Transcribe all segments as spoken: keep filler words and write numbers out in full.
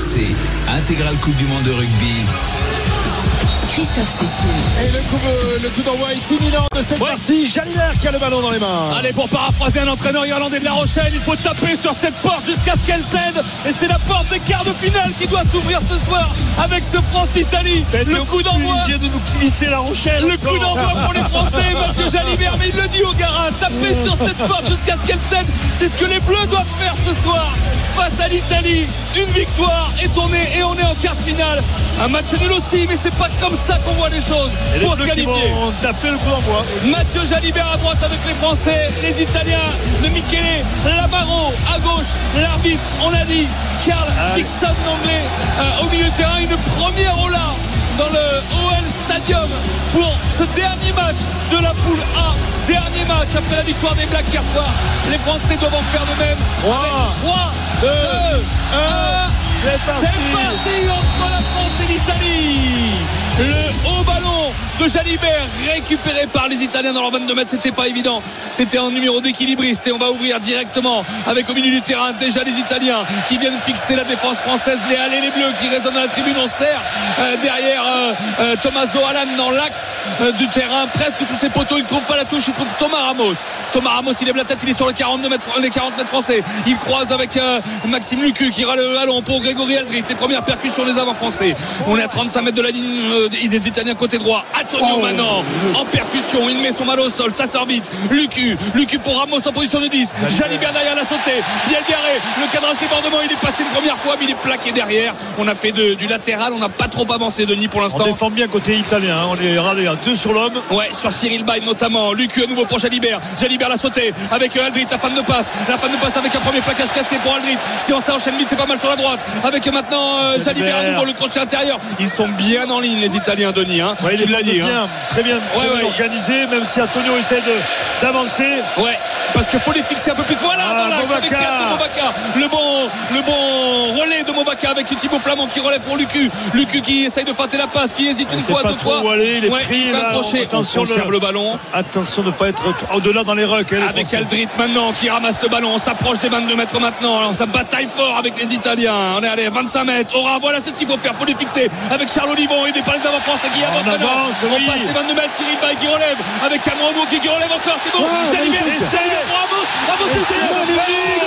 C, intégrale Coupe du Monde de rugby. Christophe Cécile. Et le coup, le coup d'envoi est imminent de cette ouais. partie. Jalibert qui a le ballon dans les mains. Allez, pour paraphraser un entraîneur irlandais de La Rochelle, il faut taper sur cette porte jusqu'à ce qu'elle cède. Et c'est la porte des quarts de finale qui doit s'ouvrir ce soir avec ce France-Italie. Le coup d'envoi. Il vient de nous glisser La Rochelle. Le coup d'envoi pour les Français, Mathieu Jalibert. Mais il le dit au Garin, taper sur cette porte jusqu'à ce qu'elle cède. C'est ce que les Bleus doivent faire ce soir face à l'Italie. Une victoire est tournée et on est en quart de finale. Un match nul aussi, mais c'est pas comme ça qu'on voit les choses. Et pour les se qualifier. vont taper le coup d'envoi. Mathieu Jalibert à droite avec les Français, les Italiens de Michele Lamaro à gauche, l'arbitre, on l'a dit, Carl Dixon d'anglais euh, au milieu de terrain, une première au là dans le O L Stadium pour ce dernier match de la poule A. Dernier match après la victoire des Blacks hier soir. Les Français doivent en faire de même. trois, deux, un. C'est parti. C'est parti entre la France et l'Italie. Le haut ballon de Jalibert récupéré par les Italiens dans leurs vingt-deux mètres. C'était pas évident. C'était un numéro d'équilibriste et on va ouvrir directement avec au milieu du terrain déjà les Italiens qui viennent fixer la défense française. Les Allés, les Bleus qui résonnent à la tribune. On serre euh, derrière euh, euh, Tommaso Allan dans l'axe euh, du terrain, presque sous ses poteaux. Il trouve pas la touche. Il trouve Thomas Ramos. Thomas Ramos, il lève la tête. Il est sur les quarante-deux mètres, les quarante mètres français. Il croise avec euh, Maxime Lucu qui ira le ballon pour Grégory Aldrit. Les premières percussions des avants français. On est à trente-cinq mètres de la ligne euh, des Italiens côté droit. Antonio oh, maintenant en percussion. Il met son mal au sol. Ça sort vite. Lucu. Lucu pour Ramos en position de dix. Jalibert derrière la sautée. Bien garé. Le cadrage débordement. Il est passé une première fois, mais il est plaqué derrière. On a fait de, du latéral. On n'a pas trop avancé, Denis, pour l'instant. On défend bien côté italien. Hein. On est à deux sur l'homme. Ouais, sur Cyril Bay notamment. Lucu à nouveau pour Jalibert. Jalibert la sautée avec Aldrit, la fan de passe. La fan de passe avec un premier plaquage cassé pour Aldrit. Si on s'enchaîne vite, c'est pas mal sur la droite. Avec maintenant euh, Jalibert à nouveau le crochet intérieur. Ils sont bien en ligne, les Italiens, Denis. Hein. Ouais, tu l'as dit. Bien, hein. Très bien, très ouais, bien ouais. organisé, même si Antonio essaie de, d'avancer. Ouais, parce qu'il faut les fixer un peu plus. Voilà, ah, dans l'axe avec quatre de Movaca. Le bon, le bon relais de Movaca avec Thibaut Flamand qui relève pour Lucu. Lucu qui essaye de feinter la passe, qui hésite une fois, deux fois. Aller, il est ouais, pris, il va accrocher. Attention, on conserve le... le ballon. Attention de ne pas être au-delà dans les rucks. Hein, avec Aldrit maintenant qui ramasse le ballon. On s'approche des vingt-deux mètres maintenant. Alors, ça bataille fort avec les Italiens. On est allé vingt-cinq mètres. Aura, voilà, c'est ce qu'il faut faire. Faut les fixer avec Charles Olivon. Il n'est pas les avant français qui avancent maintenant. On oui. passe les vingt-deux mètres. Cyril Bay qui relève avec Cameron Bou qui relève encore. C'est bon. Jalibert. Bravo. Bravo. C'est magnifique.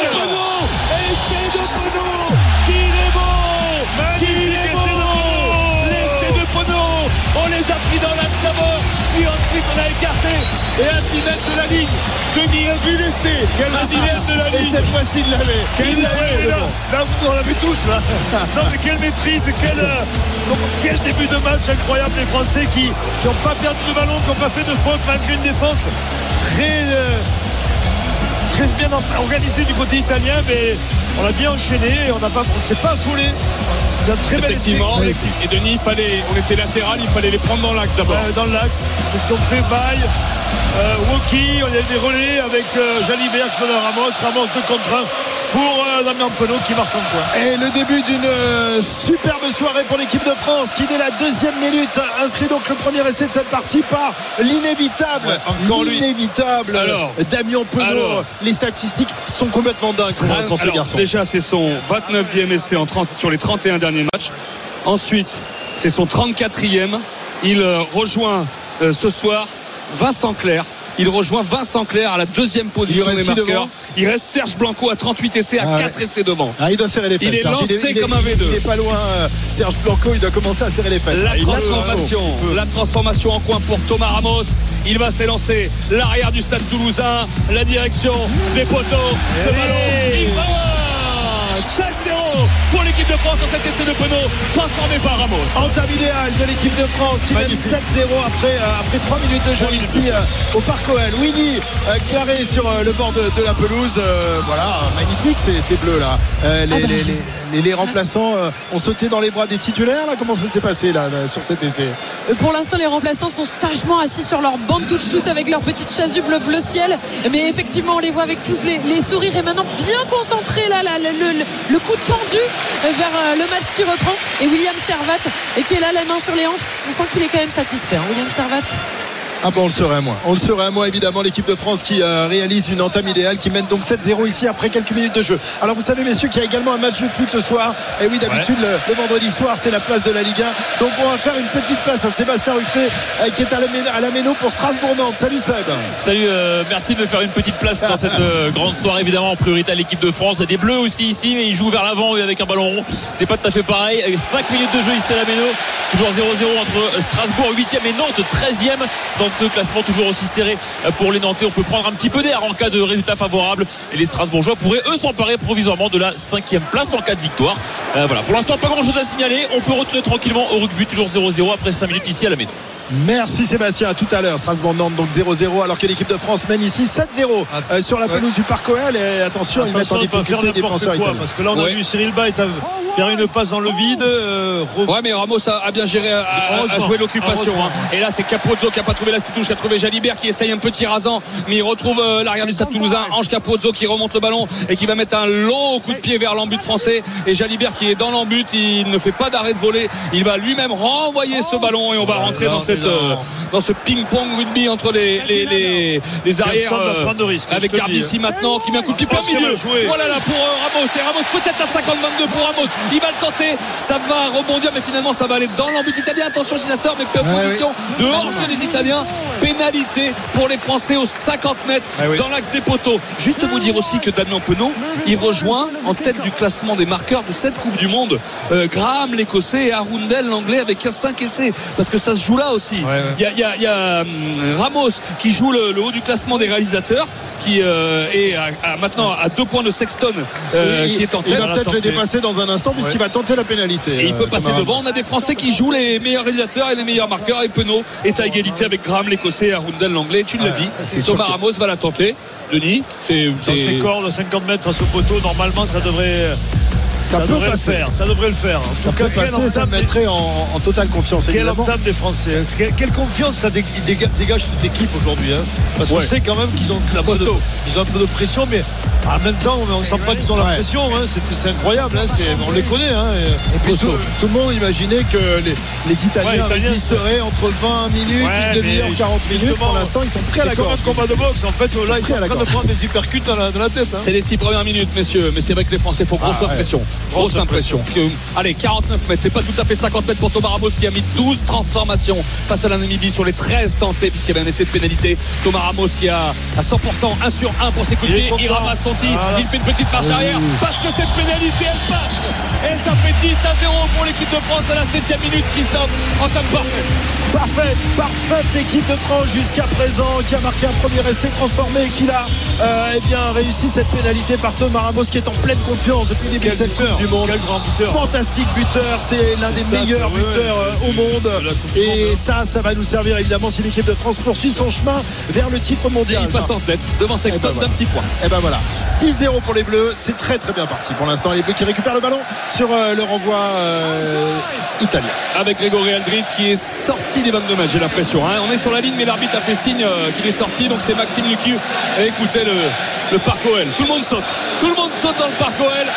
Essai de Penaud. Qu'il est bon. Qu'il est bon. L'essai de Penaud. On les a pris dans l'axe d'abord. Puis ensuite on a écarté. Et un dix mètres de la ligne. Denis a vu l'essai. Un dix mètres de la ligne. Et cette fois-ci il l'avait. Il l'avait. Là, là on l'a vu tous là. Non mais quelle maîtrise. Quel, euh, quel début de match incroyable. Les Français qui n'ont pas perdu de ballon, qui n'ont pas fait de faute malgré une défense très... Euh, très bien organisé du côté italien, mais on a bien enchaîné et on n'a pas, on ne s'est pas affolé. C'est un très bel effectivement. Et Denis, il fallait, on était latéral, il fallait les prendre dans l'axe d'abord. Euh, dans l'axe, c'est ce qu'on fait. Bay, euh, Woki, on a des relais avec euh, Jalibert, Claude Ramos, Ramos de contre un pour euh, Damien Penaud qui marque un point. Et le début d'une euh, superbe soirée pour l'équipe de France qui dès la deuxième minute inscrit donc le premier essai de cette partie par l'inévitable, ouais, encore l'inévitable alors, Damien Penaud. Alors, les statistiques sont complètement dingues trente, pour ce alors, garçon. Déjà c'est son vingt-neuvième essai en trente, sur les trente et un derniers matchs. Ensuite c'est son trente-quatrième. Il euh, rejoint euh, ce soir Vincent Clerc. Il rejoint Vincent Clerc à la deuxième position des marqueurs. Il reste Serge Blanco à trente-huit essais, à ah quatre ouais. essais devant. Ah, il doit serrer les fesses. Il est lancé il est, comme il est, un V deux. Il est pas loin, euh, Serge Blanco. Il doit commencer à serrer les fesses. La ah, transformation, la transformation en coin pour Thomas Ramos. Il va s'élancer l'arrière du stade toulousain, la direction des poteaux. Ce ballon, il va cinq zéro pour l'équipe de France sur cet essai de Penaud transformé par Ramos. Entame idéal de l'équipe de France qui mène sept zéro après, euh, après trois minutes de jeu ici euh, au Parc O L. Winnie euh, claré sur euh, le bord de, de la pelouse. Euh, voilà, magnifique ces, ces bleus là. Euh, les, ah bah. les, les, les, les remplaçants euh, ont sauté dans les bras des titulaires là. Comment ça s'est passé là, là sur cet essai? Pour l'instant, les remplaçants sont sagement assis sur leur banc touch tous avec leur petite chasuble bleu ciel. Mais effectivement, on les voit avec tous les, les sourires et maintenant bien concentrés là, là le, le, le coup tendu vers le match qui reprend. Et William Servat qui est là, la main sur les hanches. On sent qu'il est quand même satisfait, hein, William Servat. Ah bon, on le saurait à moi. On le saurait à moi, évidemment, l'équipe de France qui euh, réalise une entame idéale, qui mène donc sept zéro ici après quelques minutes de jeu. Alors vous savez, messieurs, qu'il y a également un match de foot ce soir. Et oui, d'habitude, ouais. le, le vendredi soir, c'est la place de la Ligue un. Donc on va faire une petite place à Sébastien Ruffet euh, qui est à la, à la Méno pour Strasbourg-Nantes. Salut Seb. Salut, euh, merci de me faire une petite place dans cette euh, grande soirée, évidemment, en priorité à l'équipe de France. Il y a des bleus aussi ici, mais ils jouent vers l'avant avec un ballon rond. C'est pas tout à fait pareil. cinq minutes de jeu ici à la Méno. Toujours zéro zéro entre Strasbourg huitième et Nantes treizième dans ce classement, toujours aussi serré pour les Nantais. On peut prendre un petit peu d'air en cas de résultat favorable et les Strasbourgeois pourraient eux s'emparer provisoirement de la cinquième place en cas de victoire. Euh, voilà, pour l'instant pas grand chose à signaler. On peut retourner tranquillement au rugby, toujours zéro zéro après cinq minutes ici à la Méno. Merci Sébastien, à tout à l'heure. Strasbourg-Nantes donc zéro zéro, alors que l'équipe de France mène ici sept zéro euh, sur la pelouse ouais. du Parc O L. Et attention, attention, ils mettent en difficulté les défenseurs italiens. Parce que là on a ouais. vu Cyril Bay faire une passe dans le vide. Euh, ouais, mais Ramos a, a bien géré, a, a joué l'occupation. Hein. Et là c'est Capozzo qui n'a pas trouvé la touche, qui a trouvé Jalibert qui essaye un petit rasant, mais il retrouve euh, l'arrière du Stade Toulousain, Ange Capozzo qui remonte le ballon et qui va mettre un long coup de pied vers l'embut français. Et Jalibert qui est dans l'embut, il ne fait pas d'arrêt de voler, il va lui-même renvoyer ce ballon et on va rentrer dans cette euh, dans ce ping-pong rugby entre les, les, les, les arrières euh, risque, avec Garbissi maintenant qui met un coup de pied plein milieu. Voilà là pour euh, Ramos, et Ramos peut-être à cinquante vingt-deux pour Ramos, il va le tenter, ça va rebondir mais finalement ça va aller dans l'embut italien. Attention si ça sort, mais position ah, oui. de hors-jeu des Italiens, pénalité pour les Français aux cinquante mètres ah, oui. dans l'axe des poteaux. Juste vous dire aussi que Damien Penaud il rejoint en tête du classement des marqueurs de cette Coupe du Monde euh, Graham l'Écossais et Arundel l'Anglais avec cinq essais, parce que ça se joue là aussi. Ouais, ouais. Il y a, il y a, il y a um, Ramos qui joue le, le haut du classement des réalisateurs, qui euh, est à, à, maintenant à deux points de Sexton euh, il, qui est en tête. Il va peut-être le dépasser dans un instant puisqu'il ouais. va tenter la pénalité. Et euh, il peut passer Thomas devant. On a des Français qui jouent les meilleurs réalisateurs et les meilleurs marqueurs, et Penaud est à égalité avec Graham l'Écossais et Arundel l'Anglais. Tu l'as ouais, dit, Thomas Ramos va la tenter. Denis, c'est dans ses cordes, cinquante mètres face au poteau, normalement ça devrait Ça, ça devrait passer. le faire, ça devrait le faire. Ça peut passer, ça me mettrait en, en totale confiance. Quelle entame des Français, hein. quelle, quelle confiance ça dégage, dégage cette équipe aujourd'hui, hein. Parce ouais. qu'on sait quand même qu'ils ont, un peu de, ils ont un peu de pression, mais en même temps on ne sent pas qu'ils ont la ouais. pression, hein. c'est, c'est incroyable, hein. c'est, on les connaît, hein. Et, et puis tout, tout le monde imaginait que les, les Italiens ouais, résisteraient entre vingt minutes, ouais, une demi-heure, quarante minutes. Pour l'instant ils sont prêts à la gorge. C'est comme un combat de boxe, en fait là ils sont en train de prendre des hypercutes dans la, dans la tête, hein. C'est les six premières minutes, messieurs, mais c'est vrai que les Français font grosse impression. Grosse impression. Allez, quarante-neuf mètres, c'est pas tout à fait cinquante mètres pour Thomas Ramos qui a mis douze transformations face à la Namibie sur les treize tentés, puisqu'il y avait un essai de pénalité. Thomas Ramos qui a à cent pour cent un sur un pour ses coups de pied, il ramasse son tir, voilà. il fait une petite marche arrière parce que cette pénalité elle passe et ça fait dix à zéro pour l'équipe de France à la septième minute. Christophe, entame parfaite. Parfaite, parfaite équipe de France jusqu'à présent, qui a marqué un premier essai transformé et qui a euh, eh bien, réussi cette pénalité par Thomas Ramos, qui est en pleine confiance depuis le début de cette Coupe du Monde. Quel grand buteur. Fantastique buteur, c'est l'un des meilleurs ouais, buteurs ouais. au monde. Et ça, ça va nous servir évidemment si l'équipe de France poursuit son chemin vers le titre mondial. Et il passe en tête devant Sexton ben voilà. d'un petit point. Et ben voilà, dix zéro pour les Bleus, c'est très très bien parti pour l'instant. Les Bleus qui récupèrent le ballon sur euh, le renvoi euh, italien. Avec Grégory Aldrit qui est sorti des vingt-deux mètres, j'ai l'impression. Hein. On est sur la ligne, mais l'arbitre a fait signe euh, qu'il est sorti. Donc c'est Maxime Lucu. Et écoutez le, le Parc O L. Tout le monde saute. Tout le monde saute dans le Parc O L.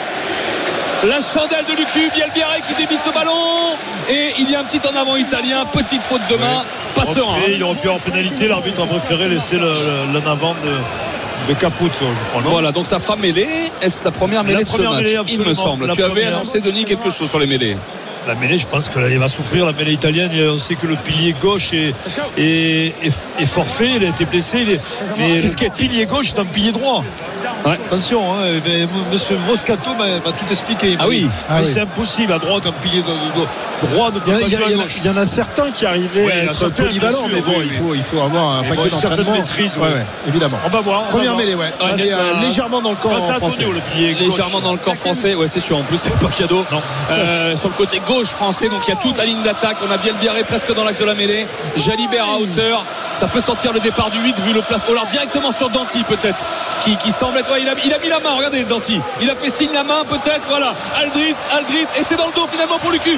La chandelle de Lucu, Bielbiaré qui dévie ce ballon. Et il y a un petit en avant italien. Petite faute de main. Oui. Pas serein. Hein. Il aurait pu en pénalité. L'arbitre a préféré laisser le, le, l'en avant de. de Capuzzo, je crois. Non, voilà, donc ça fera mêlée. Est-ce la première mêlée la de première ce match mêlée, il me semble. La tu avais annoncé, Denis, quelque chose sur les mêlées. La mêlée, je pense qu'elle va souffrir, la mêlée italienne. On sait que le pilier gauche est, est, est, est forfait, il a été blessé. Il est, mais le pilier gauche est un pilier droit. Ouais. Attention, hein, monsieur Moscato m'a, m'a tout expliqué. Ah oui, ah oui. C'est impossible à droite, un pilier de, de, de droit de il y, a, il, y a, il y en a certains qui arrivaient ouais, à être polyvalents, mais bon, oui, il, faut, il faut avoir un paquet bon, d'entraînement. Maîtrise, ouais, ouais, évidemment. On va voir. On Première va mêlée, ouais. On est euh, légèrement dans le camp français. Le pilier légèrement dans le camp français, ouais, c'est sûr. En plus, c'est pas cadeau. Euh, sur le côté gauche français, donc il y a toute la ligne d'attaque. On a Bielbiaré presque dans l'axe de la mêlée. Jalibert à hauteur. Ça peut sortir le départ du huit vu le placement. Alors directement sur Danty peut-être, qui, qui semble être. Ouais, il a, il a mis la main. Regardez Danty. Il a fait signe la main peut-être. Voilà. Aldrit, Aldrit. Et c'est dans le dos finalement pour Lucu. Encore dans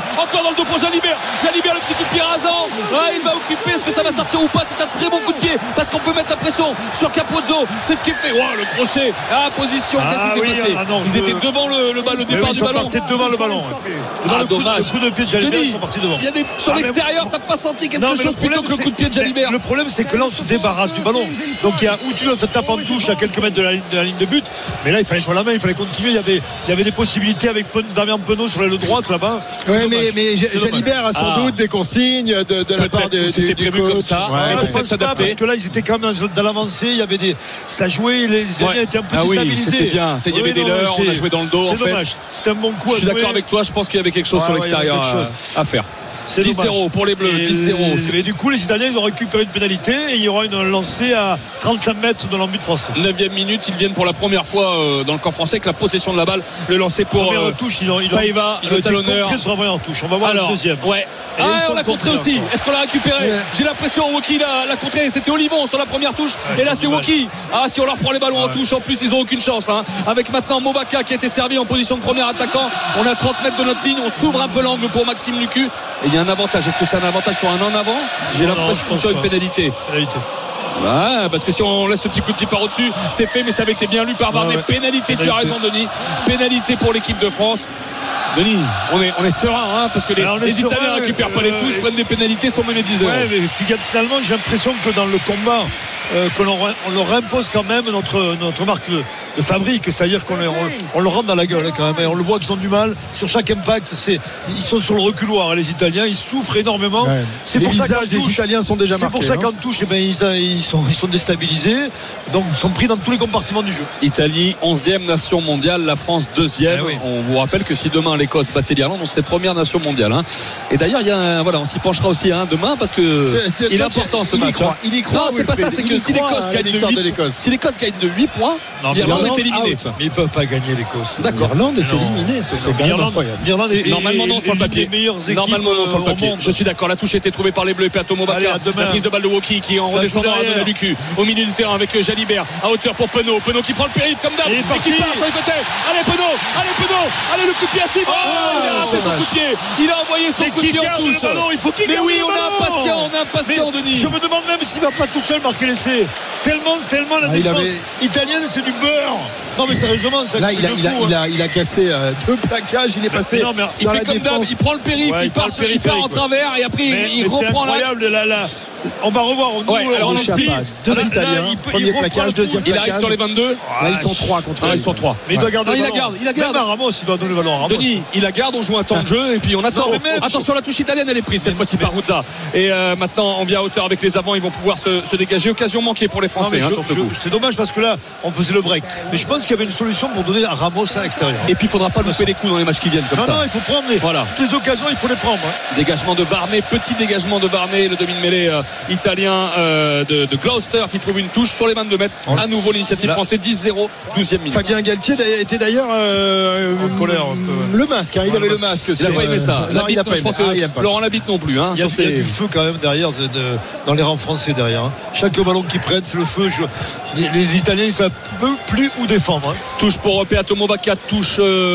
dans le dos pour Jalibert. Jalibert, le petit coup de pied rasant. Ah, il va occuper. Est-ce que ça va sortir ou pas? C'est un très bon coup de pied parce qu'on peut mettre la pression sur Capozzo. C'est ce qui est fait. Oh, le crochet. Ah, position. Ah, Qu'est-ce qui oui, s'est passé? ah, non, Ils je... étaient devant le, le, le départ oui, du ballon. Ils sont partis devant le ballon. Ah, le, coup, dommage. le coup de pied de Jalibert, ils sont partis devant. Il y a des, sur ah, l'extérieur, t'as pas senti quelque non, chose plutôt que le coup de pied de Jalibert? Le problème, c'est que là, on se débarrasse du ballon. Donc, il y a où tu te tapes en touche à quelques mètres de la, de la ligne de but. Mais là, il fallait jouer la main, il fallait continuer. Il y avait, il y avait des possibilités avec Damien Penaud sur l'aile droite là-bas. Ouais, mais, mais Jalibert a sans ah. doute des consignes de, de la part de, c'était du, du prévu coach. comme ça. Ouais, Ouais, ouais. je pense pas parce que là ils étaient quand même dans, dans l'avancée, il y avait des ça jouait, les Italiens Ouais. étaient un peu Ah oui, déstabilisés. c'était bien. C'est- il y avait Oui, des non, leurres, c'était- on a joué dans le dos, c'est en fait. dommage. C'était un bon coup Je à suis jouer. d'accord avec toi, je pense qu'il y avait quelque chose Ouais, sur ouais, l'extérieur il y avait quelque à, à faire. C'est dix zéro dommage. pour les Bleus, Et- dix zéro. Et du coup les Italiens ils ont récupéré une pénalité et il y aura une lancée à trente-cinq mètres de l'embut français. neuvième minute, ils viennent pour la première fois euh, dans le camp français avec la possession de la balle, le lancer pour Première euh, touche, ils ont, ils ont, Faïva, ils ont le été talonneur. contrés sur la première touche. On va voir Alors, le deuxième. ouais. Et Ah, ils sont on l'a contré contrés aussi. encore. Est-ce qu'on l'a récupéré? Ouais. J'ai l'impression Woki l'a, l'a contré. C'était Olivon sur la première touche. Ouais, et là, c'est c'est dommage. Woki. Ah, si on leur prend les ballons en Ouais. touche, en plus, ils ont aucune chance. Hein. Avec maintenant Movaka qui a été servi en position de premier attaquant. On est à trente mètres de notre ligne. On s'ouvre un peu l'angle pour Maxime Lucu. Et il y a un avantage. Est-ce que c'est un avantage sur un en avant? J'ai Non, non, l'impression je que pense c'est une pas. pénalité. Pénalité. Ouais, parce que si on laisse ce petit coup de pied par au-dessus, c'est fait, mais ça avait été bien lu par Varnet. Ouais, ouais. Pénalité, tu as Pénalité. raison, Denis. Pénalité pour l'équipe de France. Denise, on est, on est serein, hein, parce que les, Alors, on est les serein, Italiens mais, récupèrent pas les euh, touches, prennent des pénalités, sont menés dix zéro. Ouais, mais finalement, j'ai l'impression que dans le combat, euh, que l'on on leur impose quand même notre, notre marque de, de fabrique, c'est-à-dire qu'on les- on, on leur rentre dans la gueule hein, quand même, et on le voit qu'ils ont du mal sur chaque impact. C'est, ils sont sur le reculoir, les Italiens, ils souffrent énormément. Ouais. C'est Les pour ça visages qu'en des touche- Italiens sont déjà C'est marqués. pour ça hein. qu'en touche, eh ben, ils, ils, sont, ils sont déstabilisés, donc ils sont pris dans tous les compartiments du jeu. Italie, onzième nation mondiale, la France deuxième. Eh oui. On vous rappelle que si demain l'Écosse battait l'Irlande, on serait première nation mondiale. Hein. Et d'ailleurs, il y a un, voilà, on s'y penchera aussi hein, demain parce que C'est- il est toi, important ce il y match. croit, hein. il y croit, Non, c'est pas ça, Wilfried, c'est il que y si croit l'Écosse à la gagne de victoire de huit, l'Écosse. si l'Écosse gagne de huit points, Non, mais l'Irlande l'Irlande est éliminée. out. Mais ils ne peuvent pas gagner l'Écosse. D'accord. L'Irlande est Non. éliminée, ce serait quand même L'Irlande, incroyable. l'Irlande est, Normalement non est- sur le est papier. l'une des meilleures équipes Normalement non sur le au papier. monde. Je suis d'accord. La touche a été trouvée par les Bleus et Pato Allez, Movaka. à demain. La prise de balle de Woki qui en Ça redescendant joue a donné à derrière. Lucu au milieu du terrain avec Jalibert à hauteur pour Penaud. Penaud qui prend le périph' comme d'hab Il est et parti. qui part sur les côtés. Allez Penaud, allez Penaud, allez le coup de pied à Steve. Oh, il a raté son dommage. coup de pied. Il a envoyé son Mais coup de qui pied en garde touche. le ballon, il faut qu'il Mais garde oui, le on est ballon. impatient, on est impatient Mais Denis. je me demande même s'il va pas tout seul marquer l'essai. Tellement, tellement la Ah, il défense avait- italienne, c'est du beurre. Non mais sérieusement, c'est un Là, truc il a, de il, a, fou, il, hein. a, il a cassé euh, deux plaquages. Il est passé non, mais Il dans fait la comme d'hab, défense. il prend le périph', Ouais, il il prend part le sur il part en périphérique, travers et après Mais- il mais c'est reprend l'axe. incroyable, là, là. On va revoir. Nous, Ouais, alors on on en explique. Chapa, deux Là, là, Italiens, il peut- premier il reprend plaquage, le deuxième coup. Il arrive sur les vingt-deux. Là, ils sont trois contre Ah, lui. ils sont trois. Mais il doit garder Non, le il la ballon. garde, il la garde. Même à Ramos, il doit donner le ballon à Ramos. Denis, il la garde, on joue un temps de jeu et puis on attend. Non, mais même- Attention, la touche italienne elle est prise cette fois-ci par Ruzza. Et euh, maintenant on vient à hauteur avec les avants, ils vont pouvoir se, se dégager. Occasion manquée pour les Non, Français mais hein, je- sur ce je- coup. c'est dommage parce que là, on faisait le break. Mais je pense qu'il y avait une solution pour donner à Ramos à l'extérieur. Et puis il faudra pas louper les coups dans les matchs qui viennent comme Non, ça. non, il faut prendre les, Voilà. toutes les occasions, il faut les prendre. hein. Dégagement de Varnet, petit dégagement de Varnet, le demi de mêlée euh, italien euh, de, de Gloucester qui trouve une touche sur les vingt-deux mètres. À nouveau l'initiative Là. française dix zéro, douzième minute. Fabien Galtier d'ailleurs- était d'ailleurs euh, En colère un peu, le masque, hein, il Ouais, avait le le masque. Il a sur, pas aimé euh, ça. Non, Labitte, il a pas je aimé. pense que Ah, il aime pas Laurent Labitte non plus. Hein, Il y, a, sur il y a ses- du feu quand même derrière de- de- dans les rangs français derrière. hein. Chaque ballon qu'ils prennent, c'est le feu. Je- les, les Italiens, ils savent peu plus où défendre. hein. Touche pour Peato Movaka, touche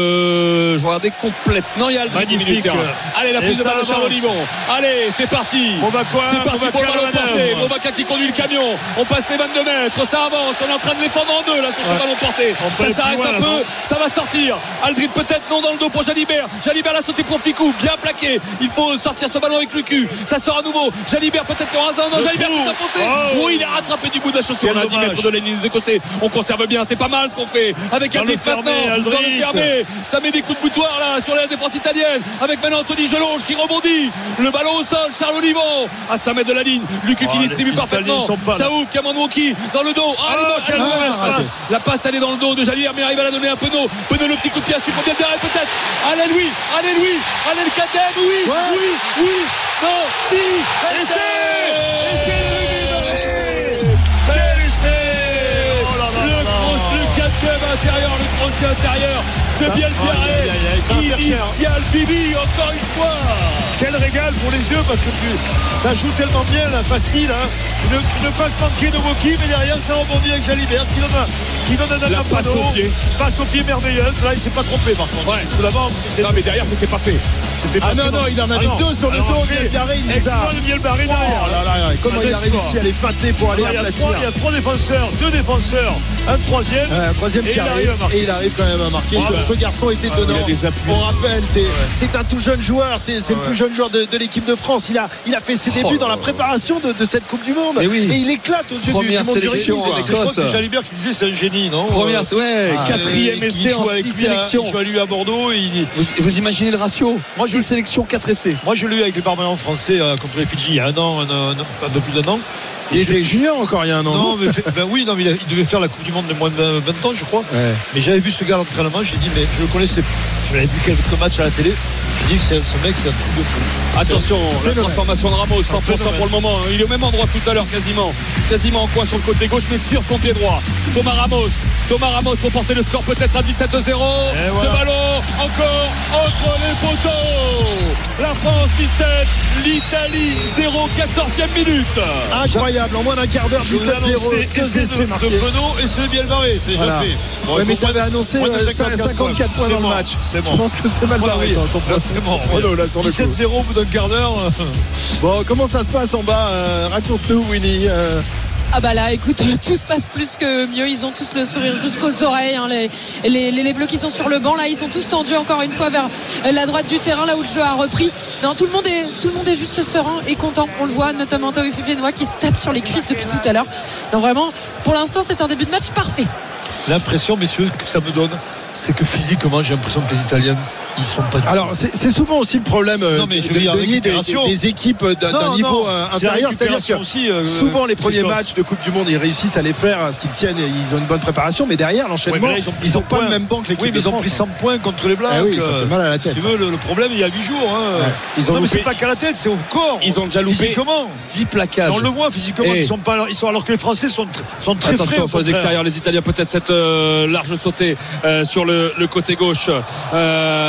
euh, je regardais complète. Non, il y a le Magnifique. Allez, la Et prise de ça balle de Charles avance. Olivon. Allez, c'est parti. Movaka, C'est parti pour le Movaka, ballon la porté. manœuvre. Movaka qui conduit le camion. On passe les vingt-deux mètres. Ça avance. On est en train de défendre en deux là sur ce Ouais. ballon porté. On peut Ça aller s'arrête plus loin, un là, peu. non Ça va sortir. Aldrid peut-être non dans le dos pour Jalibert. Jalibert l'a sauté pour Ficou. Bien plaqué. Il faut sortir ce ballon avec le cul. Ça sort à nouveau. Jalibert peut-être le rasant. Non, Le Jalibert trou. qui s'est foncé. Oh. Oui, il a rattrapé du bout de la chaussure. Quel On a dix dommage. mètres de la ligne des Écossais. On conserve bien. C'est pas mal ce qu'on fait. Avec Dans un le défait fermé, maintenant. Dans le Aldrid. fermé. Ça met des coups de boutoir là sur la défense italienne. Avec maintenant Anthony Gelonge qui rebondit. Le ballon au sol. Charles Olivon à cinq mètres de la ligne. Lucu qui Oh, distribue les parfaitement. Italiens, ils sont pas Ça là. ouvre Cameron Woki dans le dos. Ah, Ah, elle est bonne, quelle elle est bonne, mauvaise la passe. passe. La passe elle est dans le dos de Jalibert mais arrive à la donner à Penaud. Penaud le petit coup de pied à suivre bien derrière peut-être. Allez Louis, allez Louis, allez le Cadem, oui, Ouais. oui, oui, non, si, essai, Quel essai. Oh là là le là là. crochet, le Cadem intérieur, le crochet intérieur de Aïe, aïe, aïe, ça va Bielbiarré, faire cher, hein. initial Bibi encore une fois. Quel régal pour les yeux parce que tu, ça joue tellement bien là, facile. Hein. Une, une passe manquée de Woki, mais derrière ça rebondit avec Jalibert qui donne qui donne un La passe au pied. passe au pied merveilleuse. Là, il s'est pas trompé par contre. Ouais. Tout d'abord, Non, mais derrière, c'était pas fait. c'était Ah pas non, très non, bon. il en Ah avait non. deux sur le Alors, dos. après, Miel Barré, il les a. exploit le Miel Barré derrière. Oh là là, comment il a réussi à les feinter pour aller Il y, a aplatir. trois, il y a trois défenseurs, deux défenseurs, un troisième. Euh, un troisième Et qui il arrive, arrive à marquer. et il arrive quand même à marquer. Bravo. Ce, ce garçon est étonnant. il a des appuis. On rappelle, c'est c'est un tout jeune joueur, c'est c'est le plus jeune joueur de, de l'équipe de France. Il a, il a fait ses débuts Oh dans la là là. préparation de, de cette Coupe du Monde. Mais oui. Et il éclate au-dessus du, du Première monde du sélection, rugby. hein. Je crois que c'est Écosse. Jalibert qui disait c'est un génie, non Première, Euh, ouais, Ah, quatrième qui essai joue en avec six lui à- sélections. Il joue à lui à Bordeaux. Et il- Vous, vous imaginez le ratio Moi, je- six sélections, quatre essais. Moi, je l'ai eu avec les Barbarians français euh, contre les Fidji il y a un an, un, an, un, an- un peu plus d'un an. Il Et était junior encore il y a un an. Non, mais fait- ben oui, non, mais il, a- il devait faire la Coupe du Monde de moins de vingt ans, je crois. Ouais. Mais j'avais vu ce gars à l'entraînement, j'ai dit, mais je le connaissais. Je l'avais vu quelques matchs à la télé. J'ai dit que c'est- ce mec, c'est un truc de fou. Attention, la phénomène. transformation de Ramos, cent pour cent pour le moment. Il est au même endroit que tout à l'heure, quasiment. Quasiment en coin sur le côté gauche, mais sur son pied droit. Thomas Ramos. Thomas Ramos pour porter le score peut-être à dix-sept zéro. Et Ce voilà. ballon, encore entre les poteaux. La France dix-sept, l'Italie zéro, quatorzième minute. Incroyable, en moins d'un quart d'heure, Je vous ai dix-sept zéro, annoncé deux essai essais de, marqués. de Penaud et celui de Miel Barré, c'est déjà Voilà. fait. Bon, Ouais, il mais faut tu avais moins- annoncé moins de euh, cinquante-quatre cinquante-quatre points C'est dans le bon, match. c'est bon. Je pense que c'est mal Moi, barré oui. dans ton Là, c'est bon. prono, là, sur le coup. dix-sept zéro au bout d'un quart d'heure. Bon, comment ça se passe en bas euh, Raconte-nous, Winnie. euh, Ah bah là, écoute, tout se passe plus que mieux. Ils ont tous le sourire jusqu'aux oreilles. hein. Les, les, les, les bleus qui sont sur le banc, là, ils sont tous tendus encore une fois vers la droite du terrain, là où le jeu a repris. Non, tout le monde est, tout le monde est juste serein et content. On le voit, notamment Théo Fifenois qui se tape sur les cuisses depuis tout à l'heure. Non, vraiment, pour l'instant, c'est un début de match parfait. L'impression, messieurs, que ça me donne, c'est que physiquement, j'ai l'impression que les Italiens, ils sont pas du Alors, c'est c'est souvent aussi le problème euh, Non, mais je de- veux dire, de- des, récupération. des équipes d'un Non, d'un non, niveau euh, c'est la inférieur. C'est-à-dire récupération que aussi, euh, souvent, les premiers Christophe. matchs de Coupe du Monde, ils réussissent à les faire, à ce qu'ils tiennent, et ils ont une bonne préparation. Mais derrière, l'enchaînement, Ouais, mais là, ils ont pris ils cent n'ont pas points. le même banc que l'équipe Oui, mais de ils ont France. pris cent points contre les Blacks. Ah oui, ça fait mal à la tête, Si tu ça. veux, le, le problème, il y a huit jours. Hein. Ouais. Ils ont non, mais loupé. c'est pas qu'à la tête, c'est au corps. Ils ont déjà loupé Physiquement. dix plaquages. On le voit physiquement, Et- ils sont pas, ils sont alors que les Français sont, tr- sont très frais. Attention au sur les contraire. extérieurs, les Italiens peut-être cette euh, large sautée euh, sur le, le côté gauche. Euh,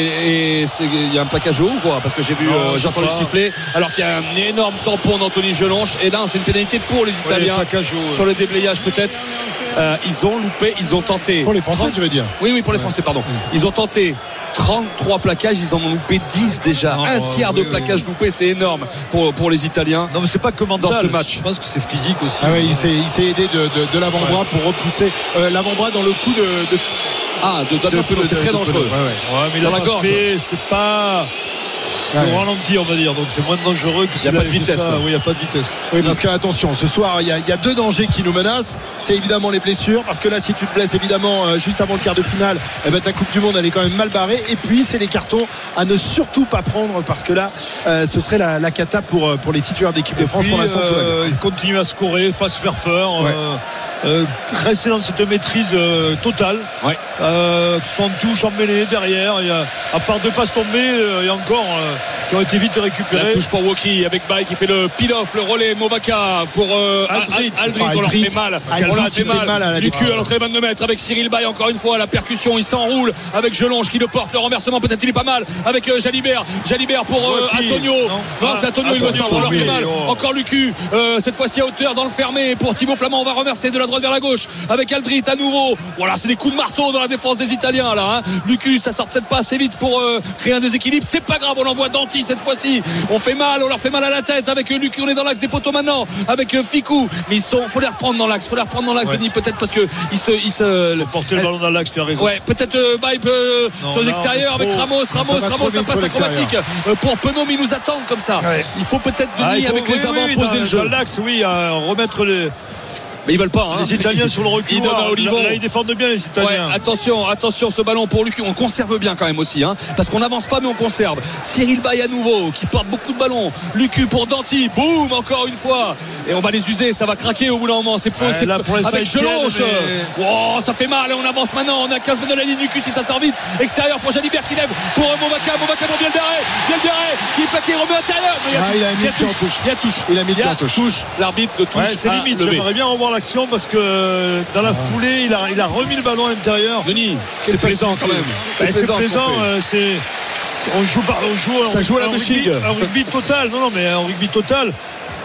et et c'est- il y a un plaquage haut ou quoi? Parce que j'ai vu, Non, euh, je j'ai sais entendu pas. siffler. Alors qu'il y a un énorme tampon d'Anthony Gelonche. Et là, c'est une pénalité pour les Italiens le plaquage haut, ouais. sur le déblayage peut-être. Euh, ils ont loupé, ils ont tenté. Pour les Français, tu veux dire? Oui, oui, pour les Français, pardon. Ils ont tenté trente-trois plaquages, ils en ont loupé dix déjà. Non, un euh, tiers oui, de oui, plaquages oui. loupés, c'est énorme pour, pour les Italiens. Non, mais c'est pas que mental. Dans ce match. Je pense que c'est physique aussi. Ah ouais, il s'est il s'est aidé de, de, de l'avant-bras pour repousser euh, l'avant-bras dans le coup de, de, Ah, de, de, de- Penaud, c'est de- très de- dangereux. Ouais, ouais. Ouais, mais il Dans a la pas gorge. fait, c'est pas. C'est Ouais. au ralenti, on va dire. Donc c'est moins dangereux que Il y a s'il pas de avait fait vitesse. ça. Oui, il n'y a pas de vitesse. Oui, parce que attention, ce soir, il y, a, il y a deux dangers qui nous menacent. C'est évidemment les blessures, parce que là, si tu te blesses évidemment euh, juste avant le quart de finale, eh ben, ta Coupe du Monde, elle est quand même mal barrée. Et puis, c'est les cartons à ne surtout pas prendre, parce que là, euh, ce serait la, la cata pour, euh, pour les titulaires d'équipe de France. Puis, Pour l'instant, tout va bien. euh, il continue à scorer, pas se faire peur. Ouais. euh, euh, rester dans cette maîtrise euh, totale. Ouais. Euh, que ce soit en touche, en mêlée, derrière. Il y a, à part deux passes tombées, euh, il y a encore euh, qui ont été vite La récupérées. touche pour Woki avec Baye qui fait le peel-off, le relais Movaka pour euh, Aldrit. Al- Aldrit. Ah, On leur Aldrit. fait mal. Aldrit On leur qui fait fait mal à la Lucu défense. à l'entrée vingt-deux mètres avec Cyril Baye encore une fois. La percussion, il s'enroule avec Gelonge qui le porte. Le renversement, peut-être il est pas mal avec euh, Jalibert. Jalibert pour euh, Woki. Antonio. Non. Non, Ah, c'est Antonio, il me Antonio, semble. On leur fait oui, mal. oh. Encore Lucu. Euh, cette fois-ci à hauteur dans le fermé pour Thibaut Flamand. On va renverser de la droite vers la gauche avec Aldrit à nouveau. Voilà, c'est des coups de marteau dans la défense des Italiens là. Hein. Lucu, ça sort peut-être pas assez vite pour euh, créer un déséquilibre. C'est pas grave, on envoie Danti cette fois-ci. On fait mal, on leur fait mal à la tête avec euh, Lucu. On est dans l'axe des poteaux maintenant avec euh, Ficou. Mais ils sont, faut les reprendre dans l'axe. Faut les reprendre dans l'axe, Ouais. Denis, peut-être parce que ils se, ils se. Porter le ballon dans l'axe, tu as raison. Ouais, peut-être euh, Baye euh, Non, sur les là, extérieurs on est avec trop- Ramos, ça Ramos, va trop Ramos, la vite passe sur acrobatique euh, pour Penaud, mais ils nous attendent comme ça. Ouais. Il faut peut-être Denis Ah, il faut- avec oui, les avants oui, oui, poser dans, le jeu. dans l'axe, oui, à remettre les, Mais ils veulent pas. Hein. les Italiens sur le recul. Ils donnent à Olivon. Là, ils défendent bien les Ouais, Italiens. attention, attention, ce ballon pour Lucu. On conserve bien quand même aussi, hein, parce qu'on n'avance pas, mais on conserve. Cyril Baye à nouveau, qui porte beaucoup de ballons. Lucu pour Danti, boum, encore une fois. Et on va les user, ça va craquer au bout d'un moment. C'est faux, Ouais, c'est là, pour l'instant, avec ils tiennent, Gelonche. mais- Oh, ça fait mal. Et on avance maintenant. On a quinze mètres de la ligne. Lucu, si ça sort vite. Extérieur pour Jalibert qui lève pour Movaka. Movaka pour Bielbarré. Bielbarré qui est plaqué, remet intérieur. Mais Ah, il a mis le pied en touche. Il y a touche. Il a mis le pied en touche. L'arbitre de touche. Ouais, c'est a limite. levé. J'aimerais bien revoir l'action parce que euh, dans la foulée, il a, il a remis le ballon à l'intérieur. Denis, Quelle c'est plaisant facilité. quand même. Bah, C'est C'est plaisant. ce qu'on plaisant. fait. euh, c'est- c'est- on joue, par- on joue Ça un- joue à la un machine. rugby, un rugby total. Non, non, mais un rugby total.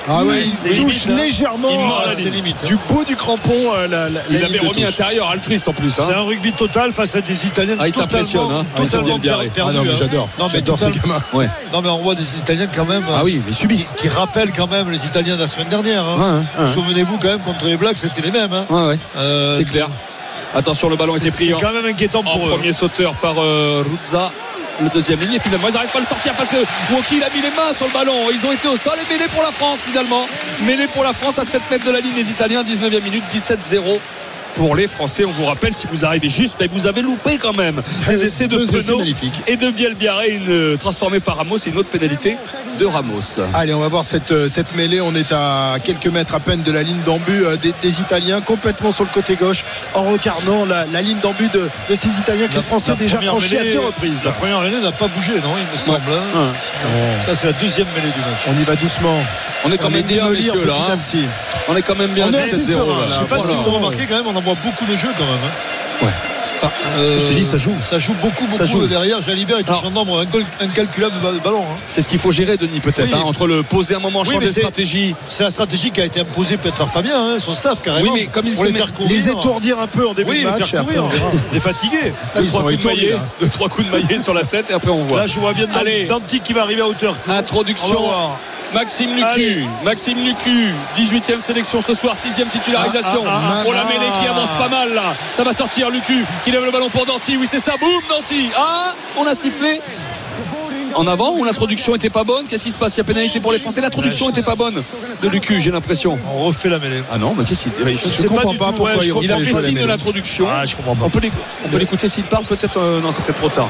Ah ouais, il touche limite, légèrement il mord euh, la c'est ligne. limite, du bout du crampon euh, la, la, Il la avait ligne de remis touche. intérieur, altruiste en plus. Hein. C'est un rugby total face à des Italiens Ah, il totalement, t'impressionne, hein. totalement Ah, Biarré. perdus. Ah non mais hein. j'adore, Non, mais j'adore ce total- gamin. Ouais. Non mais on voit des Italiens quand même Ah oui, mais ils qui, subissent. qui rappellent quand même les Italiens de la semaine dernière. Hein. Ouais, ouais, ouais. Souvenez-vous quand même contre les Blacks c'était les mêmes. Hein. Ouais, ouais. Euh, C'est clair. Attention, le ballon c'est- était pris C'est en, quand même inquiétant en pour eux. premier sauteur par euh, Ruzza. Le deuxième ligne et finalement ils n'arrivent pas à le sortir parce que Woki il a mis les mains sur le ballon. Ils ont été au sol et mêlés pour la France finalement. Mêlés pour la France à sept mètres de la ligne les Italiens. dix-neuvième minute, dix-sept zéro pour les Français. On vous rappelle, si vous arrivez juste, mais vous avez loupé quand même des essais de Deux essais Penaud magnifiques. et de Biel Biarré, une transformée par Ramos et une autre pénalité de Ramos. Allez, on va voir cette, euh, cette mêlée. On est à quelques mètres à peine de la ligne d'en-but euh, des, des Italiens, complètement sur le côté gauche, en recarnant la, la ligne d'en-but de, de ces Italiens que les Français ont déjà première franchi à mêlée- deux reprises. La première mêlée n'a pas bougé, non, il me semble. hein. Ouais. Ça, c'est la deuxième mêlée du match. On y va doucement. On est quand On même est bien, démolir messieurs, petit là. à hein. petit. On est quand même bien On est à assez sept zéro. serein, là. là. Je sais pas Voilà. si vous avez remarqué quand même, on envoie beaucoup de jeux quand même. Hein. Ouais. Ah, je te dis, ça joue. Ça joue beaucoup, beaucoup Ça joue. derrière. Jalibert est Alors- un nombre incol- incalculable de ba- ballons. Hein. C'est ce qu'il faut gérer, Denis, peut-être. Oui. hein, entre le poser un moment, Oui, changer mais de c'est- stratégie. C'est la stratégie qui a été imposée peut-être par Fabien, hein, son staff carrément. Oui, mais comme il pour se les met- faire courir. Les étourdir un peu en début Oui, de les match. faire et après, courir. on verra. Les fatigués. Ils Trois sont coups de étourdis, maillet, là. deux, trois coups de maillet sur la tête et après on voit. Là, je vois bien Allez. Danti qui va arriver à hauteur. On va Introduction. voir. Maxime Allez. Lucu, Maxime Lucu, dix-huitième sélection ce soir, sixième titularisation. Ah, ah, ah, pour la ah. mêlée qui avance pas mal là. Ça va sortir Lucu qui lève le ballon pour Danti. Oui, c'est ça, boum, Danti. Ah, on a sifflé. En avant ou l'introduction était pas bonne? Qu'est-ce qui se passe? Il y a pénalité pour les Français. L'introduction était pas bonne de Lucu, j'ai l'impression. On refait la mêlée. Ah non, mais qu'est-ce qu'il Je Je sais comprends du pas tout, pourquoi ouais, je il comprends Il a refait fait les signe mêlées. de l'introduction. Ah, je comprends pas. On peut l'éc- on peut l'écouter s'il parle peut-être. euh, non, c'est peut-être trop tard.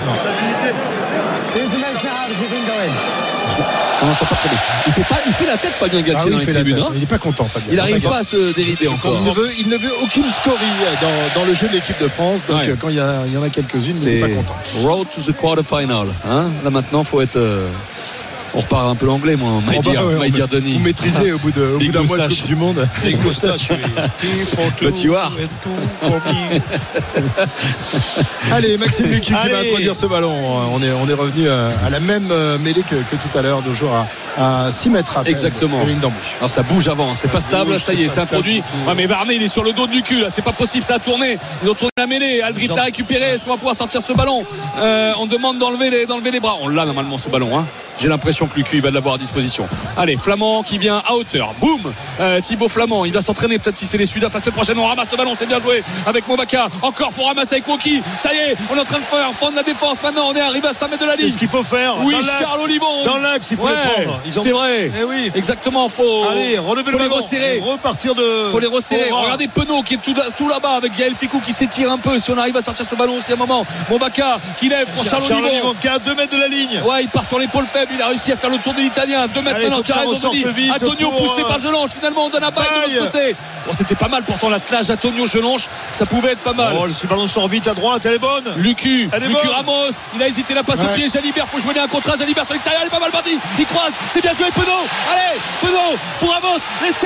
On n'entend pas très bien. Il fait, pas, il fait la tête, Fabien Ah Galtier, oui, dans il les fait la tribunes. tête. hein. Il n'est pas content, Fabien. Il n'arrive Regarde. pas à se dérider encore. Il ne, veut, il ne veut aucune scorie dans, dans le jeu de l'équipe de France. Donc Ouais. euh, quand il y, a- il y en a quelques-unes, il n'est C'est pas content. road to the quarterfinal. Hein Là maintenant, faut être. euh, On repart un peu l'anglais, moi. Oh, bah, Maïdir, ouais, on Maïdir ma- Denis. Vous maîtrisez au bout de- au Big bout d'un mois de moustache. Coupe du Monde. Big moustache, oui. Two for two But you are. and two for me. Allez, Maxime Lucu qui Allez. va introduire ce ballon. On est, on est revenu à, à la même euh, mêlée que, que tout à l'heure, toujours à, à six mètres à peine Exactement. de la ligne d'en-but. Alors ça bouge avant, c'est pas stable, bouge, ça y est, c'est c'est pas stable introduit. du tout. Ouais, mais Varney il est sur le dos de Lucu là, c'est pas possible, ça a tourné. Ils ont tourné la mêlée, Aldrit l'a récupéré, est-ce qu'on va pouvoir sortir ce ballon? euh, On demande d'enlever les, d'enlever les bras. On l'a normalement ce ballon, hein. J'ai l'impression que Lucu il va l'avoir à disposition. Allez, Flamand qui vient à hauteur. Boum, euh, Thibaut Flamand, il va s'entraîner peut-être si c'est les Sudaf la semaine prochaine. On ramasse le ballon, c'est bien joué avec Movaka. Encore faut ramasser avec Woki. Ça y est, on est en train de faire fond de la défense. Maintenant on est arrivé à cinq mètres de la C'est ligne. ce qu'il faut faire. Oui, Dans l'axe. Charles Olivon. Dans l'axe, il faut Ouais, les prendre. Ils ont- c'est vrai. Eh oui. Exactement, faut. Allez, relever faut le les ballon. resserrer. Repartir de. Faut les resserrer. Faut voir. Regardez Penaud qui est tout, là- tout là-bas avec Gaël Ficou qui s'étire un peu. Si on arrive à sortir ce ballon aussi à un moment. Movaka qui lève pour Charles, Charles Olivon. Olivon qui est à deux mètres de la ligne. Ouais, il part sur l'épaule faible. Il a réussi à faire le tour de l'Italien. deux mètres Allez, maintenant. faut que Tu as ça raison, ressorte Denis. vite Antonio pour, poussé euh, par Gelonche. Finalement, on donne à Baye de l'autre Baye. côté. Bon, c'était pas mal pourtant l'attelage Antonio Gelonche. Ça pouvait être pas mal. Oh, ce ballon sort vite à droite, elle est bonne. Lucu, Elle est Lucu bonne. Ramos, il a hésité la passe Ouais. au pied. Jalibert, faut jouer un contrat. Jalibert sur l'extérieur, il est pas mal parti. Il croise, c'est bien joué. Penaud, allez, Penaud pour Ramos. L'essai.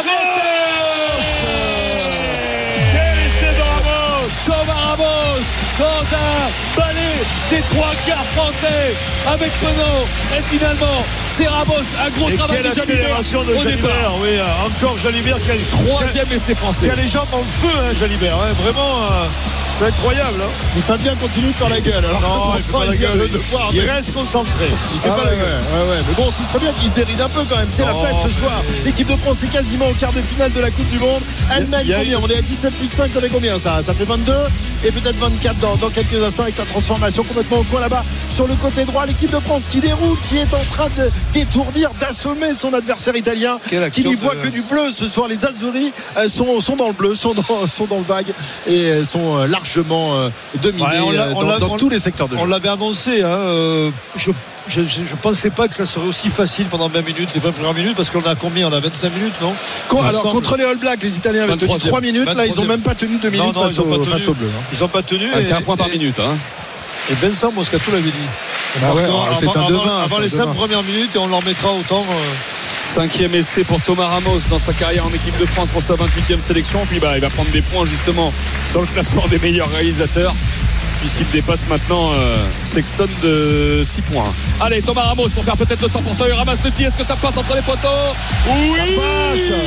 Quel essai de Ramos. Thomas Ramos dans un balai des trois quarts français avec Penaud. Et finalement, c'est Ramos. Un gros Et travail quelle de Jalibert accélération de au Jalibert. départ. Oui, euh, encore Jalibert qui a, Troisième essai français. qui a les jambes en feu, hein, Jalibert. hein. Vraiment, euh, c'est incroyable. hein. Il Fabien continue de faire la gueule. Alors, Non, il fait pas la vient gueule. de devoir Il de- reste concentré. Il fait Ah pas ouais, la gueule. ouais, ouais, ouais. Mais bon, ce serait bien qu'il se déride un peu quand même. C'est la Non, fête ce soir. mais- L'équipe de France est quasiment au quart de finale de la Coupe du Monde. Allemagne, Il y a combien? eu- On est à dix-sept plus cinq, ça fait combien ça? Ça fait vingt-deux et peut-être vingt-quatre dans, dans quelques instants avec la transformation complètement au coin là-bas sur le côté droit. L'équipe de France qui déroule, qui est en train de d'étourdir, d'assommer son adversaire italien, Quelle qui action n'y voit de- que du bleu ce soir. Les Azzurri euh, sont, sont dans le bleu, sont dans, sont dans le vague et euh, sont euh, largement euh, dominés Ouais, on l'a- euh, on dans, l'a- dans on- tous les secteurs de jeu. On l'avait annoncé. Hein, euh, je je, je, je pensais pas que ça serait aussi facile pendant vingt minutes, les vingt premières minutes, parce qu'on a combien? On a vingt-cinq minutes, non? Con- Il me alors semble. contre les All Blacks, les Italiens avaient tenu vingt-troisième. trois minutes. Là, ils n'ont vingt-troisième. même pas tenu deux minutes Non, non, face, ils ont au, pas tenu. face au bleu. hein. Ils n'ont pas tenu. Ah, c'est et- un point par et- minute. Hein. Et Vincent Moscato l'avait dit. Ah ouais, Avant- alors, c'est un avant- deux vingt, Avant, avant c'est les un cinq deux vingt. premières minutes, et on leur mettra autant. euh, Cinquième essai pour Thomas Ramos dans sa carrière en équipe de France pour sa vingt-huitième sélection. Puis bah, il va prendre des points justement dans le classement des meilleurs réalisateurs. puisqu'il dépasse maintenant euh, Sexton de six points. Allez, Thomas Ramos pour faire peut-être le cent pour cent. Il ramasse le tir. Est-ce que ça passe entre les poteaux? Oui, ça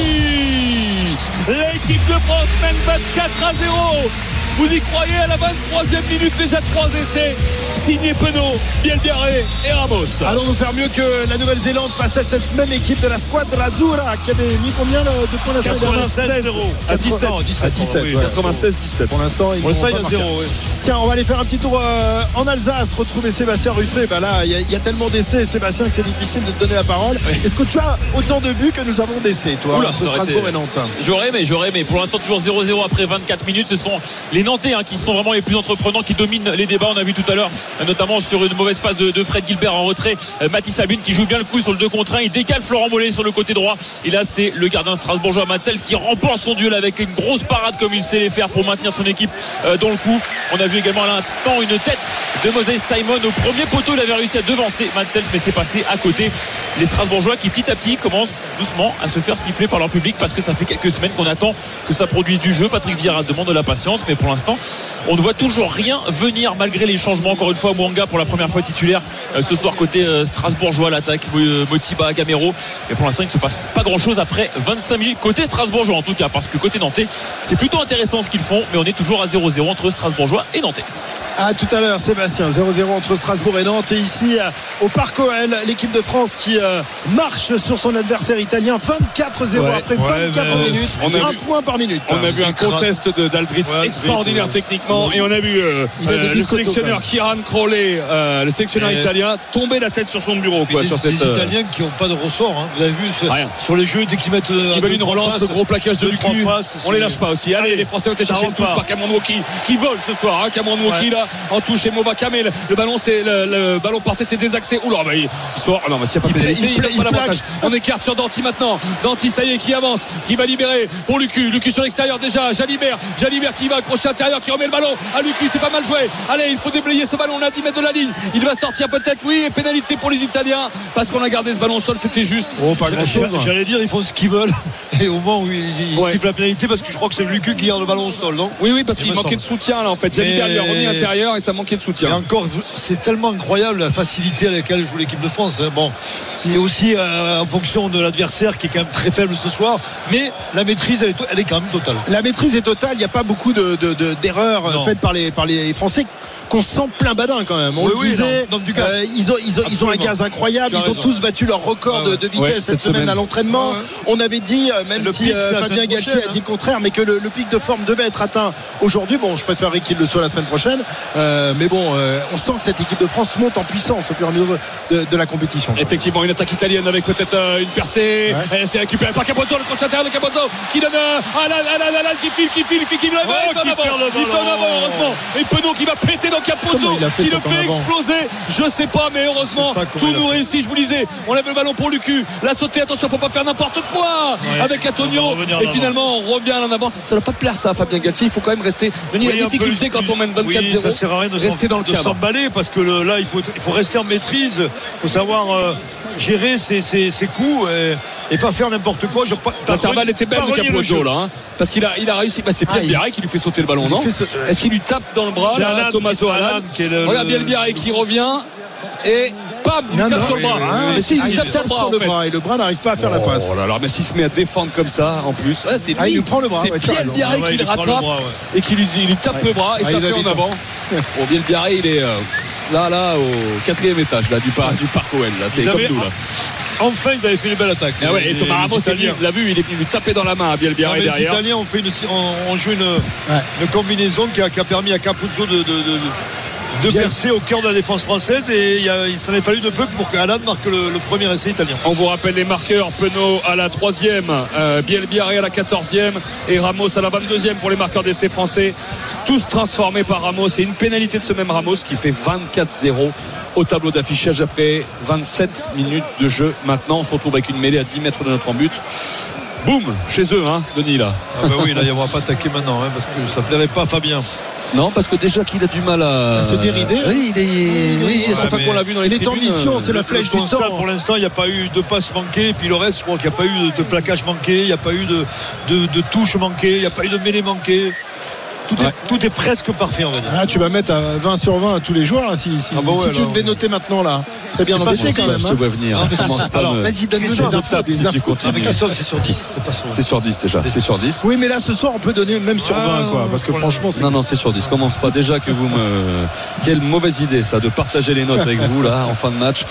passe. L'équipe de France mène vingt-quatre à zéro. Vous y croyez? À la vingt-troisième minute, déjà trois essais. Signé Penaud, Bielbiarré et Ramos. Allons-nous faire mieux que la Nouvelle-Zélande face à cette même équipe de la Squadra Azzurra qui avait mis combien de points la semaine dernière? quatre-vingt-seize zéro à dix-sept. À dix-sept, oui, ouais. quatre-vingt-seize dix-sept. Pour l'instant, ils Pour l'instant, vont il y pas a marquer. zéro. Oui. Tiens, on va aller faire un petit tour euh, en Alsace, retrouver Sébastien Ruffet. Bah là, il y, y a tellement d'essais, Sébastien, que c'est difficile de te donner la parole. Est-ce que tu as autant de buts que nous avons d'essais, toi, Oula, entre ça aurait Strasbourg été- et Nantes? J'aurais aimé, j'aurais aimé. Pour l'instant, toujours zéro zéro après vingt-quatre minutes. Ce sont les Nantais hein, qui sont vraiment les plus entreprenants, qui dominent les débats. On a vu tout à l'heure, euh, notamment sur une mauvaise passe de, de Fred Gilbert en retrait, euh, Mathis Abune qui joue bien le coup sur le deux contre un. Il décale Florent Mollet sur le côté droit. Et là, c'est le gardien strasbourgeois Matsels qui remporte son duel avec une grosse parade comme il sait les faire pour maintenir son équipe euh, dans le coup. On a vu également à l'instant une tête de Moses Simon au premier poteau. Il avait réussi à devancer Matsels, mais c'est passé à côté. Les Strasbourgeois qui petit à petit commencent doucement à se faire siffler par leur public parce que ça fait quelques semaines qu'on attend que ça produise du jeu. Patrick Vieira demande de la patience, mais pour l'instant on ne voit toujours rien venir malgré les changements. Encore une fois, Mwanga pour la première fois titulaire euh, ce soir côté euh, strasbourgeois, l'attaque euh, Motiba, Gamero, et pour l'instant il ne se passe pas grand chose après vingt-cinq minutes côté strasbourgeois en tout cas, parce que côté nantais c'est plutôt intéressant ce qu'ils font, mais on est toujours à zéro zéro entre strasbourgeois et nantais. À tout à l'heure, Sébastien. zéro zéro entre Strasbourg et Nantes. Et ici, euh, au Parc O L, l'équipe de France qui euh, marche sur son adversaire italien. vingt-quatre zéro Ouais, après ouais, vingt-quatre mais, minutes. on a un vu- point par minute. On a vu un contest de- d'Aldrit Ouais, extraordinaire ouais. techniquement, et on a vu euh, Il a des euh, le biscottos, sélectionneur quand Kieran Crowley, euh, le sélectionneur Et- italien, tomber la tête sur son bureau quoi, des, sur cette, des euh, Italiens qui n'ont pas de ressort. Hein. Vous avez vu ce- Rien. sur les jeux dès qu'ils mettent. Ils veulent une relance, le gros plaquage de Lucu. On les lâche pas aussi. Allez, les Français ont été ça chercher une rentre touche pas. par Cameron Woki qui vole ce soir. Hein. Cameron Woki Ouais. là en touche et Mova Kamel. Le ballon, c'est le, le ballon porté, c'est désaxé. Oula, bah, il sort. Ah non, mais s'il n'y a pas Il pénalité, pla- il il pla- donne pas il l'avantage. On écarte sur Danti maintenant. Danti, ça y est, qui avance, qui va libérer pour Lucu. Lucu sur l'extérieur déjà. Jalibert, Jalibert qui va accrocher intérieur, qui remet le ballon à Lucu. C'est pas mal joué. Allez, il faut déblayer ce ballon. On est à dix mètres de la ligne. Il va sortir peut-être, oui, et pénalité pour les Italiens parce qu'on a gardé ce ballon au sol. C'était juste. Oh, pas grand chose. J'allais dire, ils font ce qu'ils veulent. Et au moment où ils, ils Ouais. sifflent la pénalité, parce que je crois que c'est Lucu qui garde le ballon au sol, non? Oui, oui, parce Il qu'il me manquait de semble. soutien là en fait. Jalibert Mais- lui a remis intérieur et ça manquait de Et soutien. encore, c'est tellement incroyable la facilité à laquelle joue l'équipe de France. hein. Bon, c'est aussi euh, en fonction de l'adversaire qui est quand même très faible ce soir, mais la maîtrise, elle est, to- elle est quand même totale. La maîtrise est totale. Il n'y a pas beaucoup de, de- de- d'erreurs euh, Non. faites par les, par les Français, qu'on sent plein badin quand même. On Oui, le oui, disait, non, non, du gaz. euh, ils, ont, ils, ont, ils ont un Absolument. gaz incroyable. Tu as Ils ont raison. tous battu leur record Ouais, de, de vitesse ouais, cette, cette semaine, semaine. à l'entraînement. Ouais, On avait dit, euh, même Le si pic, euh, c'est la Fabien semaine Galtier prochaine, a dit hein. le contraire, mais que le, le pic de forme devait être atteint aujourd'hui. Bon, je préférerais qu'il le soit la semaine prochaine. Euh, mais bon, euh, on sent que cette équipe de France monte en puissance au fur et à mesure de, de la compétition. Effectivement, une attaque italienne avec peut-être euh, une percée. Ouais. Et c'est récupéré par Capozzo, le coach intérieur de Capozzo qui donne euh, à la, à la, à la, qui file, qui file, qui file, qui Oh, il fait en qui avant, perd le il fait en ballon. avant, heureusement. Et Penaud qui va péter dans Capozzo, Comment il a fait qui ça le en fait avant exploser. Je sais pas, mais heureusement, Je sais pas comment tout il a nous fait. réussit. Je vous disais, on lève le ballon pour Lucu, la sauter. Attention, faut pas faire n'importe quoi Ouais. avec On va Antonio. revenir en Et avant. finalement, on revient en avant. Ça ne doit pas plaire ça, à Fabien Galtier. Il faut quand même rester. Denis, Oui, la un peu difficulté plus- quand on mène vingt-quatre zéro, oui, ça sert à rien de rester s'en- dans le de cadre. s'emballer parce que le- là il faut, il faut rester en maîtrise, il faut savoir euh, gérer ses, ses- ses coups et, et pas faire n'importe quoi. Je- pas- pas L'intervalle re- était belle pas de relier le Capozzo jeu. là hein, parce qu'il a, il a réussi bah, c'est Ah, Biel il- Biarré qui lui fait sauter le ballon il non fait ce- est-ce qu'il lui tape dans le bras C'est là, Alan, Tommaso c'est Alan Alan qui est le- regarde le- Biel Biarré qui revient et pam il Non, tape non, sur le bras Ah, mais si ah, il tape sur le bras en fait bras et le bras n'arrive pas à faire la passe. oh là là mais s'il se met à défendre comme ça en plus ah, c'est lui Ah, il lui prend le bras, c'est ouais, tu as Biel raison. Biarré Ah ouais, qui il le prend le rattrape bras, ouais. et qui lui, il lui tape le bras et Ah, ça il fait avait en pas. avant bon Biel Biarré il est euh, là là au quatrième étage là du parc du parc O L là c'est Ils comme avaient- nous là Enfin, ils avaient fait une belle attaque. ah ouais, et Les- Thomas les Ramos Italiens. l'a vu il est venu lui taper dans la main à Biel Non, Biarré mais les derrière Italiens ont fait une, ont, ont joué une, une combinaison qui a, qui a permis à Capuzzo de, de, de, de Bien. percer au cœur de la défense française et il, y a, il s'en est fallu de peu pour que Alan marque le, le premier essai italien. On vous rappelle les marqueurs, Penaud à la troisième, euh, Biel Biarré à la quatorzième et Ramos à la vingt-deuxième pour les marqueurs d'essai français. Tous transformés par Ramos et une pénalité de ce même Ramos qui fait vingt-quatre zéro au tableau d'affichage après vingt-sept minutes de jeu. Maintenant, on se retrouve avec une mêlée à dix mètres de notre en but. Boum, chez eux, hein, Denis là. Ah bah oui, là, il ne va pas attaquer maintenant hein, parce que ça ne plairait pas à Fabien. Non, parce que déjà qu'il a du mal à, À se dérider. Oui, il est... oui, à chaque Ouais, fois mais qu'on l'a vu dans les il est en tribunes, mission, euh, c'est la Le flèche du constat, temps. pour l'instant, il n'y a pas eu de passes manquées. Et puis le reste, je crois qu'il n'y a pas eu de plaquage manqué, il n'y a pas eu de, de, de touche manquée, il n'y a pas eu de mêlée manquée. tout, Ouais. est, tout est presque parfait, on va dire. Ah, tu vas mettre à vingt sur vingt à tous les joueurs là, si, si, Ah bah ouais, si tu alors, devais noter maintenant là, ce serait bien c'est pas embêté quand possible, même. Je te Hein. vois venir. Commence pas alors, me- Vas-y, donne-nous Christophe, des infos. tape Des si tu infos. continues. Avec Christophe, c'est sur dix, c'est pas sur C'est sur dix déjà, c'est sur dix. Oui, mais là ce soir on peut donner même sur Ah, vingt quoi, parce que voilà. franchement c'est. Non, non, c'est sur dix. Commence pas déjà que vous me. Quelle mauvaise idée ça, de partager les notes avec vous là en fin de match.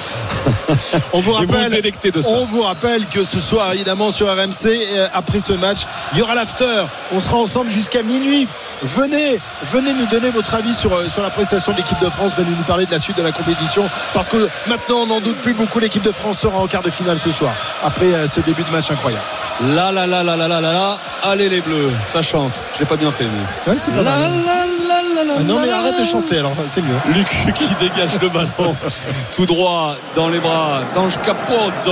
On vous Et vous vous rappelle, délectez de ça. on vous rappelle que ce soir évidemment sur R M C, euh, après ce match, il y aura l'after. On sera ensemble jusqu'à minuit. Venez, venez nous donner votre avis sur, euh, sur la prestation de l'équipe de France. Venez nous parler de la suite de la compétition, parce que maintenant on n'en doute plus beaucoup. L'équipe de France sera en quart de finale ce soir après euh, ce début de match incroyable. Là, là, là, là, là, là, là, là. Allez les Bleus, ça chante. Je l'ai pas bien fait, mais. Ouais, c'est pas Là, mal. là, là, là, là, Ah non mais là, arrête là. de chanter alors, c'est mieux. Luc qui dégage le ballon tout droit dans les bras d'Ange Capozzo,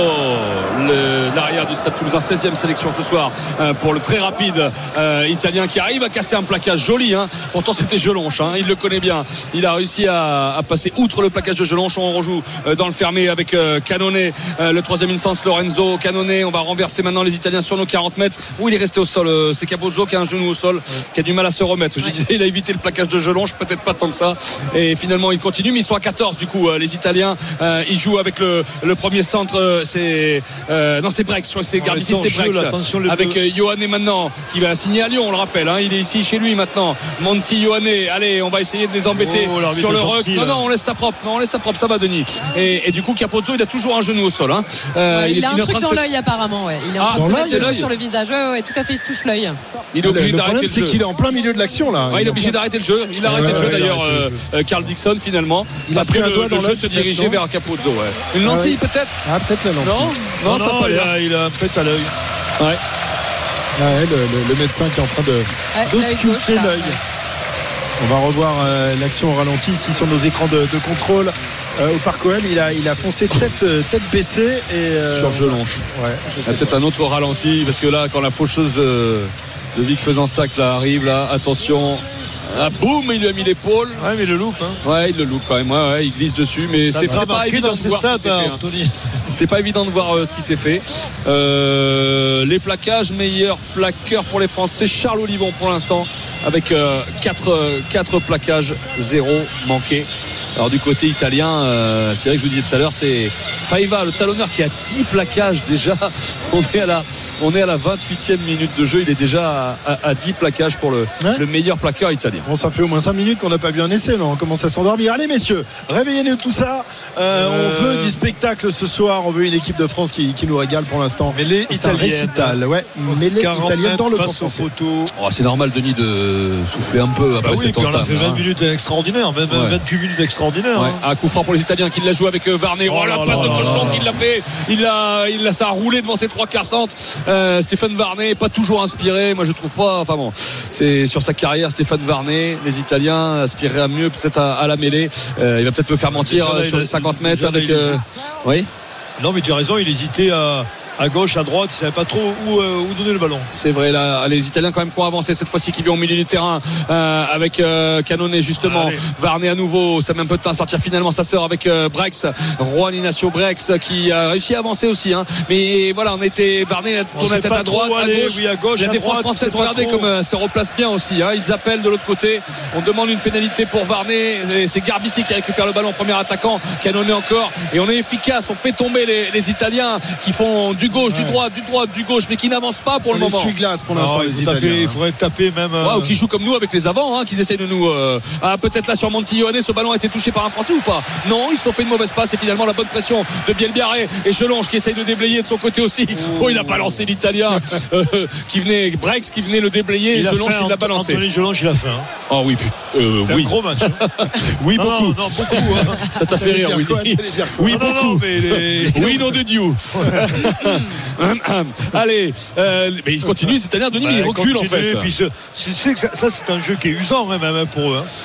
le- l'arrière du Stade Toulousain, seizième sélection ce soir euh, pour le très rapide euh, italien qui arrive à casser un plaquage joli, hein. Pourtant c'était Jelonche, hein. Il le connaît bien, il a réussi à, à passer outre le plaquage de Jelonche. On rejoue euh, dans le fermé avec euh, Canone, euh, le troisième instance Lorenzo Canone. On va renverser maintenant les Italiens sur nos quarante mètres où il est resté au sol, euh, c'est Capozzo qui a un genou au sol, qui a du mal à se remettre. Je disais, il a évité le plaquage de Jelonche, peut-être pas tant que ça, et finalement il continue, mais ils sont à quatorze du coup, euh, les Italiens. Euh, ils jouent avec le, le premier centre, euh, c'est euh, non c'est Brex, je crois que c'était Garbici, Attention, c'était Brex, là, attention, les avec Bleus. euh, Ioane maintenant qui va signer à Lyon, on le rappelle, hein. Il est ici chez lui maintenant, Monti Ioane. Allez, on va essayer de les embêter Oh, l'arbitre sur le est ruck. gentil, Non là. non, on laisse ça propre, non, on laisse ça propre, ça va Denis. Et, et du coup Capozzo il a toujours un genou au sol, hein. Euh, Ouais, il, a est un en truc train de dans se- l'œil apparemment, ouais. Il est en Ah, train de dans se mettre de l'œil, l'eau l'œil. sur le visage. Ouais, ouais, tout à fait, il se touche l'œil. Il est Le, obligé le d'arrêter problème le c'est jeu. qu'il est en plein milieu de l'action là. Ouais, il est obligé d'arrêter le jeu. Il a arrêté Ouais, le jeu ouais, il a d'ailleurs, arrêté le euh, jeu. euh, Carl Dixon finalement. Il a parce pris que un le, doigt le dans jeu l'œil, se peut-être, dirigeait non vers Capozzo. Ouais. Une Ah lentille oui. peut-être. Ah peut-être la lentille. Non, non, ça non, n'a pas il l'air. a, il a un pet à l'œil. Ouais. Ouais, le, le- le médecin qui est en train de Ouais, l'œil d'ausculter gauche, là, l'œil. ouais. On va revoir euh, l'action au ralenti ici sur nos écrans de, de contrôle. Euh, au Parc O L, il a, il a foncé tête, euh, tête baissée et euh, Sur Jelonche. Ouais, je Il y sais a peut-être pas. un autre ralenti parce que là, quand la faucheuse euh, de Vic Fezensac là arrive là, attention. Ah, boum, il lui a mis l'épaule. Ouais, mais le loup, hein. Ouais, il le loupe quand même. Ouais, ouais, il glisse dessus, mais Ça c'est sera c'est pas marqué évident dans de ses voir ce qui stats, s'est fait, hein, hein. Anthony. C'est pas évident de voir euh, ce qui s'est fait. Euh, les plaquages, meilleur plaqueur pour les Français, Charles Olivon pour l'instant, avec euh, quatre plaquages, zéro manqué. Alors du côté italien, euh, c'est vrai que je vous disais tout à l'heure, c'est Faiva, le talonneur, qui a dix plaquages déjà. On est à la, on est à la vingt-huitième minute de jeu. Il est déjà à, à, à dix plaquages pour le, Ouais. le meilleur plaqueur italien. Bon, ça fait au moins cinq minutes qu'on n'a pas vu un essai, là. On commence à s'endormir. Allez, messieurs, réveillez-nous tout ça. Euh, Euh, On veut du spectacle ce soir. On veut une équipe de France qui, qui nous régale pour l'instant. Mais les C'est un Italiennes. récital, ouais. Mais les quarante Italiennes dans le camp face aux français. photos. Oh, c'est normal, Denis, de souffler un peu après Bah oui, cette puis on a entame, fait vingt hein. minutes extraordinaires, vingt, Ouais. vingt-huit minutes extraordinaires. Ouais, hein. un coup franc pour les Italiens qui l'a joué avec euh, Varney. Oh, Oh la là passe là de là cochon là. qu'il l'a fait. Il a, il a, ça a roulé devant ses trois quarts centres. Euh, Stéphane Varney, pas toujours inspiré. Moi, je trouve pas. Enfin bon, c'est sur sa carrière, Stéphane Varney. Les Italiens aspireraient à mieux, peut-être à, à la mêlée. Euh, il va peut-être me faire mentir Déjà là, euh, il sur a- les cinquante mètres déjà là, avec. il euh, hésite. Oui. Non, mais tu as raison, il hésitait à, à gauche, à droite, il ne savait pas trop où, euh, où donner le ballon. C'est vrai, là, les Italiens quand même qui ont avancé cette fois-ci, qui vont au milieu du terrain euh, avec euh, Canone justement. Allez. Varney à nouveau, ça met un peu de temps à sortir finalement, ça sort avec euh, Brex, Juan Ignacio Brex qui a réussi à avancer aussi, hein. Mais voilà, on était Varney a On tourné la sait tête pas à droite, trop à aller, gauche. oui, à gauche, La à défense droite, française, c'est pas regardez trop. comme euh, se replace bien aussi, hein. Ils appellent de l'autre côté. On demande une pénalité pour Varney. Et c'est Garbici qui récupère le ballon, premier attaquant. Canone encore. Et on est efficace. On fait tomber les, les Italiens qui font du gauche, du Ouais. droit, du droit, du gauche, mais qui n'avancent pas pour le On moment. essuie-glace pour l'instant, Non, il, les faut Italiens. taper, il hein. faudrait taper même. euh, Ouais, ou qui jouent comme nous avec les avants, hein, qu'ils essayent de nous. Euh... Ah, peut-être là sur Montillone, ce ballon a été touché par un Français ou pas? Non, ils se sont fait une mauvaise passe et finalement la bonne pression de Bielbiaré et Jelonge qui essaye de déblayer de son côté aussi. Oh, il a balancé l'Italien euh, qui venait, Brex qui venait le déblayer et il a Jelonge fait, il l'a Ant- balancé. Anthony Jelonge, il a fait. Hein. Oh oui, pu- euh, C'est oui, un gros match. hein. oui Non, beaucoup. non, non, beaucoup. hein. Ça t'a fait T'allais rire, dire oui. quoi, t'allais dire quoi Oui, Non, non, beaucoup. non, mais les- Oui, nom de Dieu. Allez, euh, mais ils continuent, c'est-à-dire Denis, Bah, mais ils reculent en continuer, fait. puis ce- c'est c'est que ça, ça, c'est un jeu qui est usant hein, même hein, pour eux. hein.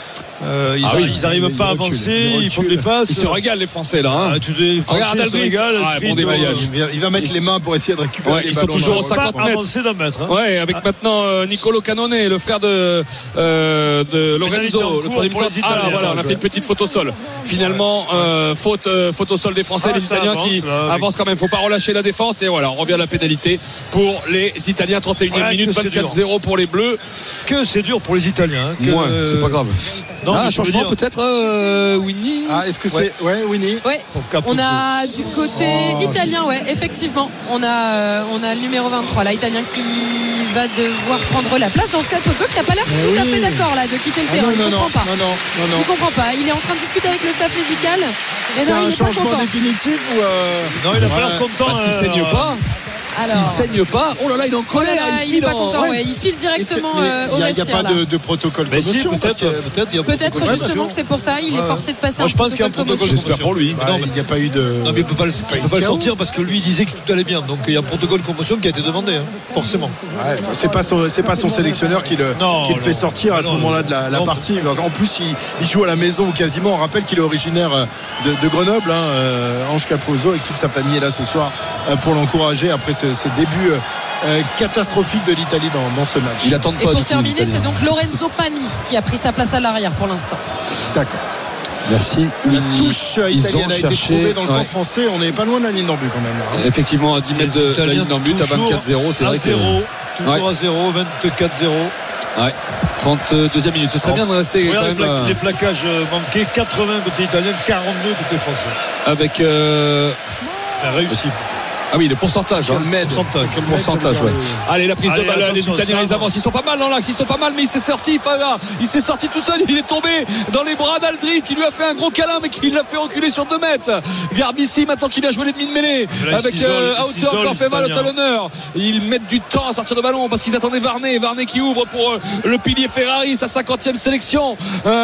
Euh, ils Ah oui, n'arrivent pas à avancer, ils font des passes. Ils se régalent les Français là. Hein. Ah, tu les Français Regarde se Aldrit. régalent, Ah, Aldrit, bon démaillage. Il va, il va mettre les mains pour essayer de récupérer Ouais, les ils sont ballons. toujours au dans- cinquante pas mètres. avancer d'un mètre. Hein. Ouais, avec Ah. maintenant euh, Nicolo Canone, le frère de, euh, de Pénalité en Lorenzo, cours le troisième pour les centre. Ah là, Italiens. voilà, on a fait une petite faute au sol. Finalement, euh, faute, euh, faute au sol des Français, Ah, les ça Italiens avance, qui là, avec- avancent quand même. Faut pas relâcher la défense. Et voilà, on revient à la pénalité pour les Italiens. trente et unième Ouais, minute, que c'est vingt-quatre zéro pour les Bleus. Que c'est dur pour les Italiens. hein, que- Ouais, c'est pas grave. Non, Ah, mais un je veux changement dire- peut-être, euh, Winnie. Ah, est-ce que c'est. Ouais. Ouais, Winnie. Ouais. Pour Capozzo. On a du côté Oh, italien, ouais, effectivement. On a, euh, on a le numéro vingt-trois, là, italien qui va devoir prendre la place dans ce cas de Capozzo qui n'a pas l'air Mais tout à oui. fait d'accord là de quitter le Ah terrain. non, il non, non, comprend pas. non, non, non, non. Il comprend pas. Il est en train de discuter avec le staff médical. Et C'est non, un il n'est pas changement content. définitif ou. euh, Non, il a pas Ouais. l'air content. Bah, s'il euh, saigne pas, Alors, s'il saigne pas, oh là là, il est en oh là colère. là, il file est pas en- content. ouais. Ouais. Il file directement Mais euh, au il n'y a, vestiaire. pas là. de, de protocole Mais si, commotion, parce peut-être. que- Peut-être il y a Peut-être protocole. justement que c'est pour ça. Il est Ouais. forcé de passer Moi, un je pense qu'il y a un protocole protocole. commotion. J'espère pour lui. Bah, Non, il mais- n'y a pas eu de. Non, mais il ne peut pas, le- il peut pas le chaos. sortir parce que lui il disait que tout allait bien. Donc il y a un protocole de commotion qui a été demandé, hein, forcément. Ouais, c'est pas son, c'est pas son sélectionneur qui le, Non, qui le fait non. sortir à ce Non, moment-là de la, la non. partie. En plus, il, il joue à la maison quasiment. On rappelle qu'il est originaire euh, de, de Grenoble, hein, euh, Ange Capozzo, et que toute sa famille est là ce soir euh, pour l'encourager après ce, ce début euh, euh, catastrophique de l'Italie dans, dans ce match. Il attend Et pas pour du coup, les terminer, Italiens. c'est donc Lorenzo Pani qui a pris sa place à l'arrière pour l'instant. D'accord. Merci. La Winnie. touche euh, Ils italienne ont a été cherché, trouvée dans le ouais. camp français. On n'est pas loin de la ligne d'en but quand même. là. Effectivement, à dix mètres de la ligne d'en but, à vingt-quatre zéro, c'est vrai à zéro, que. toujours Ouais. à zéro, vingt-quatre zéro. Ouais. trente-deuxième minute. Ce serait bien de rester quand Regarde les, même pla- euh, les plaquages euh, manqués, quatre-vingts côté italien, quarante-deux côté français. avec. euh, Enfin, réussi. Ah oui, le pourcentage. Quel hein. med. Pourcentage. Quel Pourcentage, med, ça veut ouais. dire, Allez, la prise Allez, de balle, les attention, Italiens, ça ils avancent. Ils sont pas mal dans l'axe, ils sont pas mal, mais il s'est sorti, Fava. Il s'est sorti tout seul, il est tombé dans les bras d'Aldrit qui lui a fait un gros câlin, mais qui l'a fait reculer sur deux mètres. Garbici, maintenant qu'il a joué l'ennemi de mêlée, Là, avec ils euh, s'isolent, à ils hauteur, s'isolent, encore fait mal au les Italiens. talonneur. Ils mettent du temps à sortir le ballon parce qu'ils attendaient Varnet. Varnet qui ouvre pour euh, le pilier Ferrari, sa cinquantième sélection.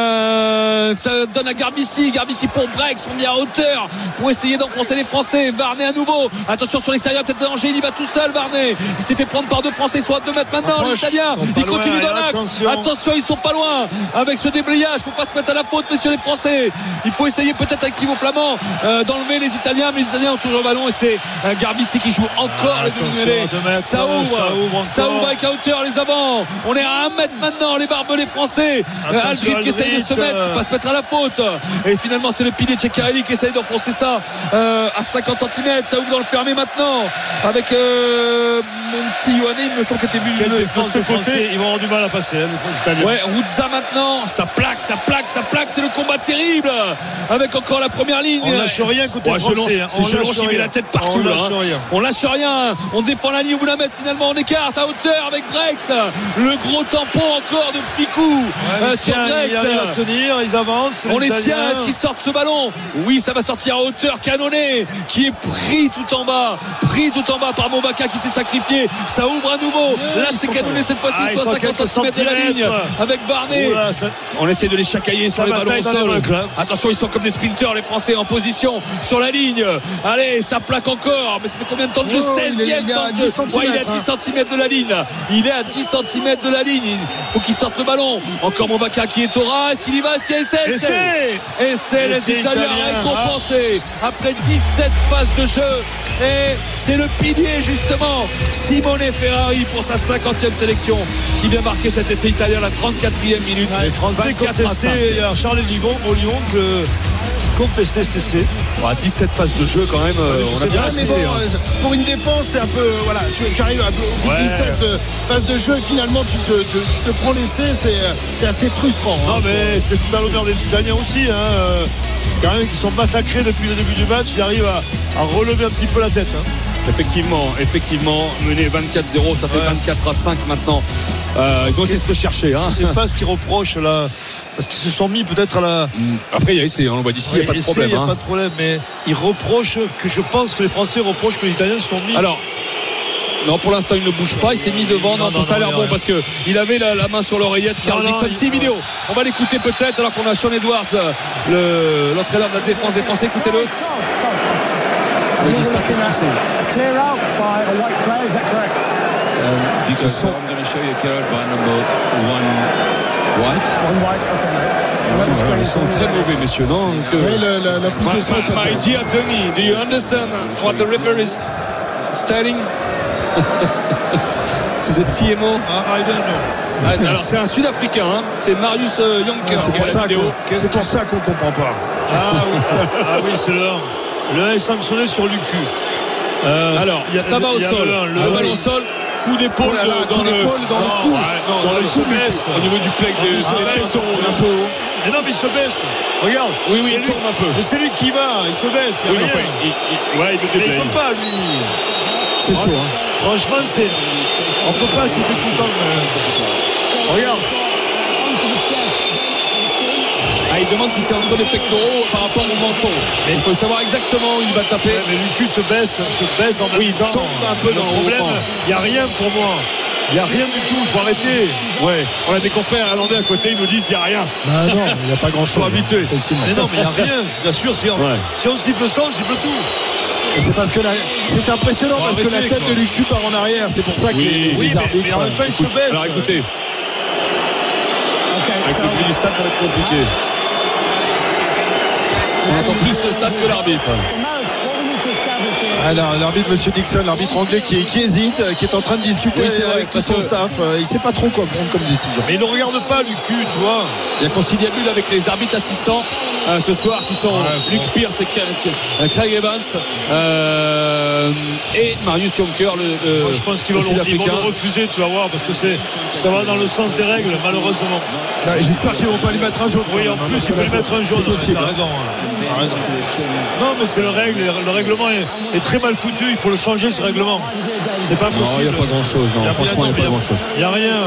Euh, ça donne à Garbici. Garbici pour Break, sont mis à hauteur pour essayer d'enfoncer les Français. Varnet à nouveau. Attention sur l'extérieur, peut-être danger, il y va tout seul, Varnet. Il s'est fait prendre par deux Français, soit à deux mètres maintenant. Approche. Les Italiens, Ils sont pas ils continuent loin, dans l'axe. attention. Attention, ils sont pas loin avec ce déblayage. Faut pas se mettre à la faute, messieurs les Français. Il faut essayer peut-être avec Thibaut Flamand euh, d'enlever les Italiens, mais les Italiens ont toujours le ballon et c'est euh, Garbici qui joue encore Ah, les attention, demi-mêlées. à deux mètres, Ça ouvre, ça ouvre ça encore. ouvre avec à hauteur les avants. On est à un mètre maintenant, les barbelés français. Euh, Attention, Aldrit qui essaye de se Aldrit, mettre, euh. pas se mettre à la faute. Et finalement, c'est le pilier Ceccarelli qui essaye d'enfoncer ça euh, à cinquante centimètres. Ça ouvre dans le fermé maintenant avec euh, mon petit Yohanné, il me semble que t'es vu Quelle de, de défense ce des côté. Français, ils vont avoir du mal à passer, hein, les Italiens. Ouais, Ruzza maintenant, ça plaque, ça plaque, ça plaque, c'est le combat terrible avec encore la première ligne. On lâche rien côté Ouais, français, Jelonche, hein. c'est On Jelonche, lâche il met rien. la tête partout On là. lâche hein. rien. On lâche rien, on défend la ligne au bout d'un mètre, finalement on écarte à hauteur avec Brex. Le gros tampon encore de Ficou Ouais, euh, ils sur tiennent, Brex. ils arrivent à tenir, ils avancent. On les Italiens. tient, est-ce qu'ils sortent ce ballon? Oui, ça va sortir à hauteur. Canonné qui est pris tout en bas, pris tout en bas par Movaca qui s'est sacrifié. Ça ouvre à nouveau. Là, ils c'est sont Canonné cette fois-ci, Ah, ils sont soit à cinquante quelques centimètres de la ligne centimètres. avec Varnet. Oula, ça- On essaie de les chacailler sur Ça les ballons bataille au dans les sol. blocs, là. Attention, ils sont comme des sprinteurs, les Français en position sur la ligne. Allez, ça plaque encore. Mais ça fait combien de temps de jeu? Oh, il est- seizième il est à temps de dix jeu. Ouais, centimètres, il est à dix hein. centimètres de la ligne. Il est à dix centimètres de la ligne. Il faut qu'il sorte le ballon. Encore Movaca qui est au ras. Est-ce qu'il y va? Est-ce qu'il y a essai? Essai. Et c'est les Essai Italiens italien. récompensés après dix-sept phases de jeu. Et c'est le pilier justement, Simone Ferrari pour sa cinquantième sélection qui vient marquer cet essai italien à la trente-quatrième minute. Les Français vingt-quatre à cinq. contestaient, il y a Charles Livon au Lyon que contestait cet essai. À dix-sept phases de jeu quand même, euh, on a bien Ah, mais bon, assisté. hein. euh, pour une défense, c'est un peu. Voilà, tu, tu arrives à, au bout de Ouais. dix-sept euh, phases de jeu et finalement tu te, tu, tu te prends l'essai, c'est, euh, c'est assez frustrant. hein. Non mais c'est tout à l'honneur des Italiens aussi, hein. euh, quand même qui sont massacrés depuis le début du match, ils arrivent à, à relever un petit peu la tête. hein. Effectivement, effectivement, mené vingt-quatre zéro, ça fait Ouais. vingt-quatre à cinq maintenant. Euh, ils ont été se chercher. Hein. C'est pas ce qu'ils reprochent là, parce qu'ils se sont mis peut-être à la. Après, il y a essai, hein, on le voit d'ici, il n'y a pas de essai, problème. il y a hein. pas de problème, mais ils reprochent que je pense que les Français reprochent que les Italiens se sont mis. Alors, non, pour l'instant, il ne bouge pas. Il s'est mis devant. Non, Non, non, ça a non, l'air non, bon rien. parce qu'il avait la, la main sur l'oreillette. Carl Non, non, Dixon, il- c'est vidéo. On va l'écouter peut-être alors qu'on a Sean Edwards, le- l'entraîneur de la défense des Français. Écoutez-le. Le distinct français. Clear out by a white player, is that correct? Because I'm going to show you a clear out by number one white. One white, okay. Ils sont très mauvais, messieurs, non? Parce que Oui, le- la, la pousse de son. my, my dear Tony, do you understand what the referee is stating? C'est T M O. I don't know. Ah, alors c'est un Sud-Africain, hein. C'est Marius euh, Jonker C'est qui a pour, la ça vidéo. qu'on- c'est pour ça qu'on comprend pas. Ah oui, ah, oui c'est le un. Le un est sanctionné sur Lucu. Euh, Alors, il y a- ça va au il y a sol. le un, le Le un. ballon au sol. Coup d'épaule Oh là là, dans coup le d'épaule dans le non, cou. ouais, non, Dans dans le le cou, cou, baisse. au niveau du plec des, il se des baisse. pectoraux, Un là. peu haut. Mais non, mais il se baisse. Regarde. Oui, oui, C'est il lui- tourne un peu. Mais c'est lui qui va, il se baisse. Il y a Oui, mais rien. enfin, il- il- ouais, il le Mais il déblaye. peut pas, lui. C'est chaud, hein. Franchement, c'est. On peut pas sauter tout le temps. euh, Regarde. Ah, il demande si c'est entre les pectoraux par rapport au menton. Mais il faut savoir exactement où il va taper. Ouais, mais Lucu se baisse, se baisse en même Oui, il temps. tombe un peu dans le problème. mouvement. Il n'y a rien pour moi. Il n'y a rien du tout. Il faut arrêter. Ouais, on a des confrères irlandais à côté, ils nous disent qu'il n'y a rien. Ah non, il n'y a pas grand Ils sont chose. habitués. Effectivement. Mais non, mais il n'y a rien. Je t'assure, si on, Ouais. si on siffle ça, on siffle tout. Et c'est parce que la- c'est impressionnant Faut parce que la arrêter, tête quoi. de Lucu part en arrière. C'est pour ça que Oui, les, Oui, les mais, arbitres. mais en même temps, il se baisse. Alors écoutez, avec le bruit du stade, ça va être compliqué. On entend plus le stade que l'arbitre. Alors, l'arbitre, monsieur Dixon, l'arbitre anglais qui, qui hésite, qui est en train de discuter Oui, c'est vrai, avec tout parce son que- staff. Euh, Il ne sait pas trop quoi prendre comme décision. Mais il ne regarde pas, Lucu, tu vois. Il y a conciliabule avec les arbitres assistants euh, ce soir qui sont Ouais, Luc Pierce et Craig Craig Evans euh, et Marius Jonker, le, le Moi, je pense qu'ils le vont, le- ils vont Sud-Africain. le refuser, tu vas voir, parce que c'est, ça va dans le sens des règles, malheureusement. Ah, J'espère qu'ils ne vont pas lui mettre un jaune. Oui, quand en même, hein, plus, parce il que peut là, lui c'est- mettre un jaune. c'est possible. T'as raison. hein. T'as raison. Non, mais c'est le règle. Le règlement est, est très mal foutu. Il faut le changer, ce règlement. C'est pas Non, possible. il n'y a pas grand chose, non, Il y a franchement, il n'y a pas grand chose. Il n'y a rien.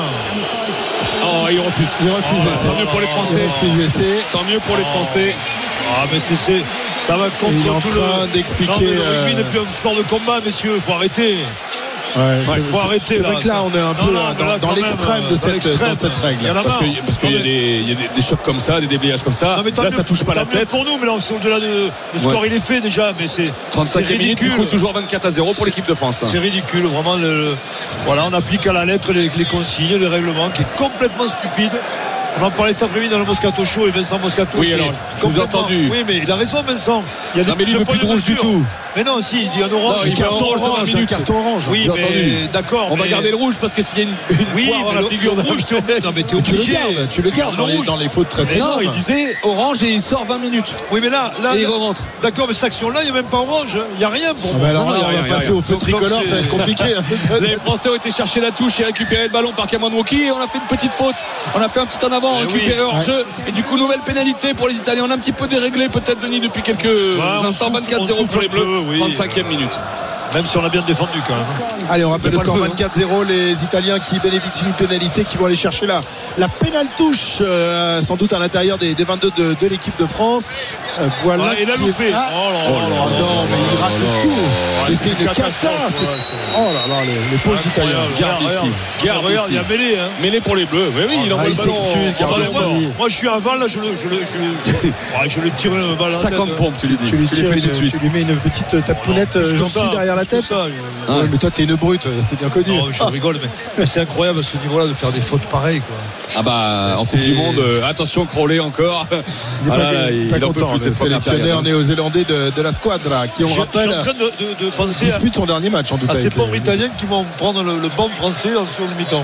Oh, il refuse. Il refuse. Oh, l'essai. Tant mieux pour les Français. Il refuse l'essai. Tant mieux pour les Français. Ah, mais c'est, c'est, ça va contre Il est en tout train le. d'expliquer, Non, mais le euh, rugby n'est plus un sport de combat, messieurs. Il faut arrêter. Ouais, Il c'est- faut arrêter. C'est vrai que là, on est un peu Non, non, euh, mais là, dans, dans quand même, l'extrême de dans cette, l'extrême. dans cette règle. Il y en a Parce marre. qu'il parce qu'il y a, des, il y a des, des chocs comme ça, des déblayages comme ça. Non, mais tant Là, mieux- ça touche pas la tant mieux tête. pour nous, mais là, c'est au-delà de. Le score, Ouais. il est fait déjà. Mais c'est. trente-cinquième c'est minute, du ridicule. coup, toujours vingt-quatre à zéro pour l'équipe de France. C'est ridicule, vraiment. Le, le- voilà, on applique à la lettre les, les consignes, les règlements, qui est complètement stupide. On en parlait cet après-midi dans le Moscato Show et Vincent Moscato. Oui, qui est alors, je vous ai complètement- entendu. Oui, mais il a raison, Vincent. Il y a Non, mais lui, il veut points plus de rouge du mesure. tout. Mais non, si, il dit un orange. Non, un il veut un carton orange dans orange. vingt Un minutes. carton orange. Oui, J'ai entendu. mais d'accord. On va mais- garder le rouge parce que s'il y a une, une Oui, poire dans mais la le- figure le de rouge, t'es ob- non, mais t'es Tu le obligé. gardes, tu le gardes dans les, dans les fautes très très Non, graves. il disait orange et il sort vingt minutes. Oui, mais là, là, Et il là- rentre. d'accord, mais cette action-là, il n'y a même pas orange. Il n'y a rien pour Ah moi. bah alors Non, là, y a on rien, va y a passer rien. au feu Donc, tricolore, donc, ça va être c'est- compliqué. Les Français ont été chercher la touche et récupérer le ballon par Cameron Wauquiez et on a fait une petite faute. On a fait un petit en avant, Eh récupéré oui. hors jeu et du coup nouvelle pénalité pour les Italiens. On a un petit peu déréglé peut-être Denis depuis quelques on instants. souffle- vingt-quatre zéro on pour les souffle un Bleus. peu, oui. trente-cinquième minute. Même si on a bien défendu quand même. Allez, on rappelle Il y le a pas score le feu, vingt-quatre zéro. Les Italiens qui bénéficient d'une pénalité, qui vont aller chercher la, la pénale touche, euh, sans doute à l'intérieur des, des vingt-deux de, de l'équipe de France. Euh, voilà. Ah, il a qui est- loupé. Ah, Oh là oh là là là non, là mais il là rate là tout. là. Et Ouais, c'est c'est une une cata. catastrophe, c'est- ouais, c'est- Oh là là, les, les pauvres Italiens. Incroyable. Garde Regarde, ici. Garde regarde, ici. il y a mêlé. Hein. Mêlé pour les Bleus. Oui, oui, il Ah, envoie il le ballon. s'excuse, en garde ballon ici. fort. Moi, je suis avant, là, je le, je le, je le, ouais, je le tire le ballon. cinquante pompes, tu lui dis. Tu lui, Tu tires les fais une- tout de suite. tu lui mets une petite tapounette Plus que gentille ça, derrière la plus que tête. ça. Ah. Ouais, mais toi, t'es une brute, c'est bien connu. Non, je rigole, mais, mais c'est incroyable à ce niveau-là de faire des fautes pareilles, quoi. Ah bah C'est- en Coupe c'est- du Monde, euh, attention Crowley encore. Il n'est Voilà, pas, il- pas il en peut content, plus de le cette première sélectionneur période. néo-zélandais de, de la squadra, qui, on Je, je suis rappelle, en train de, de, de penser à, dispute son dernier match en doute. à ces avec pauvres le- Italiens qui vont prendre le, le banc français en sur le mi-temps.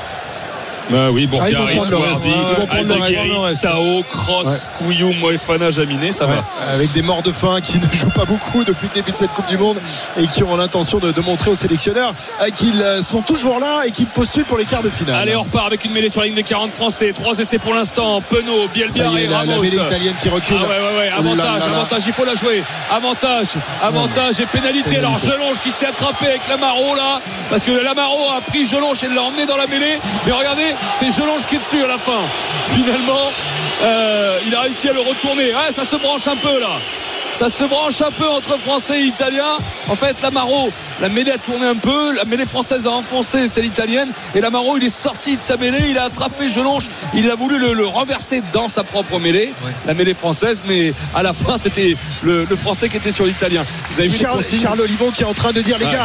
Bah oui, bon, Ah, ils vont Gary, prendre le reste. Swansea, Ils vont prendre le reste. Aldegheri, Tao, Cross, Couillou, Moefana, Jaminet, ça Ouais, va. avec des morts de faim qui ne jouent pas beaucoup depuis le début de cette Coupe du Monde et qui ont l'intention de, de montrer aux sélectionneurs euh, qu'ils euh, sont toujours là et qu'ils postulent pour les quarts de finale. Allez, on repart avec une mêlée sur la ligne des quarante français. Trois essais pour l'instant. Penaud, Ça Bielbiar y est, et la, la Ramos. mêlée italienne qui recule. Ah ouais, ouais, ouais, Oh là avantage, là là. avantage, il faut la jouer. Avantage, avantage et pénalité. Alors Jelonge qui s'est attrapé avec Lamaro là, parce que Lamaro a pris Jelonge et l'a emmené dans la mêlée. Mais regardez, c'est Jelonge qui est dessus à la fin. Finalement, euh, il a réussi à le retourner. Ouais, ça se branche un peu là. Ça se branche un peu entre Français et Italiens. En fait, Lamaro, la mêlée a tourné un peu. La mêlée française a enfoncé celle italienne. Et Lamaro, il est sorti de sa mêlée. Il a attrapé Jelonge. Il a voulu le, le renverser dans sa propre mêlée. Ouais. La mêlée française. Mais à la fin, c'était le, le Français qui était sur l'Italien. Vous avez vu Charles, les consignes Charles Olivon qui est en train de dire, les Ouais. gars,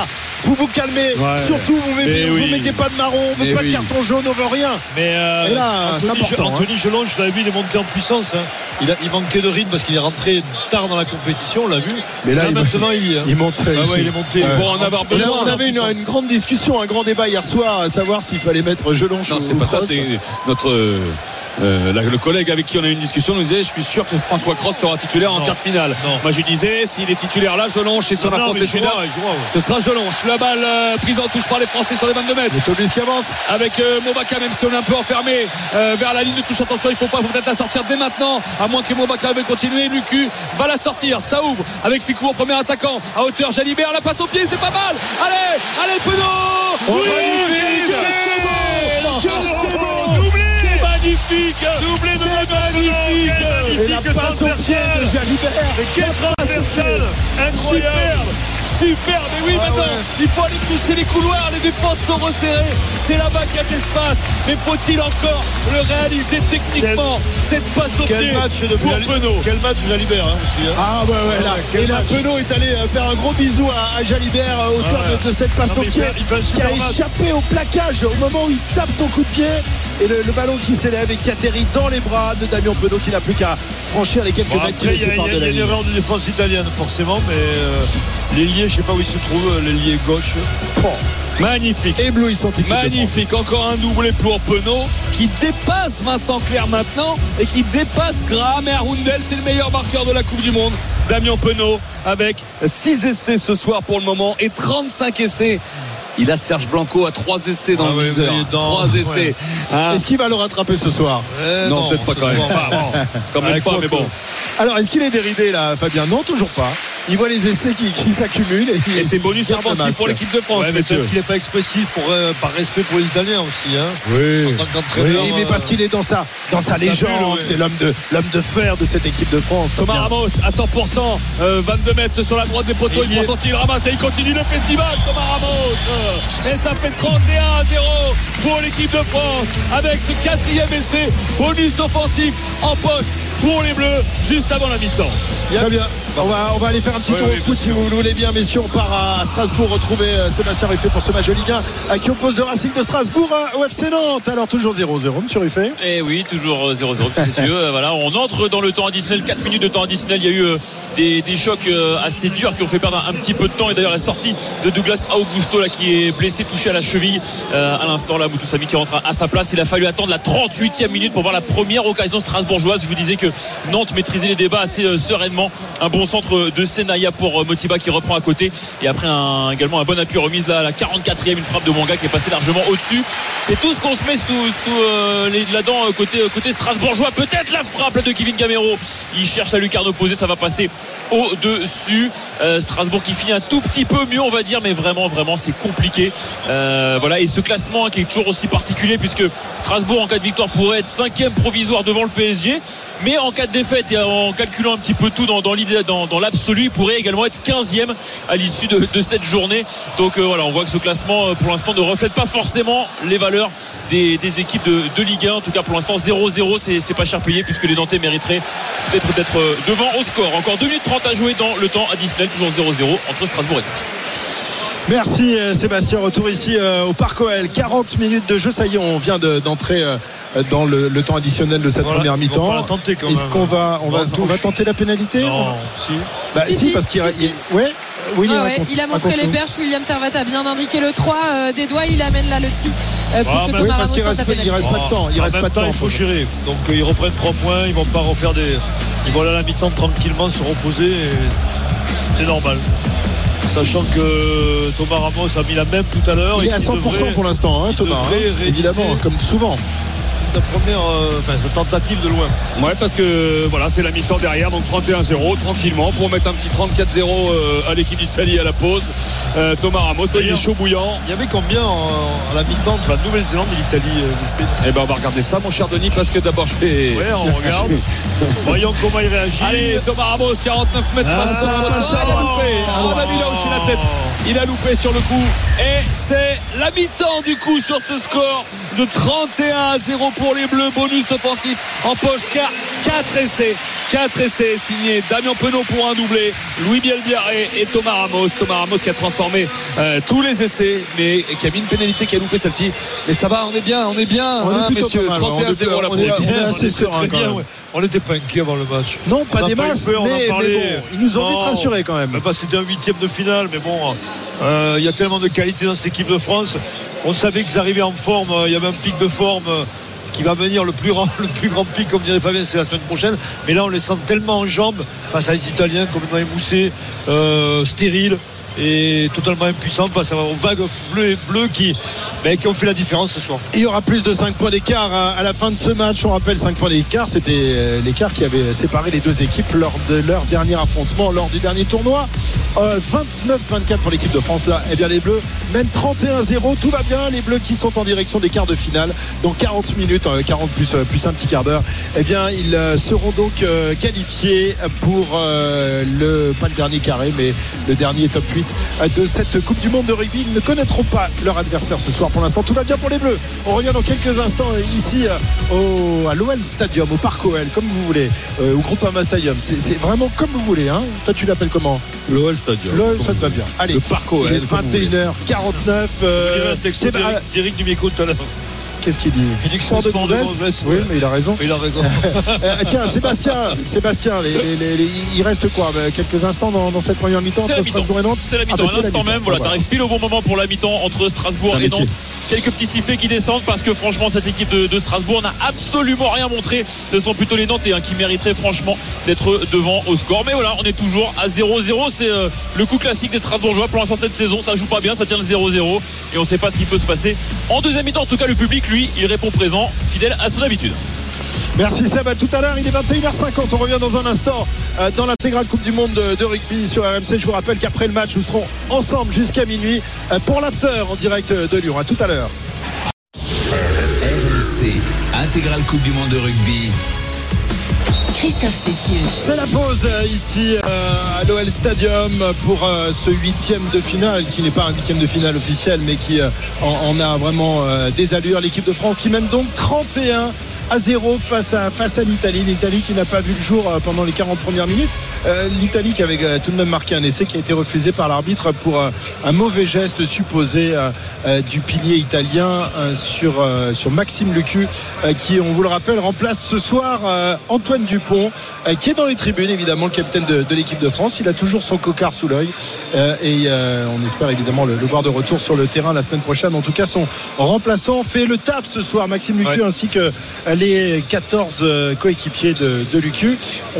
vous vous calmez. Ouais. Surtout, vous ne Mais vous oui. mettez pas de marron, on veut Mais pas oui. de carton jaune, on veut rien. Mais euh, Et là, c'est Anthony, important, Anthony Gelon, je l'avais vu, il est monté en puissance. Hein. Il, a, il manquait de rythme parce qu'il est rentré tard dans la compétition, on l'a vu. Mais là, il- maintenant, il y est. Il monte. Ah ouais, il est monté. Ouais. Pour en avoir On a- besoin. on avait une, une grande discussion, un grand débat hier soir à savoir s'il fallait mettre Gelon. Non, c'est pas ça, c'est notre. euh, euh, la- le collègue avec qui on a eu une discussion nous disait je suis sûr que François Cross sera titulaire en Non. quart de finale. Non. Moi je disais s'il est titulaire là, Jelonche et si on Non, affronte mais les il Sudaf, jouera, il jouera, ouais. ce sera Jelonche. La balle euh, prise en touche par les Français sur les vingt-deux mètres. Tobus qui avance. Avec euh, Movaka, même si on est un peu enfermé euh, vers la ligne de touche, attention, il faut pas, faut peut-être la sortir dès maintenant, à moins que Movaka veuille continuer. Lucu va la sortir, ça ouvre avec Ficou au premier attaquant à hauteur. Jalibert, la passe au pied, c'est pas mal. Allez, allez, Penaud. Oh, Oui, magnifique. que c'est beau, que c'est beau. Doublé. C'est magnifique, Doublé de c'est magnifique. magnifique. Et la passe au pied de Jalibert. Quel transversal incroyable. Superbe, superbe. Et oui, Ah maintenant, ouais. il faut aller toucher les couloirs. Les défenses sont resserrées. C'est là-bas qu'il y a de l'espace. Mais faut-il encore le réaliser techniquement, cette passe au pied Quel match de pour Jali- Penaud. Quel match de Jalibert hein, aussi. Hein. Ah ouais ouais là. Ouais, quel Et là match. Penaud est allé euh, faire un gros bisou à, à Jalibert euh, autour Ah ouais. de, de cette passe Non, au mais il pied fait- il fait un qui a super match. échappé au plaquage au moment où il tape son coup de pied et le, le ballon qui s'élève et qui atterrit dans les bras de Damien Penaud qui n'a plus qu'à franchir les quelques Bon, mètres qui après, le il y a, séparent il y a- de la il y a une ligne. erreur de défense italienne, forcément, mais euh, l'ailier, je sais pas où il se trouve, euh, l'ailier gauche. Bon, Magnifique. éblouissant équipe de France. Magnifique, encore un doublé pour Penaud qui dépasse Vincent Clerc maintenant et qui dépasse Graham Erhundel. C'est le meilleur marqueur de la Coupe du Monde, Damien Penaud, avec six essais ce soir pour le moment et trente-cinq essais. Il a Serge Blanco à trois essais dans Ah le ouais, viseur. mais dans- trois essais. ouais. Hein. Est-ce qu'il va le rattraper ce soir? Euh, non, peut-être pas ce quand même. soir. Pas, bon, quand même Ouais, pas, quoi mais que- bon. Alors est-ce qu'il est déridé là Fabien? Non, toujours pas. Il voit les essais qui, qui s'accumulent et, il- Et c'est bonus il garde le offensif masque. pour l'équipe de France, Ouais, mais messieurs. peut-être qu'il n'est pas expressif pour, euh, par respect pour les Italiens aussi. Hein. Oui. En tant qu'entraîneur, Oui, mais parce euh, qu'il est dans sa, dans sa sa légende, bulle, ouais. c'est l'homme de, l'homme de fer de cette équipe de France. Thomas Bien. Ramos à cent pour cent, euh, vingt-deux mètres sur la droite des poteaux, Il il y est. prend son tir, il ramasse et il continue le festival. Thomas Ramos, et ça fait trente et un à zéro pour l'équipe de France avec ce quatrième essai, bonus offensif en poche pour les Bleus juste avant la mi-temps. Très bien. On va, on va aller faire un petit Oui, tour oui, au foot si vous le voulez bien, messieurs. On part à Strasbourg retrouver euh, Sébastien Ruffet pour ce match de Ligue un euh, qui oppose le Racing de Strasbourg à- au F C Nantes. Alors toujours zéro zéro, monsieur Ruffet. Et oui, toujours zéro zéro, messieurs. Euh, voilà, on entre dans le temps additionnel, quatre minutes de temps additionnel. Il y a eu euh, des, des chocs euh, assez durs qui ont fait perdre un, un petit peu de temps. Et d'ailleurs, la sortie de Douglas Augusto là, qui est blessé, touché à la cheville euh, à l'instant. Là, Moutou Samy qui rentre à, à sa place. Il a fallu attendre la trente-huitième minute pour voir la première occasion strasbourgeoise. Je vous disais que Nantes maîtrisait les débats assez euh, sereinement. Un bon centre de Senaya pour euh, Motiba qui reprend à côté. Et après, un, également un bon appui remise là, à la quarante-quatrième, une frappe de Mwanga qui est passée largement au-dessus. C'est tout ce qu'on se met sous, sous euh, les, là-dedans euh, côté, côté strasbourgeois. Peut-être la frappe là, de Kevin Gamero. Il cherche la lucarne opposée, ça va passer au-dessus. Euh, Strasbourg qui finit un tout petit peu mieux, on va dire, mais vraiment, vraiment, c'est compliqué. Euh, voilà, et ce classement hein, qui est toujours aussi particulier puisque Strasbourg, en cas de victoire, pourrait être cinquième provisoire devant le P S G. Mais en cas de défaite et en calculant un petit peu tout dans, dans l'idée, dans, dans l'absolu, il pourrait également être quinzième à l'issue de, de cette journée. Donc euh, voilà, on voit que ce classement, euh, pour l'instant, ne reflète pas forcément les valeurs des, des équipes de, de Ligue un. En tout cas, pour l'instant, zéro zéro, c'est, c'est pas cher payé puisque les Nantais mériteraient peut-être d'être euh, devant au score. Encore deux minutes trente à jouer dans le temps additionnel, toujours zéro zéro entre Strasbourg et Nantes. Merci euh, Sébastien. Retour ici euh, au Parc O L. quarante minutes de jeu. Ça y est, on vient de, d'entrer euh, dans le, le temps additionnel de cette Voilà, première ils vont mi-temps. pas la tenter quand Est-ce même. qu'on va, on Bon, va, on on va touche. tenter la pénalité? Non, si. Bah, Si, si, si, parce qu'il si, y a- si. ouais. Willy, Ah ouais, raconte- il a montré les raconte-nous. perches. William Servat a bien indiqué le trois euh, des doigts. Il amène là le tir euh, pour Ah, que mais Oui, Thomas parce Ramos qu'il tente reste, sa pas- il pénalité. reste pas de temps. Il en reste même pas de temps, temps. il faut gérer. Donc euh, ils reprennent trois points, ils vont pas refaire des. Ils vont aller à la mi-temps tranquillement se reposer. Et c'est normal. Sachant que Thomas Ramos a mis la même tout à l'heure. Il et est à qu'il cent pour cent devrait- pour l'instant, hein, il Thomas. devrait hein, rééditer évidemment, comme souvent. sa première, euh, enfin sa tentative de loin. Ouais, parce que voilà, c'est la mi-temps derrière, donc trente et un zéro tranquillement pour mettre un petit trente-quatre zéro euh, à l'équipe d'Italie à la pause. Euh, Thomas Ramos, il est chaud bouillant. Il y avait combien en- à la mi-temps entre la Nouvelle-Zélande et l'Italie euh, Wilfried Eh ben on va regarder ça, mon cher Denis, parce que d'abord je fais. Ouais, on regarde. Voyons comment il réagit. Allez, Thomas Ramos, quarante-neuf mètres. Ah, face ça au va poteau. passer. Il a loupé. Ah, On a vu là aussi la tête. Il a loupé sur le coup. Et c'est la mi-temps du coup sur ce score de trente et un à zéro pour pour les Bleus. Bonus offensif en poche car quatre essais. quatre essais signés Damien Penaud pour un doublé, Louis Bielbiarré et Thomas Ramos. Thomas Ramos qui a transformé euh, tous les essais, mais qui a mis une pénalité, qui a loupé celle-ci. Mais ça va, on est bien, on est bien, on hein, est messieurs. mal, trente et un zéro la on est, pause. on est assez serein quand même. Ouais. On n'était pas inquiets avant le match. Non, pas on des pas masses, peur, mais, mais bon, ils nous ont non, vite rassurés quand même. Bah, c'était un huitième de finale, mais bon, il euh, y a tellement de qualité dans cette équipe de France. On savait qu'ils arrivaient en forme, il y avait un pic de forme qui va venir, le plus grand, le plus grand pic, comme dirait Fabien, c'est la semaine prochaine. Mais là, on les sent tellement en jambes face à les Italiens, complètement émoussés, euh, stériles et totalement impuissants face aux vagues bleues et bleues qui, ben, qui ont fait la différence ce soir. Il y aura plus de cinq points d'écart à la fin de ce match. On rappelle cinq points d'écart, c'était l'écart qui avait séparé les deux équipes lors de leur dernier affrontement, lors du dernier tournoi. euh, vingt-neuf vingt-quatre pour l'équipe de France. Là, eh bien les Bleus mènent trente et un zéro, tout va bien. Les Bleus qui sont en direction des quarts de finale dans quarante minutes, quarante plus, plus un petit quart d'heure. Eh bien ils seront donc qualifiés pour euh, le, pas le dernier carré, mais le dernier top huit de cette Coupe du Monde de rugby. Ils ne connaîtront pas leur adversaire ce soir. Pour l'instant, tout va bien pour les Bleus. On revient dans quelques instants ici au, à l'O L Stadium, au Parc O L, comme vous voulez, euh, au Groupama Stadium. C'est, c'est vraiment comme vous voulez. Hein. Toi, tu l'appelles comment? L'O L Stadium. L'O L, ça te va bien. Allez, le Parc O L. Il est vingt et une heures quarante-neuf. Euh, il y avait un texto d'Éric, d'Éric Duméco tout à l'heure. Qu'est-ce qu'il dit? Il dit que sport de gonzesse. Oui, mais il a raison. Il a raison. euh, tiens, Sébastien, Sébastien, les, les, les, les, il reste quoi? Quelques instants dans, dans cette première mi-temps entre Strasbourg et Nantes. C'est la mi-temps. Ah, bah, à l'instant même, voilà, voilà. t'arrives pile au bon moment pour la mi-temps entre Strasbourg et Nantes. Quelques petits sifflets qui descendent parce que franchement, cette équipe de, de Strasbourg n'a absolument rien montré. Ce sont plutôt les Nantais hein, qui mériteraient franchement d'être devant au score. Mais voilà, on est toujours à zéro zéro. C'est euh, le coup classique des Strasbourgeois. Pour l'instant, cette saison, ça joue pas bien, ça tient le zéro zéro et on sait pas ce qui peut se passer en deuxième mi-temps. En tout cas, le public, lui, il répond présent, fidèle à son habitude. Merci Seb, à tout à l'heure. Il est vingt et une heures cinquante. On revient dans un instant euh, dans l'intégrale Coupe du Monde de, de rugby sur R M C. Je vous rappelle qu'après le match, nous serons ensemble jusqu'à minuit euh, pour l'after en direct de Lyon. À tout à l'heure. R M C, intégrale Coupe du Monde de rugby. Christophe Cessieux. C'est la pause euh, ici euh, à l'O L Stadium pour euh, ce huitième de finale qui n'est pas un huitième de finale officiel mais qui euh, en, en a vraiment euh, des allures. L'équipe de France qui mène donc trente et un à zéro face à, face à l'Italie. L'Italie qui n'a pas vu le jour euh, pendant les quarante premières minutes. Euh, L'Italie qui avait euh, tout de même marqué un essai qui a été refusé par l'arbitre pour euh, un mauvais geste supposé euh, euh, du pilier italien euh, sur, euh, sur Maxime Lucu euh, qui, on vous le rappelle, remplace ce soir euh, Antoine Dupont euh, qui est dans les tribunes, évidemment, le capitaine de, de l'équipe de France. Il a toujours son cocard sous l'œil euh, et euh, on espère évidemment le, le voir de retour sur le terrain la semaine prochaine. En tout cas, son remplaçant fait le taf ce soir, Maxime Lucu, ouais. ainsi que euh, les quatorze euh, coéquipiers de, de Lucu. On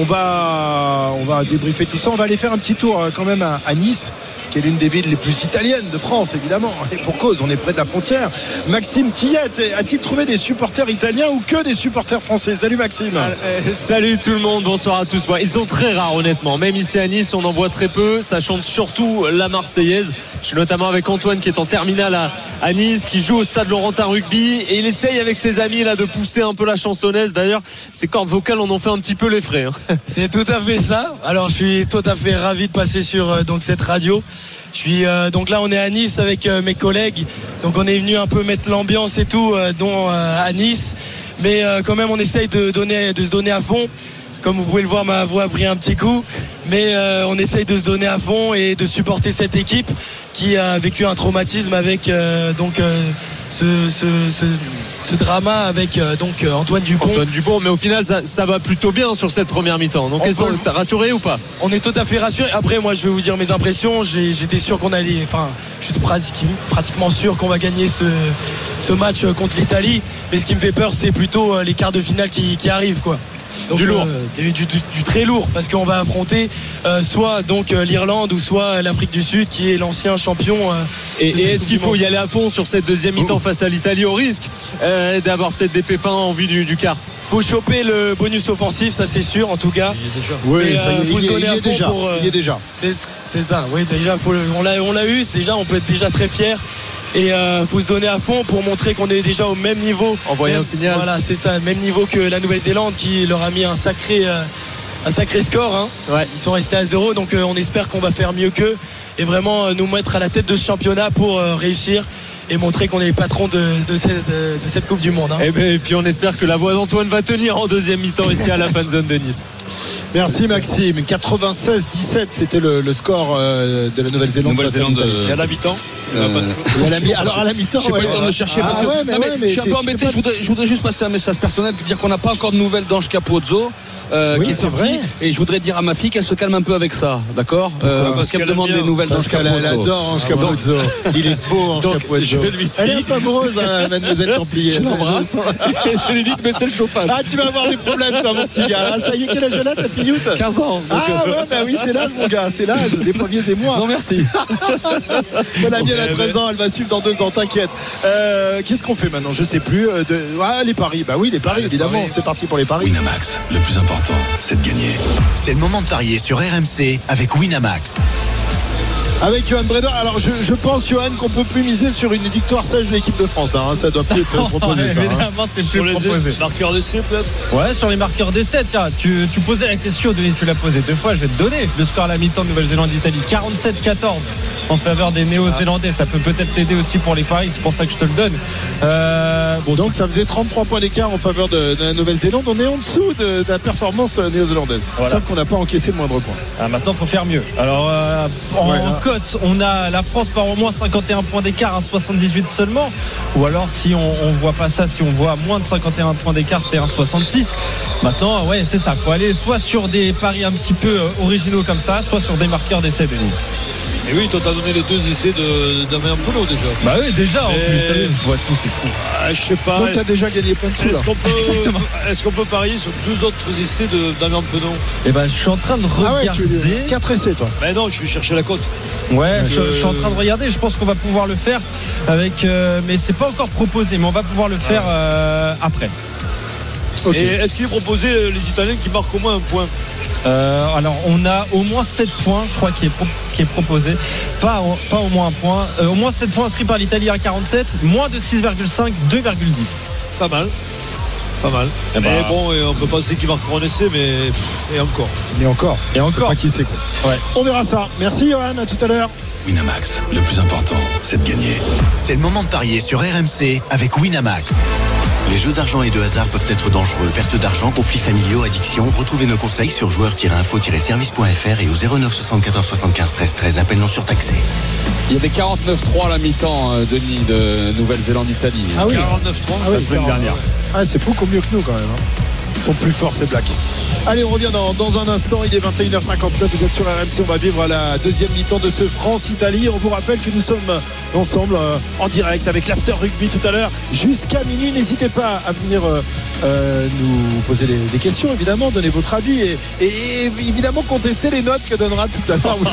va, on va débriefer tout ça. On va aller faire un petit tour euh, quand même à, à Nice, qui est l'une des villes les plus italiennes de France, évidemment, et pour cause, on est près de la frontière. Maxime Tillette, a-t-il trouvé des supporters italiens ou que des supporters français? Salut Maxime. euh, Salut tout le monde, bonsoir à tous. Ouais, ils sont très rares honnêtement, même ici à Nice on en voit très peu, ça chante surtout la Marseillaise. Je suis notamment avec Antoine qui est en terminale à, à Nice, qui joue au stade Laurentin Rugby, et il essaye avec ses amis là de pousser un peu la chansonnaise. D'ailleurs ses cordes vocales en ont fait un petit peu les frais hein. C'est tout à fait ça. Alors je suis tout à fait ravi de passer sur euh, donc cette radio. Je suis euh, donc là on est à Nice avec euh, mes collègues, donc on est venu un peu mettre l'ambiance et tout euh, dont euh, à Nice, mais euh, quand même on essaye de, donner, de se donner à fond. Comme vous pouvez le voir, ma voix a pris un petit coup, mais euh, on essaye de se donner à fond et de supporter cette équipe qui a vécu un traumatisme avec euh, donc euh, ce, ce, ce, ce drama avec euh, donc euh, Antoine Dupont. Antoine Dupont, mais au final ça, ça va plutôt bien sur cette première mi-temps. Donc est-ce que t'as rassuré ou pas? On est tout à fait rassuré. Après moi je vais vous dire mes impressions. J'ai, j'étais sûr qu'on allait, enfin je suis pratiquement, pratiquement sûr qu'on va gagner ce, ce match contre l'Italie. Mais ce qui me fait peur c'est plutôt les quarts de finale qui, qui arrivent quoi. Donc, du lourd, euh, du, du, du très lourd, parce qu'on va affronter euh, soit donc euh, l'Irlande ou soit l'Afrique du Sud qui est l'ancien champion. Euh, et, et est-ce qu'il faut y aller à fond sur cette deuxième mi-temps face à l'Italie au risque euh, d'avoir peut-être des pépins en vue du, du quart? Faut choper le bonus offensif, ça c'est sûr en tout cas. Oui, mais, ça y est, euh, faut il, se donner il, à il, fond est déjà, pour, euh, il est déjà. C'est, c'est ça, oui déjà faut, on, l'a, on l'a eu, c'est déjà, on peut être déjà très fiers. Et euh, faut se donner à fond pour montrer qu'on est déjà au même niveau. Envoyer même, un signal. Voilà, c'est ça, même niveau que la Nouvelle-Zélande qui leur a mis un sacré, euh, un sacré score. Hein. Ouais. Ils sont restés à zéro, donc euh, on espère qu'on va faire mieux qu'eux et vraiment euh, nous mettre à la tête de ce championnat pour euh, réussir et montrer qu'on est les patrons de, de, cette, de cette Coupe du Monde. Hein. Et, ben, et puis on espère que la voix d'Antoine va tenir en deuxième mi-temps ici à la fan zone de Nice. Merci Maxime. quatre-vingt-seize dix-sept, c'était le, le score euh, de la Nouvelle-Zélande. Nouvelle-Zélande Et à la mi-temps euh, à la mi- Alors à la mi-temps, j'ai pas eu le temps de le chercher ah, parce que ouais, mais non, mais ouais, mais je suis un peu embêté. Je voudrais, je voudrais juste passer un message personnel, dire qu'on n'a pas encore de nouvelles d'Ange Capozzo euh, oui, qui est c'est sorti. vrai. Et je voudrais dire à ma fille qu'elle se calme un peu avec ça, d'accord euh, Parce, parce qu'elle me qu'elle demande aime des bien. nouvelles Parce d'Ange qu'elle Capozzo. adore Ange Capozzo. Il est beau Ange Capozzo. Elle est pas amoureuse, hein, mademoiselle Templier. Je l'embrasse. Je lui ai dit de baisser le chauffage. Ah, tu vas avoir des problèmes, toi, mon petit gars. Ah, ça y est, quel âge elle a, ta filloute? quinze ans. Ah, ouais, bah oui, c'est l'âge, mon gars. C'est l'âge des premiers émois. Non, merci. Mon amie, elle a treize ans, elle va suivre dans deux ans, t'inquiète. Euh, qu'est-ce qu'on fait maintenant? Je sais plus. Euh, de... Ah, les paris. Bah oui, les paris, ah, évidemment. Paris. C'est parti pour les paris. Winamax, le plus important, c'est de gagner. C'est le moment de parier sur R M C avec Winamax. Avec Johan Bredor. Alors je, je pense, Johan, qu'on peut plus miser sur une victoire sèche de l'équipe de France là, hein. Ça doit plus être proposé ça, évidemment, hein. c'est sur plus les proposé. marqueurs d'essai peut-être. Ouais, sur les marqueurs d'essai, tiens, tu, tu posais la question, Denis, tu l'as posé deux fois, je vais te donner le score à la mi-temps de Nouvelle-Zélande-Italie, quarante-sept quatorze en faveur des Néo-Zélandais. Ça peut peut-être t'aider aussi pour les paris, c'est pour ça que je te le donne. Euh, bon, donc ça faisait trente-trois points d'écart en faveur de, de la Nouvelle-Zélande. On est en dessous de, de la performance néo-zélandaise. Voilà. Sauf qu'on n'a pas encaissé le moindre point. Ah, maintenant, il faut faire mieux. Alors, euh, en ouais, cote, on a la France par au moins cinquante et un points d'écart, un soixante-dix-huit seulement. Ou alors, si on ne voit pas ça, si on voit moins de cinquante et un points d'écart, c'est un soixante-six. Maintenant, ouais, c'est ça. Il faut aller soit sur des paris un petit peu originaux comme ça, soit sur des marqueurs d'essai, Denis. Et oui, toi t'as donné les deux essais de Damien Penaud déjà. Bah oui, déjà en et... plus, t'as vu, je vois tout, c'est fou. Ah, je sais pas. Donc t'as déjà gagné plein de sous. Est-ce qu'on peut, est-ce qu'on peut parier sur deux autres essais de Damien Penaud? Eh ben, je suis en train de regarder. Ah ouais, tu... quatre essais, toi. Ben non, je vais chercher la cote. Ouais, je, je suis en train de regarder. Je pense qu'on va pouvoir le faire avec, euh, mais c'est pas encore proposé, mais on va pouvoir le faire euh, après. Okay. Et est-ce qu'il est proposé les Italiens qui marquent au moins un point? euh, Alors on a au moins sept points, je crois, qui est, pro- qui est proposé. Pas, pas au moins un point. Euh, au moins sept points inscrits par l'Italie à quarante-sept. Moins de six virgule cinq, deux virgule dix. Pas mal. Pas mal. Et mais bah... bon, on peut penser qu'il marquera un essai, mais et encore. Et encore. Et encore. Pas qui c'est quoi. Ouais. On verra ça. Merci Johan, à tout à l'heure. Winamax, le plus important, c'est de gagner. C'est le moment de parier sur R M C avec Winamax. Les jeux d'argent et de hasard peuvent être dangereux. Perte d'argent, conflits familiaux, addiction. Retrouvez nos conseils sur joueurs tiret info tiret service point f r et au zéro neuf soixante-quatorze soixante-quinze treize treize. Appel non surtaxé. Il y avait quarante-neuf trois à la mi-temps, Denis, de Nouvelle-Zélande-Italie. Ah oui. quarante-neuf trois ah oui, la semaine dernière. Ah, c'est beaucoup mieux que nous quand même. Hein. Ils sont plus forts ces Blacks. Allez, on revient dans, dans un instant. Il est vingt et une heures cinquante-neuf. Vous êtes sur R M C. On va vivre la deuxième mi-temps de ce France-Italie. On vous rappelle que nous sommes ensemble euh, en direct avec l'After Rugby tout à l'heure jusqu'à minuit. N'hésitez pas à venir euh, euh, nous poser des, des questions, évidemment, donner votre avis et, et, et évidemment contester les notes que donnera tout à l'heure.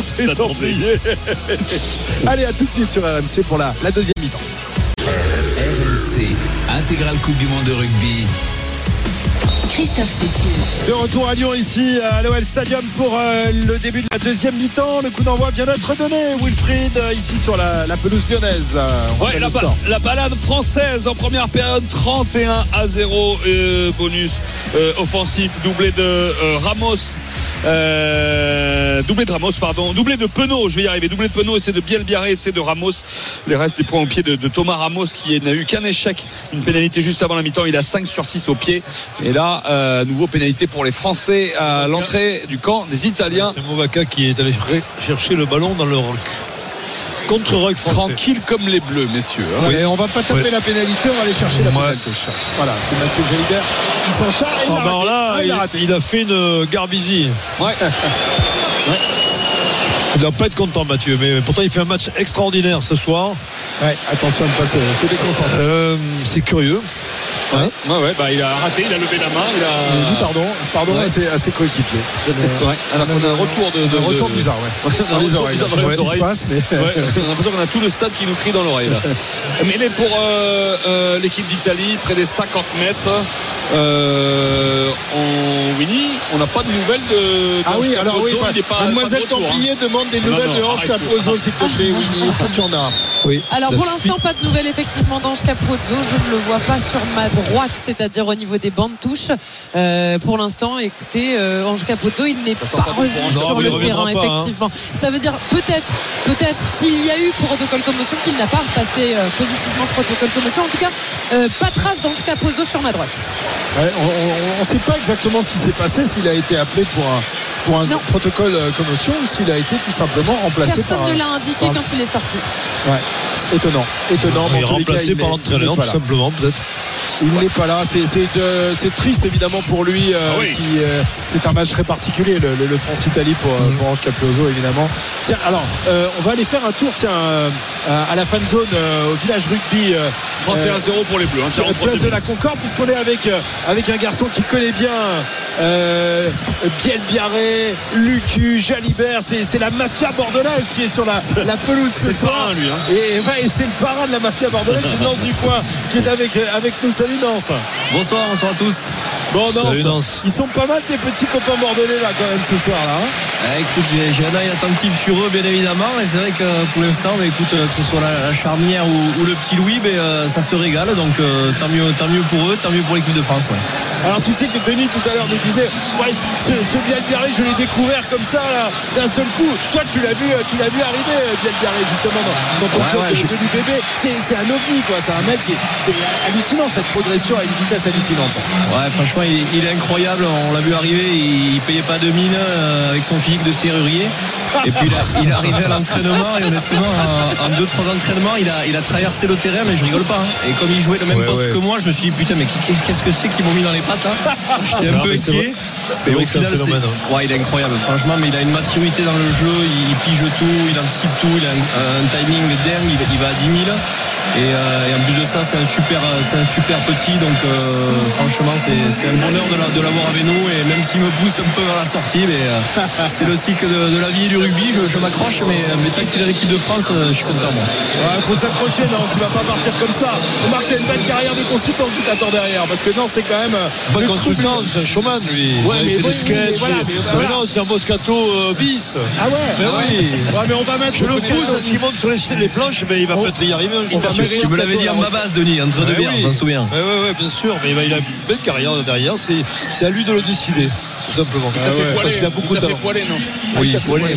Allez, à tout de suite sur R M C pour la, la deuxième mi-temps. R M C, intégrale Coupe du Monde de rugby. Christophe Cessieux. De retour à Lyon ici à l'O L Stadium pour euh, le début de la deuxième mi-temps. Le coup d'envoi vient d'être donné. Wilfried euh, ici sur la, la pelouse lyonnaise. Euh, ouais, la, ba- la balade française en première période, trente et un à zéro. Euh, bonus euh, offensif, doublé de euh, Ramos. Euh, doublé de Ramos, pardon. Doublé de Penaud, je vais y arriver. Doublé de Penaud, essai de Bielbiarré, essai de Ramos. Les restes des points au pied de, de Thomas Ramos qui n'a eu qu'un échec. Une pénalité juste avant la mi-temps. Il a cinq sur six au pied. Et là, Euh, nouveau pénalité pour les Français à l'entrée du camp des Italiens. C'est Movaca qui est allé chercher le ballon dans le rock. Contre rock français. Tranquille comme les Bleus, messieurs. Hein. Oui. Et on va pas taper oui. la pénalité, on va aller chercher la ouais. pénalité. Voilà, c'est Mathieu Jalibert qui s'en charge. Oh, ben là, ah, il, a il, il a fait une garbizie. Ouais. ouais. Il ne doit pas être content, Mathieu, mais pourtant il fait un match extraordinaire ce soir. Ouais, attention à ne pas se, se déconcentrer. Euh, c'est curieux. Ouais, ouais, ouais bah, il a raté, il a levé la main. Il a il dit pardon, pardon ouais. à, ses, à ses coéquipiers. Je sais, euh, ouais. Alors qu'on a un retour de. de un retour de, bizarre, ouais. Dans les oreilles. Bizarre dans les oreilles. Passe, mais... ouais, on a l'impression qu'on a tout le stade qui nous crie dans l'oreille. Là. Mais il est pour euh, euh, l'équipe d'Italie, près des cinquante mètres. Euh, en Winnie, on n'a pas de nouvelles de. Ah oui, alors oui, pas, Mademoiselle pas de Templier hein. demande des nouvelles non, non, de Ange Capozzo, s'il te plaît, Winnie. Est-ce que tu en as? Oui. Alors pour l'instant, pas de nouvelles effectivement d'Ange Capozzo. Je ne le vois pas sur ma droite, c'est-à-dire au niveau des bandes touches. Euh, pour l'instant, écoutez, euh, Ange Capozzo, il n'est pas revenu sur le terrain, pas, effectivement. Hein. Ça veut dire peut-être, peut-être s'il y a eu protocole commotion qu'il n'a pas repassé euh, positivement ce protocole commotion. En tout cas, euh, pas trace d'Ange Capozzo sur ma droite. Ouais, on ne sait pas exactement ce qui s'est passé, s'il a été appelé pour un, pour un protocole euh, commotion ou s'il a été tout simplement remplacé. Personne par ne l'a indiqué par... quand il est sorti. Ouais. Étonnant, étonnant. Il est remplacé par l'entraîneur, tout simplement, peut-être. Il n'est pas là. C'est, c'est, de, c'est triste évidemment pour lui. Euh, ah oui. qui, euh, c'est un match très particulier, le, le, le France-Italie pour, mmh. pour Ange Capozzo évidemment. Tiens, alors, euh, on va aller faire un tour tiens, euh, à la fan zone euh, au village rugby. Euh, trente et un zéro pour les Bleus. Hein, place de la Concorde, puisqu'on est avec, euh, avec un garçon qui connaît bien euh, Biel Biarré, Lucu, Jalibert. C'est, c'est la mafia bordelaise qui est sur la, la pelouse ce c'est soir. Parrain, lui, hein. Et, ouais, et c'est le parrain de la mafia bordelaise, c'est Nance Ducoin qui est avec, avec nous. Salut Nance. Bonsoir, bonsoir à tous. Bon Nance, Nance, ils sont pas mal tes petits copains bordelais là quand même ce soir là. Hein eh, écoute, j'ai, j'ai un œil attentif sur eux bien évidemment. Et c'est vrai que pour l'instant, bah, écoute, que ce soit la, la Charnière ou, ou le petit Louis, bah, euh, ça se régale. Donc euh, tant mieux, tant mieux pour eux, tant mieux pour l'équipe de France. Ouais. Alors tu sais que Denis tout à l'heure nous disait, ouais, ce, ce Biel Biarré, je l'ai découvert comme ça là, d'un seul coup. Toi tu l'as vu, tu l'as vu arriver Biel Biarré justement dans, dans ton club ouais, ouais, de, de l'U B B. C'est, c'est un ovni quoi, c'est un mec qui est, c'est hallucinant cette progression à une vitesse hallucinante. Ouais, franchement, il, il est incroyable. On l'a vu arriver, il, il payait pas de mine euh, avec son physique de serrurier. Et puis il, a, il est arrivé à l'entraînement et honnêtement, en, en deux trois entraînements, il a, il a traversé le terrain, mais je rigole pas. Hein. Et comme il jouait le même ouais, poste ouais. que moi, je me suis dit putain, mais qu'est-ce, qu'est-ce que c'est qu'ils m'ont mis dans les pattes hein. J'étais un non, peu inquiet. C'est vrai que c'est un phénomène. Hein. Ouais, il est incroyable. Franchement, mais il a une maturité dans le jeu. Il, il pige tout, il anticipe tout. Il a un, un timing dingue. Il, il va à dix mille. Et, euh, et en plus de ça, c'est un super, c'est un super petit. Donc euh, franchement, c'est, c'est un bonheur de, la, de l'avoir avec nous. Et même s'il me pousse un peu vers la sortie, mais euh, c'est le cycle de, de la vie et du rugby. Je, je m'accroche, mais, mais tant qu'il est à l'équipe de France, je suis content. Moi. Ouais, faut s'accrocher, non, tu vas pas partir comme ça. Marc, t'as une belle carrière de consultant qui t'attend derrière, parce que non, c'est quand même. Pas de consultant, c'est un showman lui. Ouais, mais, il fait oui, des sketchs. Mais voilà, mais, mais non, c'est un Moscato euh, bis. Ah ouais. Mais ah oui. Ouais. ouais, mais on va mettre. Je le pousse à ce qu'il monte sur les, les planches, mais il va on, peut-être y arriver. On va mettre tu me l'avais dit en ma base, Denis, entre deux bières, je m'en souviens. Ouais, ouais, ouais, bien sûr. Mais il a une belle carrière derrière. C'est, c'est à lui de le décider, tout simplement. Ah ouais, parce qu'il a beaucoup de talent. Oui, poilé.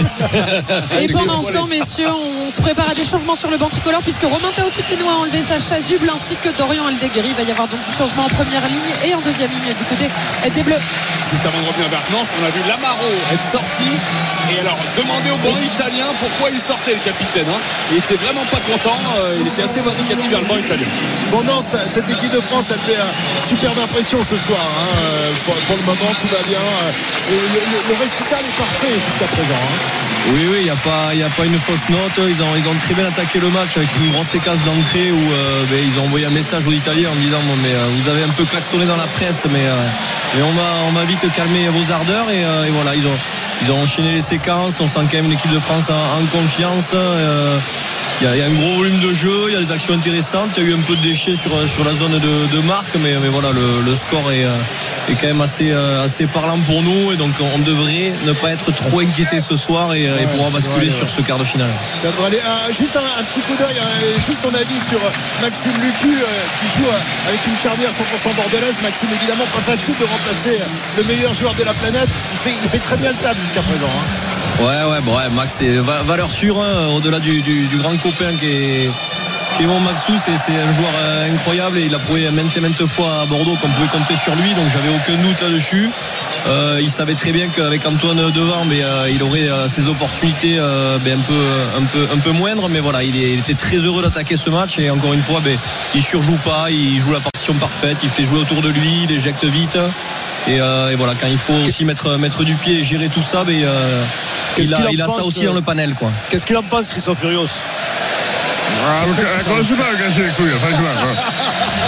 Et pendant ce temps, messieurs, on se prépare à des changements sur le banc tricolore, puisque Romain Taofifino a enlevé sa chasuble ainsi que Dorian Aldeguerri. Il va y avoir donc du changement en première ligne et en deuxième ligne du côté des Bleus. Juste avant de revenir vers Nantes, on a vu Lamaro être sorti et alors demander au banc italien pourquoi il sortait, le capitaine. Hein. Il était vraiment pas content, euh, il était assez vindicatif vers le banc italien. Bon non, cette équipe de France, elle fait une superbe impression ce soir. Hein. Pour, pour le moment, tout va bien. Le, le, le récital est parfait jusqu'à présent. Hein. Oui, oui, il n'y a pas, il y a pas une fausse note. Ils ont, ils ont très bien attaqué le match avec une grosse séquence d'entrée où euh, ben, ils ont envoyé un message aux Italiens en disant bon, mais euh, vous avez un peu klaxonné dans la presse, mais, euh, mais on va, on va vite calmer vos ardeurs et, euh, et voilà, ils ont, ils ont enchaîné les séquences. On sent quand même l'équipe de France en, en confiance. Euh, Il y, a, il y a un gros volume de jeu, il y a des actions intéressantes, il y a eu un peu de déchets sur, sur la zone de, de marque, mais, mais voilà, le, le score est, est quand même assez, assez parlant pour nous, et donc on devrait ne pas être trop inquiété ce soir et, ouais, et pouvoir basculer vrai, sur ouais. ce quart de finale. Ça devrait aller. Euh, juste un, un petit coup d'œil, euh, juste ton avis sur Maxime Lucu euh, qui joue euh, avec une charnière cent pour cent bordelaise. Maxime, évidemment, pas facile de remplacer euh, le meilleur joueur de la planète. Il fait, il fait très bien le table jusqu'à présent. Hein. Ouais, ouais, bon, ouais, Max, c'est valeur sûre, hein, au-delà du, du, du grand copain qui est, qui est mon Maxou, c'est, c'est un joueur euh, incroyable et il a prouvé maintes et maintes fois à Bordeaux qu'on pouvait compter sur lui, donc j'avais aucun doute là-dessus. Euh, il savait très bien qu'avec Antoine devant, mais, euh, il aurait euh, ses opportunités euh, ben, un, peu, un, peu, un peu moindres, mais voilà, il, est, il était très heureux d'attaquer ce match et encore une fois, ben, il surjoue pas, il joue la partition parfaite, il fait jouer autour de lui, il éjecte vite. Et, euh, et voilà, quand il faut aussi mettre, mettre du pied et gérer tout ça, ben, euh, il a, il a ça aussi dans le panel, quoi. Qu'est-ce qu'il en pense, Christophe Furios? Ah, je ne sais pas casser les couilles, franchement.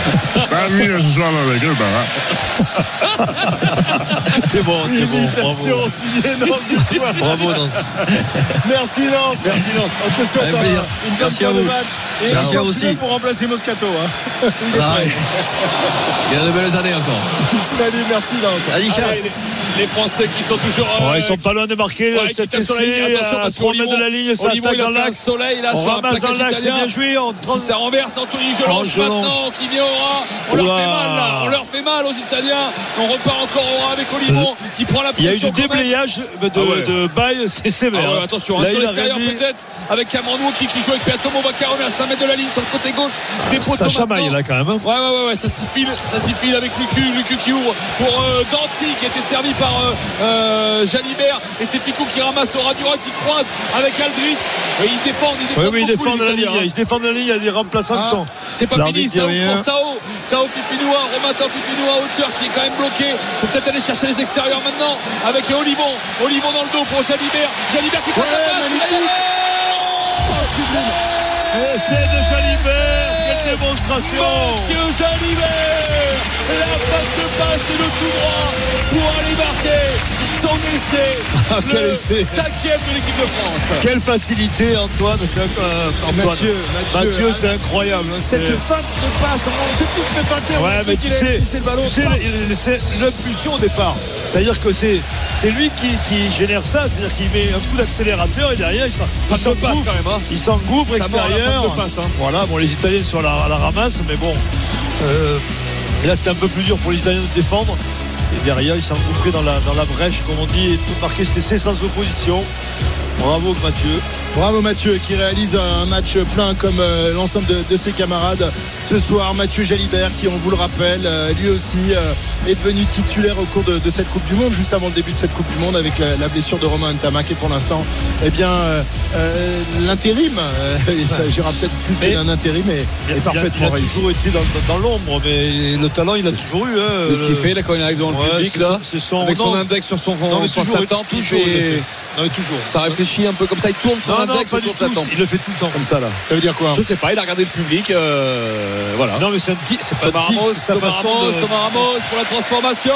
Bah oui, ce soir avec eux, bah. C'est bon, c'est bon. Bravo. Signée Nancy. Bravo Nancy. Merci Nancy. Merci Nancy. On te souhaite un, une bonne fin de match. Et merci un aussi pour remplacer Moscato. Hein. Il, ah, il y a de belles années encore. Salut, merci Nancy. Allez, Allez, les, les Français qui sont toujours. Euh, ouais, ils sont pas loin de marquer. Ouais, cet essai à trois mètres de la ligne, ça attaque dans l'axe. Soleil là, on sur ramasse dans l'axe, c'est bien joué. On si ça renverse Anthony Gelange maintenant qui vient au ras. On leur fait mal là. On leur fait mal aux Italiens. On repart encore au ras avec Olivon qui prend la pression. Il y a eu du déblayage de, ah ouais. de bail, c'est sévère. Ah ouais, attention, là, sur l'extérieur peut-être avec Cameron Wauquiez qui joue avec Peatomo Vacarone à cinq mètres de la ligne sur le côté gauche. Des poteaux ça chamaille là quand même. Hein. Ouais, ouais, ouais, ouais, ça s'y file, ça s'y file avec Lucu, Lucu qui ouvre pour euh, Danti qui était servi par euh, euh, Jalibert et c'est Ficou qui ramasse au Radura qui croise avec Aldrit. Et ils défendent, ils défendent. Oui, oui, ils défendent la ligne. Hein. Ils défendent la ligne. Il y a des remplaçants qui ah, sont. C'est pas fini, ça pour Tao. Tao Fifinoa, Romain Tao Fifinoa à hauteur qui est quand même bloqué. Faut peut-être aller chercher les extérieurs maintenant avec Olivon. Olivon dans le dos pour Jalibert. Jalibert qui prend la passe. Essai de Jalibert. Quelle démonstration. Mathieu Jalibert. La passe de passe et le tout droit pour aller marquer son essai. Ah, quel le essai. Cinquième de l'équipe de France. Quelle facilité, Antoine. C'est euh, Antoine. Mathieu, Mathieu, Mathieu c'est incroyable. Cette feinte de passe, on s'est tous fait pâter. Ouais, mais tu sais, le ballon. Tu sais, c'est l'impulsion au départ. C'est-à-dire que c'est, c'est lui qui, qui génère ça. C'est-à-dire qu'il met un coup d'accélérateur et derrière, il, il s'engouffre. Hein. Il s'engouffre extérieur. Passe, hein. Voilà, bon, les Italiens sont à la, à la ramasse, mais bon. Euh, là, c'était un peu plus dur pour les Italiens de défendre. Et derrière, il s'engouffrait dans la, dans la brèche, comme on dit, et tout marqué cet essai sans opposition. Bravo Mathieu. Bravo Mathieu qui réalise un match plein comme euh, l'ensemble de, de ses camarades ce soir. Mathieu Jalibert qui, on vous le rappelle, euh, lui aussi euh, est devenu titulaire au cours de, de cette Coupe du Monde, juste avant le début de cette Coupe du Monde avec la, la blessure de Romain Ntamak. Et pour l'instant, eh bien, euh, euh, l'intérim, euh, il s'agira peut-être plus d'un intérim, mais est parfaitement réussi. Il a toujours été dans, dans l'ombre, mais le talent, il a toujours eu. Hein, ce qu'il fait là quand il arrive dans le ouais, public, là, c'est son, avec non, son index sur son non, sur toujours, sa tempe, toujours, il fait... Non, mais toujours. Ça réfléchit un peu comme ça, il tourne son non, index non, autour de sa tempe. Il le fait tout le temps. Comme ça là. Ça veut dire quoi? Je sais pas, il a regardé le public. Euh, voilà. Non, mais c'est un petit. C'est pas Thomas un tic, Ramos, c'est sa Thomas façon Ramos, de... Thomas Ramos pour la transformation.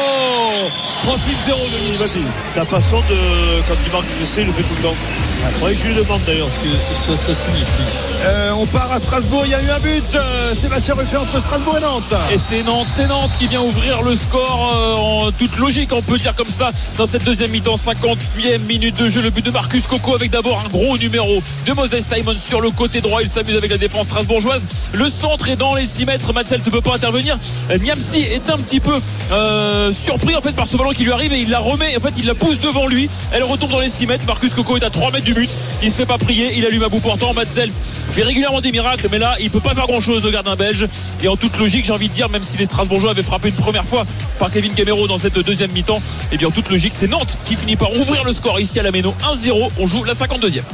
trente-huit zéro Denis, vas-y. Sa façon de. Quand il marque le essai, il le fait tout le temps. Après, je lui demande d'ailleurs ce que, ce que ça signifie. Euh, on part à Strasbourg, il y a eu un but. Euh, Sébastien Ruffet entre Strasbourg et Nantes. Et c'est Nantes, c'est Nantes qui vient ouvrir le score euh, en toute logique, on peut dire comme ça, dans cette deuxième mi-temps. cinquante-huitième minute de jeu, le but de Marcus Coco avec d'abord un gros numéro de Moses Simon sur le côté droit. Il s'amuse avec la défense strasbourgeoise. Le centre est dans les six mètres. Matsel ne peut pas intervenir. Niamsi est un petit peu euh, surpris en fait par ce ballon qui lui arrive et il la remet. En fait, il la pousse devant lui. Elle retombe dans les six mètres. Marcus Coco est à trois mètres du but. Il se fait pas prier. Il allume à bout portant. Matsel fait régulièrement des miracles, mais là, il peut pas faire grand chose, le gardien belge. Et en toute logique, j'ai envie de dire, même si les Strasbourgeois avaient frappé une première fois par Kevin Gamero dans cette deuxième mi-temps, et bien en toute logique, c'est Nantes qui finit par ouvrir le score ici à la Méno. un zéro. On joue la cinquante-deuxième.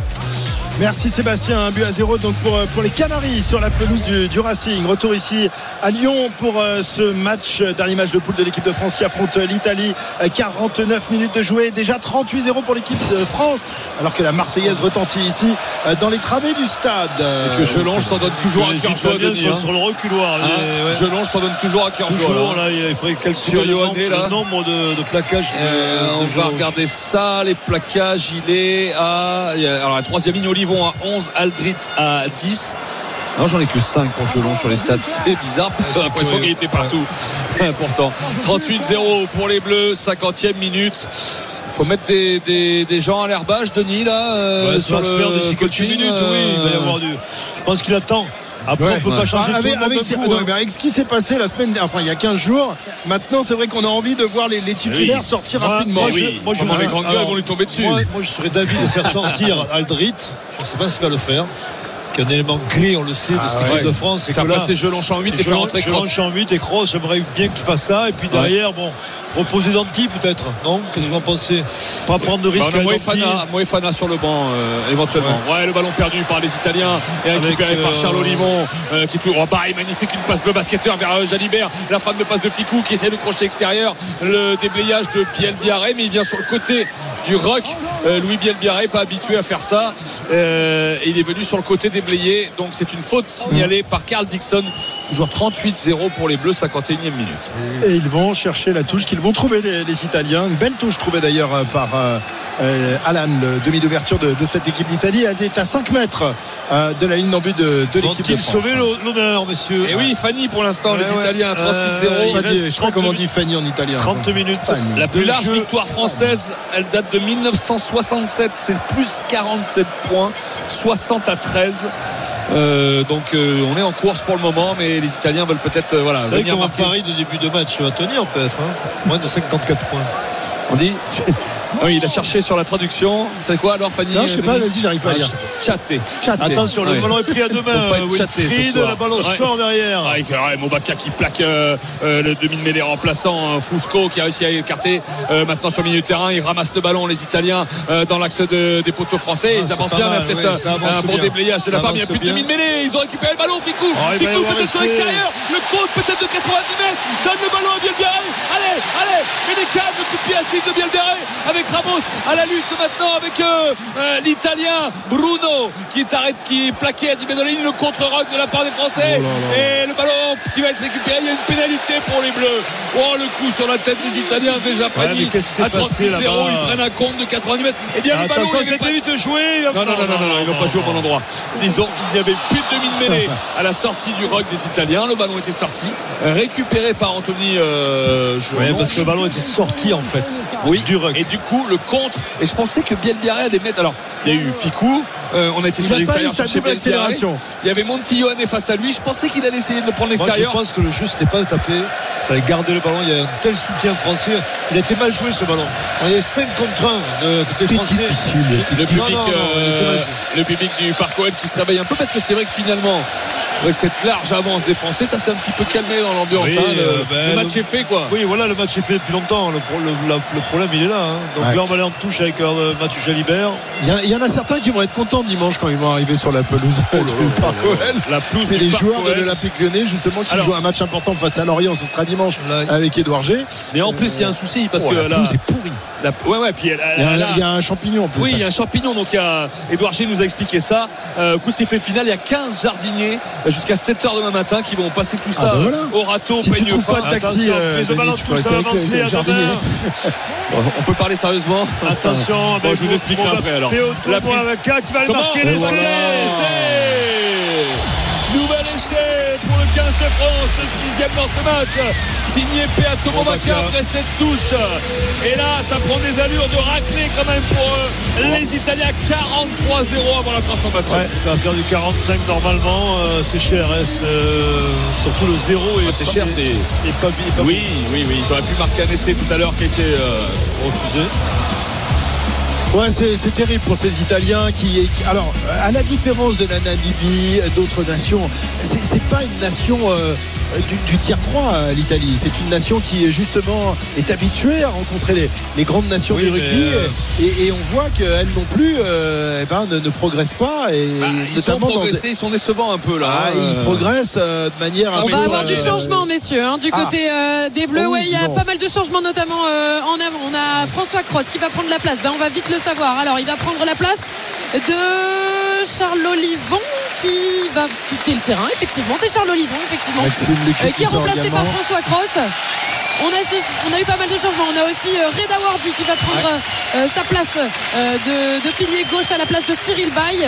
Merci Sébastien, un but à zéro donc pour, pour les Canaries sur la pelouse du, du Racing. Retour ici à Lyon pour euh, ce match, dernier match de poule de l'équipe de France qui affronte l'Italie. euh, quarante-neuf minutes de jouer, déjà trente-huit zéro pour l'équipe de France, alors que la Marseillaise retentit ici euh, dans les travées du stade. Et que Jelonge s'en donne toujours à cœur joie, Denis, hein. Sur le reculoir. Hein, ouais. Jelonge s'en donne toujours à cœur joie. Toujours, là, il faudrait calculer sur le, Yohanné, nombre, là. le nombre de, de plaquages. Euh, de, on de va regarder ça, les plaquages. Il est à. Alors la troisième ligne, Olivon à onze, Aldrit à dix. Non, j'en ai que cinq pour Jelonge sur les stats. C'est bizarre parce qu'on a l'impression qu'il était partout. Pourtant, trente-huit zéro pour les Bleus, cinquantième minute. Faut mettre des, des, des gens à l'herbage, Denis, là, euh, ouais, sur le d'ici quelques minutes. Euh... Oui, il va y avoir du. Je pense qu'il attend. Après, ouais, on peut ouais. pas changer avec, tout le avec, coup, non, hein. mais avec ce qui s'est passé la semaine dernière, enfin il y a quinze jours, maintenant c'est vrai qu'on a envie de voir les, les titulaires oui. sortir moi, rapidement. Moi, je, moi, je les grandes gueules vont lui tomber dessus. Moi, moi je serais d'avis de faire sortir Aldrit. Je ne sais pas s'il va le faire. Qui est un élément clé, on le sait, de ah, cette équipe ouais. de France. C'est faire que là, passer Jelonge en huit et faire entrer Kroos. Jelonge en huit et Kroos, j'aimerais bien qu'il fasse ça. Et puis derrière, ouais. bon, reposer Danti peut-être. Non, qu'est-ce que vous en pensez? Pas prendre de risque. Bah, Moefana, Moefana sur le banc, euh, éventuellement. Ouais. ouais, le ballon perdu par les Italiens et récupéré euh, par Charles Olivon, euh, qui est tout. Oh, pareil, magnifique, une passe de basketteur vers euh, Jalibert. La fin de passe de Ficou qui essaie de crochet extérieur. Le déblayage de Piel Biarré, mais il vient sur le côté du rock euh, Louis Bielbiarré, pas habitué à faire ça. Euh, il est venu sur le côté déblayé, donc c'est une faute signalée par Carl Dixon. Toujours trente-huit zéro pour les Bleus, cinquante et unième minute. Et ils vont chercher la touche qu'ils vont trouver, les, les Italiens. Une belle touche trouvée d'ailleurs par euh, euh, Alan, le demi d'ouverture de, de cette équipe d'Italie. Elle est à cinq mètres euh, de la ligne d'en but de, de l'équipe de France. Sauver l'honneur, messieurs. Et oui, Fanny pour l'instant, ouais, les ouais. Italiens, trente-huit zéro. Euh, je sais pas comment on dit Fanny en italien. trente minutes. Fanny. La plus large jeu. Victoire française, elle date de mille neuf cent soixante-sept. C'est plus quarante-sept points, soixante à treize. Euh, donc euh, on est en course pour le moment, mais les Italiens veulent peut-être euh, voilà, venir marquer. Paris de début de match va tenir peut-être hein. Moins de cinquante-quatre points. On dit oui, il a cherché sur la traduction. C'est quoi alors, Fanny? Non, je sais pas, vas-y, j'arrive pas à lire. Chaté. Attention, le ouais. ballon est pris à deux mains. Wilfried, le ballon ouais. sort derrière. Ah, ouais, Mobaka qui plaque euh, euh, le demi-mêlée remplaçant euh, Fusco qui a réussi à écarter euh, maintenant sur le milieu de terrain. Il ramasse le ballon, les Italiens euh, dans l'axe de, des poteaux français. Ah, ils avancent bien, mais peut-être ouais, un bon déblayage de la part. Mais il n'y a plus de demi-mêlée. Ils ont récupéré le ballon. Ficou, oh, Ficou peut-être sur l'extérieur. Le compte peut-être de quatre-vingt-dix mètres. Donne le ballon à Bielbiarré. Allez, allez, Ménécal, le coup de pied à Steve de Bielbiarré avec Ramos à la lutte maintenant avec euh, euh, l'Italien Bruno qui est, arrête, qui est plaqué à dix mètres de la ligne, le contre-rock de la part des Français. Oh là là. Et le ballon qui va être récupéré. Il y a une pénalité pour les Bleus. Oh, le coup sur la tête des Italiens déjà Fanny ouais, à trente-huit zéro. Ils prennent un compte de quatre-vingt-dix mètres. Et bien le attention, ballon c'était vite joué. Non, non, non, non, non, ils n'ont pas joué au bon endroit. Ils ont, il n'y avait plus de demi-mêlée à la sortie du rock des Italiens. Le ballon était sorti, récupéré par Anthony euh, ouais, parce que le ballon était sorti en fait. Oui, du rock. Et du coup, le contre. Et je pensais que Bielbiarré allait mettre. Alors, il y a eu Ficou. Euh, on a été sur l'extérieur chercher Bielbiarré. Il y avait Montillone face à lui. Je pensais qu'il allait essayer de le prendre l'extérieur. Moi, je pense que le jeu n'était pas tapé. Il fallait garder le ballon. Il y a un tel soutien français. Il a été mal joué ce ballon. Il y a cinq contre un de côté français. Le public, euh, le public du Parc O L qui se réveille un peu parce que c'est vrai que finalement, avec cette large avance des Français, ça s'est un petit peu calmé dans l'ambiance. Oui, hein, le, euh, ben, le match le, est fait quoi. Oui, voilà, le match est fait depuis longtemps. Le, le, le, le problème il est là. Hein. Donc ouais. là, on va aller en touche avec euh, Mathieu Jalibert. Il y, y en a certains qui vont être contents dimanche quand ils vont arriver sur la pelouse oh du Parc O L. La pelouse c'est les joueurs de l'Olympique Lyonnais justement qui Alors, jouent un match important face à Lorient. Ce sera dimanche là, avec Édouard G. Mais en plus, il y a un souci parce oh, que la pelouse est pourrie. La, ouais, ouais, puis elle, il, y a, elle a, il y a un champignon en plus. Oui, il y a un champignon. Donc il y a Édouard G nous a expliqué ça. Euh, coup de sifflet final, il y a quinze jardiniers jusqu'à sept heures demain matin qui vont passer tout ça ah ben voilà. au râteau. Si tu trouves pas de taxi, euh, de ballon tous à avancer à on peut parler sérieusement. Attention, bon, je vous expliquerai après alors. La prise avec un qui va le marquer l'essai. Nouvel essai pour le quinze de France, le sixième dans ce match, signé Peato Mobaka après cette touche. Et là, ça prend des allures de raclée quand même pour euh, les Italiens. Quarante-trois zéro avant la transformation. Ouais, ça va faire du quarante-cinq normalement. Euh, c'est cher, hein, c'est, euh, surtout le zéro. Ah, c'est cher, c'est. Et pas, et pas oui, oui, oui. Ils auraient pu marquer un essai tout à l'heure qui a été euh, refusé. Ouais, c'est, c'est terrible pour ces Italiens qui, qui alors à la différence de la Namibie, d'autres nations, c'est, c'est pas une nation euh, du, du tiers trois l'Italie, c'est une nation qui justement est habituée à rencontrer les, les grandes nations oui, du rugby euh... et, et on voit qu'elles non plus euh, eh ben, ne, ne progressent pas et bah, ils sont progressés, dans... ils sont décevant un peu là. Ah, euh... Ils progressent euh, de manière. On va avoir euh... du changement, messieurs, hein, du côté ah. euh, des Bleus. Oh, oui, il y a non. pas mal de changements, notamment euh, en avant. On a François Cross qui va prendre la place. Ben, on va vite le savoir. Alors il va prendre la place de Charles Olivon qui va quitter le terrain. Effectivement, c'est Charles Olivon effectivement euh, qui est remplacé également par François Cross. On a, on a eu pas mal de changements. On a aussi euh, Reda Wardi qui va prendre ouais. euh, sa place euh, de, de pilier gauche à la place de Cyril Baye.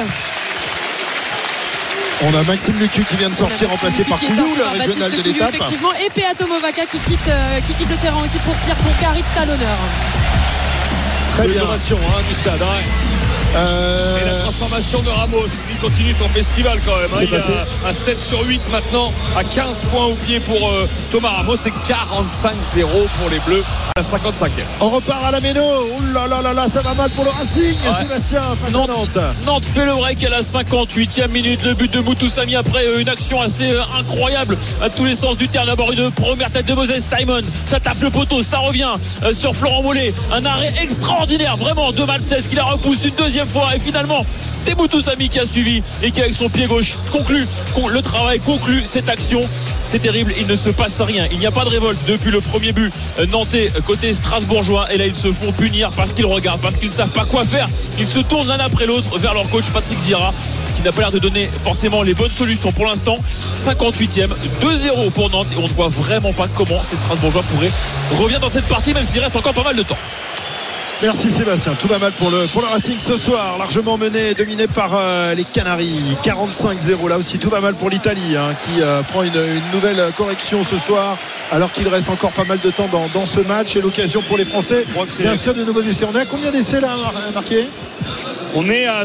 On a Maxime Lucu qui vient de sortir, remplacé par Couillou, le régional de l'étape. Effectivement, et Peato Mobaka qui quitte, euh, qui quitte le terrain aussi pour Pierre Poncari de talonneur. Très bien. Hein, du stade. Hein. Euh... Et la transformation de Ramos, il continue son festival quand même. Hein. Il est à, à sept sur huit maintenant, à quinze points au pied pour euh, Thomas Ramos. C'est quarante-cinq zéro pour les Bleus à la cinquante-cinquième. On repart à la Méno. Ouh là là là là, ça va mal pour le Racing. Ouais. Sébastien face Nantes, à Nantes. Nantes fait le break à la cinquante-huitième minute. Le but de Moutoussamy après une action assez incroyable à tous les sens du terme. D'abord une première tête de Moses Simon. Ça tape le poteau, ça revient sur Florent Mollet. Un arrêt extraordinaire, vraiment de Malcès qui la repousse une deuxième fois et finalement C'est Boutoussamy qui a suivi et qui avec son pied gauche conclut le travail, conclut cette action. C'est terrible, il ne se passe rien, il n'y a pas de révolte depuis le premier but nantais côté strasbourgeois, et là ils se font punir parce qu'ils regardent, parce qu'ils ne savent pas quoi faire. Ils se tournent l'un après l'autre vers leur coach Patrick Vieira, qui n'a pas l'air de donner forcément les bonnes solutions pour l'instant. Cinquante-huitième, deux zéro pour Nantes, et on ne voit vraiment pas comment ces strasbourgeois pourraient revenir dans cette partie, même s'il reste encore pas mal de temps. Merci Sébastien, tout va mal pour le, pour le Racing ce soir, largement mené, dominé par euh, les Canaries, quarante-cinq zéro. Là aussi tout va mal pour l'Italie, hein, qui euh, prend une, une nouvelle correction ce soir, alors qu'il reste encore pas mal de temps dans, dans ce match, et l'occasion pour les Français d'inscrire de nouveaux essais. On est à combien d'essais là marqués? On est à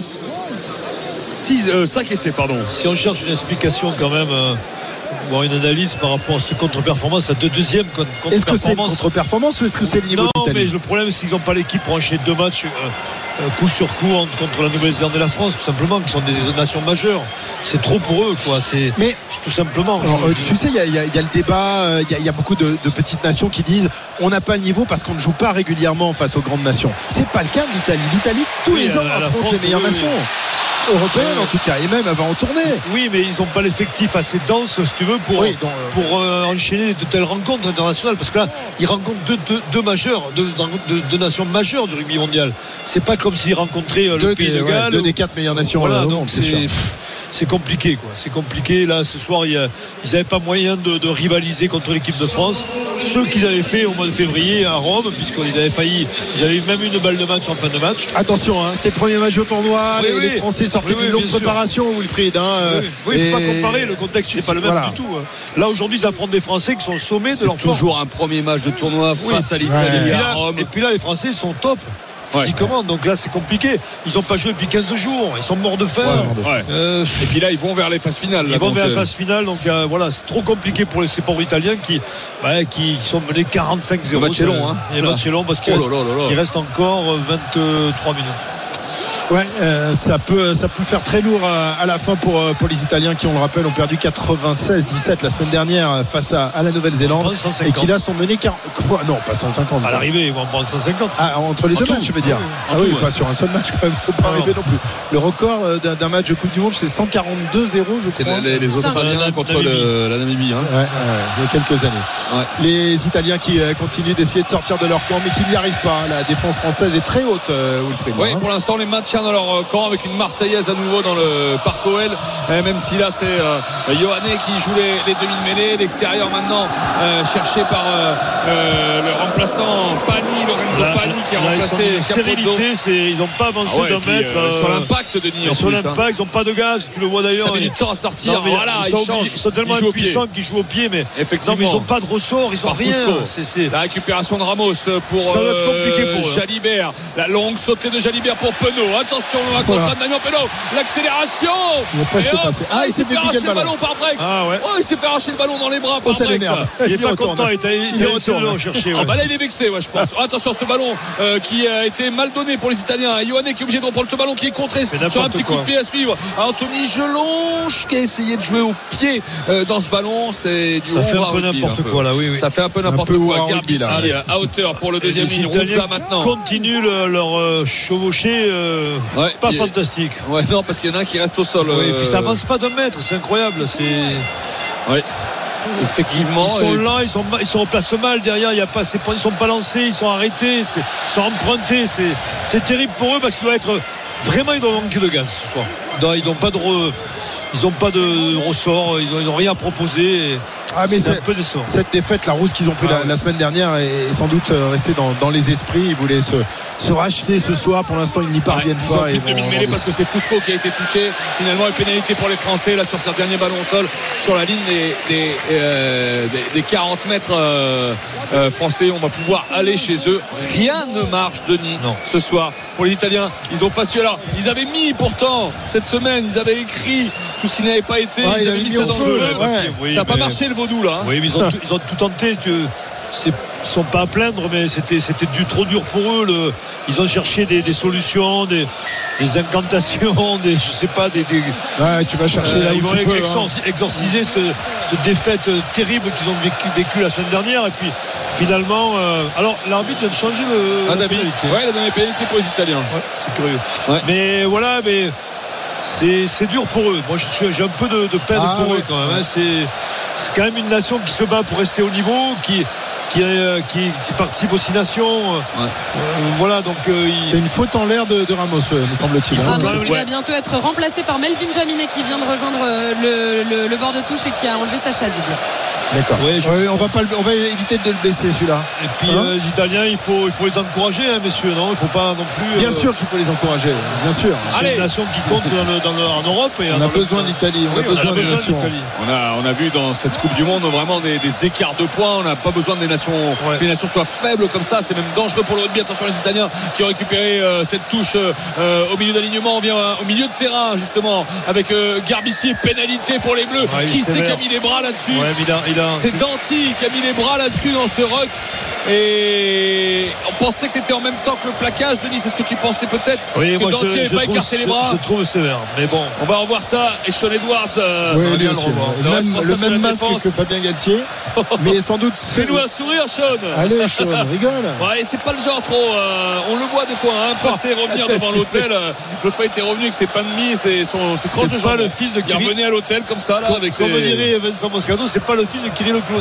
six, euh, cinq essais, pardon. Si on cherche une explication quand même, euh, bon, une analyse par rapport à cette contre-performance, à deux deuxième contre-performance. Est-ce que c'est une contre-performance ou est-ce que c'est le niveau non, de l'Italie? Mais le problème c'est qu'ils n'ont pas l'équipe pour enchaîner deux matchs euh, euh, coup sur coup contre la Nouvelle-Zélande et la France, tout simplement, qui sont des nations majeures. C'est trop pour eux, quoi. C'est mais tout simplement. Alors, euh, tu sais, il y, y, y a le débat, il y, y a beaucoup de, de petites nations qui disent on n'a pas le niveau parce qu'on ne joue pas régulièrement face aux grandes nations. C'est pas le cas de l'Italie. L'Italie tous oui, les ans affronte les meilleures oui, nations. Oui. Européenne en tout cas, et même avant en tournée. Oui, mais ils n'ont pas l'effectif assez dense, si tu veux, pour, oui, donc, pour euh, enchaîner de telles rencontres internationales, parce que là ils rencontrent deux, deux, deux majeurs deux, deux, deux nations majeures du rugby mondial. C'est pas comme s'ils rencontraient euh, le Pays de Galles, deux ou... des quatre meilleures nations. Voilà, euh, donc monde, c'est, c'est, c'est compliqué, quoi. C'est compliqué. Là ce soir il a, ils n'avaient pas moyen de, de rivaliser contre l'équipe de France, ce qu'ils avaient fait au mois de février à Rome, puisqu'ils avaient failli, ils avaient eu même une balle de match en fin de match. Attention, hein, c'était le premier match au tournoi, oui, les, oui. les Français sortaient oui, d'une longue préparation, Wilfried, hein, oui, oui et... il ne faut pas comparer, le contexte n'est pas le même voilà. du tout, hein. Là aujourd'hui ils affrontent des Français qui sont au sommet c'est de leur toujours forme. Un premier match de tournoi oui. face à l'Italie, ouais. et, puis à là, Rome. Et puis là les Français sont top physiquement, ouais. donc là c'est compliqué, ils n'ont pas joué depuis quinze jours, ils sont morts de faim, ouais, ouais. Euh, et puis là ils vont vers les phases finales, ils là, vont vers euh... la phase finale, donc euh, voilà, c'est trop compliqué pour les, ces pauvres Italiens qui, bah, qui, qui sont menés quarante-cinq zéro. Le match est long, hein. Le match est long parce qu'il oh reste, il reste encore vingt-trois minutes. Ouais, euh, ça peut ça peut faire très lourd à, à la fin pour pour les Italiens qui, on le rappelle, ont perdu quatre-vingt-seize dix-sept la semaine dernière face à, à la Nouvelle-Zélande et qui là sont menés quarante quoi, non pas cent cinquante à l'arrivée ils vont en prendre cent cinquante ah, entre les en deux tout. matchs je veux dire ah oui, tout, pas ouais. sur un seul match quand même, faut pas ah, arriver non. non plus. Le record d'un, d'un match de Coupe du Monde c'est cent quarante-deux zéro je c'est crois. Les, les Australiens contre Namibie. Le, la Namibie hein. ouais, ouais, il y a quelques années ouais. Les Italiens qui euh, continuent d'essayer de sortir de leur camp mais qui n'y arrivent pas. La défense française est très haute, euh, Wilfried. Oui, hein. Pour l'instant les maintiens dans leur camp avec une Marseillaise à nouveau dans le Parc O L, même si là c'est euh, Ioane qui joue les, les demi-mêlées, l'extérieur maintenant euh, cherché par euh, euh, le remplaçant Pani, Lorenzo là, Pani qui a là, remplacé stérilité, ils n'ont pas avancé ah ouais, d'un mètre euh, euh, sur l'impact de Denis sur plus, l'impact hein. ils n'ont pas de gaz, tu le vois d'ailleurs, ça met du temps à sortir. Non, voilà, ils, ils, sont, changent, ils sont tellement ils impuissants qu'ils jouent au pied, mais effectivement non, mais ils n'ont pas de ressort, ils n'ont rien. C'est, c'est... La récupération de Ramos pour ça va être compliqué pour euh, Jalibert, la longue sautée de Jalibert pour Penaud, attention à contre voilà. Damien Penaud, l'accélération. Il est presque hop, passé. Ah, il, il s'est fait, fait arracher le ballon. ballon par Brex. Ah, ouais. Oh, il s'est fait arracher le ballon dans les bras par oh, Brex. Il est pas content, il est retourné chercher. Ah bah là il est vexé, ouais, je pense. Attention ce ballon euh, qui a été mal donné pour les Italiens. Ioane qui est obligé de reprendre ce ballon qui est contré sur un petit quoi. coup de pied à suivre. Anthony Gelonge qui a essayé de jouer au pied euh, dans ce ballon. C'est du ça fait un peu n'importe quoi là, oui, oui. Ça fait un peu n'importe un quoi. Garbi à hauteur pour le deuxième ligne. Rouza maintenant. Continue leur euh, chevaucher euh, ouais, pas et, fantastique. Ouais, non, parce qu'il y en a un qui reste au sol. Oui, euh, et puis ça avance pas d'un mètre, c'est incroyable. C'est. Ouais. Effectivement, ils sont et... là, ils sont, ils sont en place mal derrière. Il y a pas, c'est pas, ils sont pas lancés, ils sont arrêtés, c'est, ils sont empruntés. C'est, c'est terrible pour eux parce qu'ils doivent être vraiment, ils doivent manquer de gaz ce soir. Ils n'ont pas de, re, ils n'ont pas de ressort, ils n'ont rien à proposer. Et... Ah mais c'est c'est, cette défaite, la rousse qu'ils ont pris ah, la, la semaine dernière est sans doute restée dans, dans les esprits. Ils voulaient se, se racheter ce soir. Pour l'instant, ils n'y parviennent ouais, pas. Ils ont demi-mêlée parce que c'est Fusco qui a été touché. Finalement, une pénalité pour les Français là sur ce dernier ballon au sol, sur la ligne des, des, euh, des, des quarante mètres euh, euh, français. On va pouvoir aller chez eux. Rien ne marche, Denis, non. ce soir. Pour les Italiens, ils ont pas su. Alors, ils avaient mis pourtant cette semaine, ils avaient écrit tout ce qui n'avait pas été. Ouais, ils avaient mis ça dans le feu. Ouais. Oui, ça n'a pas marché le vaudou là. Hein. Oui, mais ils ont, tout, ils ont tout tenté. Tu, c'est, ils sont pas à plaindre, mais c'était, c'était du, trop dur pour eux. Le, ils ont cherché des, des solutions, des, des incantations, des, je sais pas, des. des ouais, tu vas chercher euh, là où ils vont tu peux, exorciser, hein. exorciser cette, cette défaite terrible qu'ils ont vécu, vécu la semaine dernière. Et puis finalement, euh, alors l'arbitre vient de changer le. Ah, David. Ouais, il a donné pénalité pour les Italiens. Ouais, c'est curieux. Ouais. Mais voilà, mais. c'est, c'est dur pour eux. Moi, je suis, j'ai un peu de, de peine ah, pour ouais, eux quand même. ouais. Hein. C'est, c'est quand même une nation qui se bat pour rester au niveau, qui Qui, euh, qui, qui participe aux six nations. Ouais. Euh, voilà, donc euh, il... c'est une faute en l'air de, de Ramos, me semble-t-il. Ramos qui ouais. va bientôt être remplacé par Melvin Jaminet qui vient de rejoindre le, le, le bord de touche et qui a enlevé sa chasuble. D'accord. Ouais, je... ouais, on va pas le... on va éviter de le blesser celui-là. Et puis hein euh, les Italiens, il faut, il faut les encourager, hein, messieurs. Non, il faut pas non plus. Bien euh... sûr qu'il faut les encourager. Bien sûr. C'est Allez. Une nation qui compte dans le, dans le, en Europe. Et on a besoin le... d'Italie. On, oui, a besoin, on a besoin de d'Italie. On a, on a vu dans cette Coupe du Monde vraiment des, des écarts de points. On n'a pas besoin des nations, ouais. que les nations soient faibles comme ça. C'est même dangereux pour le rugby. Attention les Italiens qui ont récupéré euh, cette touche euh, au milieu d'alignement. On vient euh, au milieu de terrain justement avec euh, Garbissier, pénalité pour les Bleus. Ouais, qui sait qui a mis les bras là-dessus ouais, il a, il a... C'est Danty qui a mis les bras là-dessus dans ce ruck. Et on pensait que c'était en même temps que le plaquage. Denis, c'est ce que tu pensais peut-être oui, que moi Danty n'avait pas trouve, écarté je, les bras. Je trouve sévère, mais bon. On va revoir ça. Et Sean Edwards, euh, oui, on bien sûr. Le, le, même, le même masque défense. Que Fabien Galtier, mais sans doute. Fais-nous un sourire, Sean. Allez, Sean, rigole. Ouais, c'est pas le genre trop. Euh, on le voit des fois, hein, passer, oh, revenir devant l'hôtel. Euh, l'autre fois, il était revenu avec ses pains de mie, ses, son, ses tranches de jambon. C'est pas le fils de Kirill. Il revenait à l'hôtel comme ça, là, comme, avec comme ses. dirait Vincent Moscato, c'est pas le fils de Kirill le clown.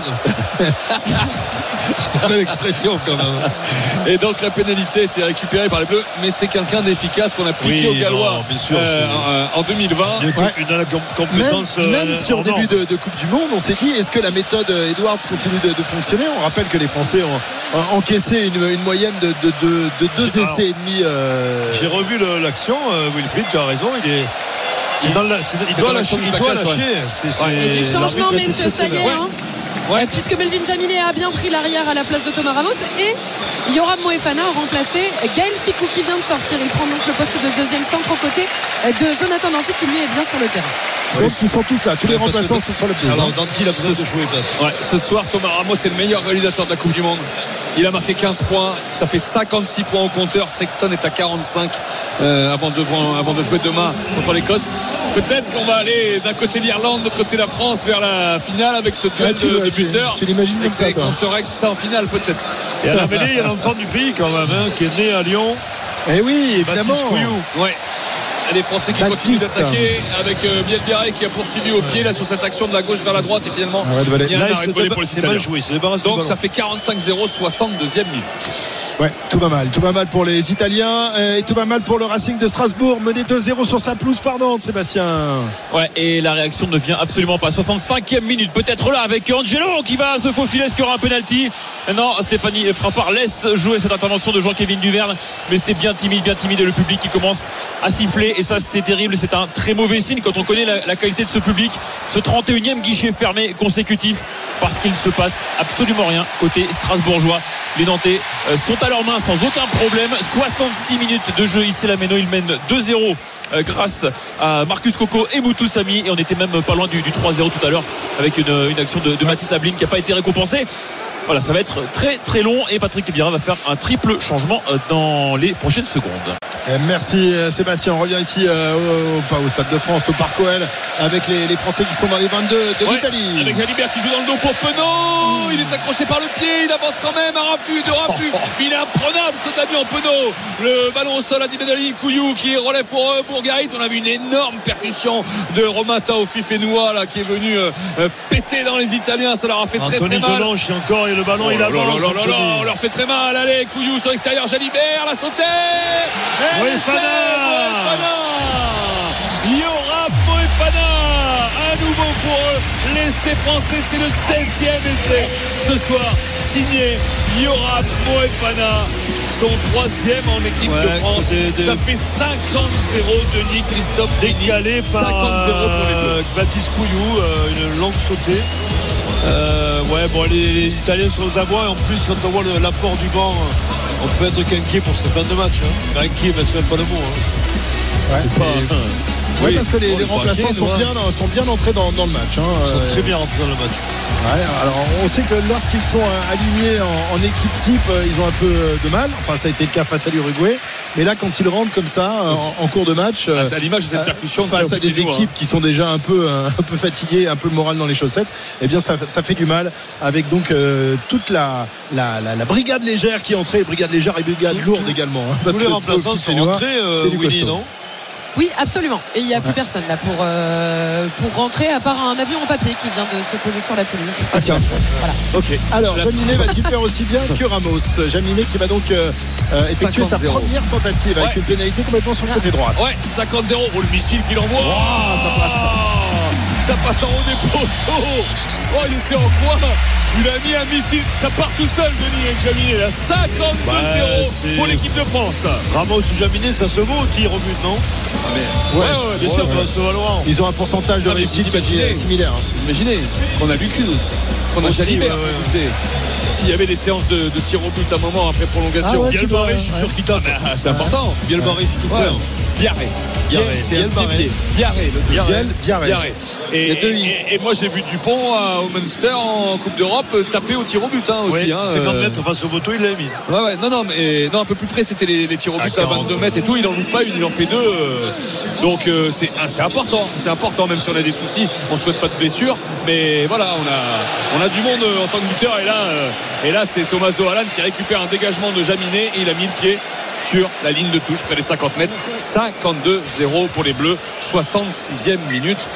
C'est une belle expression quand même. Et donc la pénalité a été récupérée par les Bleus, mais c'est quelqu'un d'efficace qu'on a piqué oui, aux Gallois non, bien sûr, euh, en deux mille vingt. Une, ouais. une compétence même, même euh, si en début de, de Coupe du Monde, on s'est dit est-ce que la méthode Edwards continue de, de fonctionner. On rappelle que les Français ont, ont encaissé une, une moyenne de, de, de, de deux essais et demi. Euh... J'ai revu le, l'action. Euh, Wilfried, tu as raison. Il est. C'est dans la, c'est, il, doit lâcher, il doit lâcher. Ouais. C'est, c'est, et du changement, messieurs, ça y est. Hein. Ouais. Puisque Melvin Jaminet a bien pris l'arrière à la place de Thomas Ramos et Yoram Moefana a remplacé Gaël Ficou qui vient de sortir. Il prend donc le poste de deuxième centre aux côtés de Jonathan Danty qui lui est bien sur le terrain. Donc ils sont tous là, tous les remplaçants sont sur le pelouse. Alors Danty il a besoin de jouer peut-être. Ouais, ce soir Thomas Ramos est le meilleur réalisateur de la Coupe du Monde. Il a marqué quinze points, ça fait cinquante-six points au compteur. Sexton est à quarante-cinq euh, avant, de, avant de jouer demain contre l'Écosse. Peut-être qu'on va aller d'un côté l'Irlande, de l'autre côté la France vers la finale avec ce duel ouais, de, de buteurs. Tu, tu l'imagines comme ça, on se règle ça en finale peut-être. Et à la mêlée, il y a l'enfant du pays quand même hein, qui est né à Lyon. Eh oui, évidemment. Ouais. Les Français qui Baptiste. Continuent d'attaquer avec euh, Biel Biarré qui a poursuivi au pied là sur cette action de la gauche vers la droite et finalement ah ouais, il y a un arrêt de volée pour les Italiens. Donc ça fait quarante-cinq zéro, soixante-deuxième minute. Ouais, tout va mal, tout va mal pour les Italiens et tout va mal pour le Racing de Strasbourg, mené deux zéro sur sa pelouse par Nantes, Sébastien. Ouais, et la réaction ne vient absolument pas. soixante-cinquième minute, peut-être là avec Angelo qui va se faufiler, est-ce qu'il y aura un penalty? Non, Stéphanie Frappard laisse jouer cette intervention de Jean-Kévin Duverne, mais c'est bien timide, bien timide et le public qui commence à siffler et ça c'est terrible, c'est un très mauvais signe quand on connaît la, la qualité de ce public. Ce trente et unième guichet fermé consécutif parce qu'il se passe absolument rien côté strasbourgeois. Les Nantais euh, sont à leur main sans aucun problème. Soixante-six minutes de jeu ici la Méno, il mène deux zéro euh, grâce à Marcus Coco et Moutou Sami et on était même pas loin du, du trois zéro tout à l'heure avec une, une action de, de Mathis Ablin qui n'a pas été récompensée. Voilà, ça va être très très long et Patrick Vieira va faire un triple changement dans les prochaines secondes. Merci Sébastien, on revient ici euh, au, pas au Stade de France, au Parc O L avec les, les Français qui sont dans les vingt-deux de ouais, l'Italie. Avec Jalibert qui joue dans le dos pour Penaud, il est accroché par le pied, il avance quand même, un raffut, deux raffus, oh, oh. Il est imprenable ce Damien Penaud. Le ballon au sol à Dibedali, Couillou qui relève pour, pour Garit. On a vu une énorme percussion de Romain Taofifenua là qui est venu euh, péter dans les Italiens, ça leur a fait très Anthony très mal. Jolange encore et le ballon oh, il avance. Oh, oh, oh, oh, on leur fait très mal, allez Couillou sur l'extérieur, Jalibert, la sautée. Moefana Yoram Moefana, un nouveau pour eux, l'essai français, c'est le septième essai ce soir, signé Yoram Moefana, son troisième en équipe ouais, de France, de, de... ça fait cinquante zéro Denis Christophe décalé par cinquante zéro pour les deux. Baptiste Couillou, euh, une longue sautée. Euh, ouais bon les, les Italiens sont aux abois et en plus quand on voit le, l'apport du banc on peut être qu'inquiet pour cette fin de match hein. Inquiet ben, c'est même pas le mot hein. Ouais, c'est pas, oui, parce que les, bon, les remplaçants sont bien, sont bien entrés dans, dans le match. Hein. Ils sont euh, très bien rentrés dans le match. Ouais, alors on sait que lorsqu'ils sont alignés en, en équipe type, ils ont un peu de mal. Enfin, ça a été le cas face à l'Uruguay. Mais là, quand ils rentrent comme ça en, en cours de match, ah, c'est à l'image de cette percussion face à des équipes hein. qui sont déjà un peu, un, un peu fatiguées, un peu le moral dans les chaussettes, eh bien, ça, ça fait du mal. Avec donc euh, toute la, la, la, la brigade légère qui est entrée, brigade légère et brigade lourde également. Hein, parce Tous que les remplaçants sont rentrés, euh, c'est du Winnie, non? Oui, absolument. Et il n'y a plus personne là pour, euh, pour rentrer, à part un avion en papier qui vient de se poser sur la pelouse. Ah tiens. Voilà. Ok. Alors, Jaminet va-t-il faire aussi bien que Ramos? Jaminet qui va donc euh, effectuer sa première tentative avec ouais. une pénalité complètement sur le côté droit. Ouais, cinquante zéro. Oh, le missile qu'il envoie. Oh, ça passe. Ça passe en haut des poteaux. Oh, il était en coin. Il a mis un missile. Ça part tout seul, Denis avec Jaminet. Là, cinquante-deux zéro bah, pour l'équipe de France. Ramos ou Jaminet, ça se vaut au tir au but, non? Mais, ouais, ouais, ouais, bien ouais, sûr. Ça se valoir. Ils ont un pourcentage de ah, réussite qui est similaire. Imaginez qu'on a vécu, qu'on a Jalibert. Ouais, ouais, ouais. S'il y avait des séances de, de tir au but à un moment après prolongation, ah ouais, Biel Barré, je suis sûr qu'il tape. Ah bah, c'est important. Biel Barré, c'est tout ouais. faire. Biarré. Biarré. C'est Biel Barré. Biarré. Biel, Biarré. Biarré. Et, et, et, et moi j'ai vu Dupont à, au Munster en Coupe d'Europe taper au tir au but hein, aussi. Ouais, hein, cinquante euh... mètres face au poteau, il l'a mise. Ouais, ouais, non, non, mais non, un peu plus près, c'était les, les tirs au but ah, à vingt-deux mètres et tout. Il en loupe pas une, il en fait deux. Euh, donc euh, c'est, c'est important. C'est important, même si on a des soucis. On souhaite pas de blessures. Mais voilà, on a, on a du monde en tant que buteur. Et là, euh, et là c'est Tommaso Allan qui récupère un dégagement de Jaminet et il a mis le pied sur la ligne de touche près des cinquante mètres. Cinquante-deux zéro pour les Bleus, soixante-sixième minute.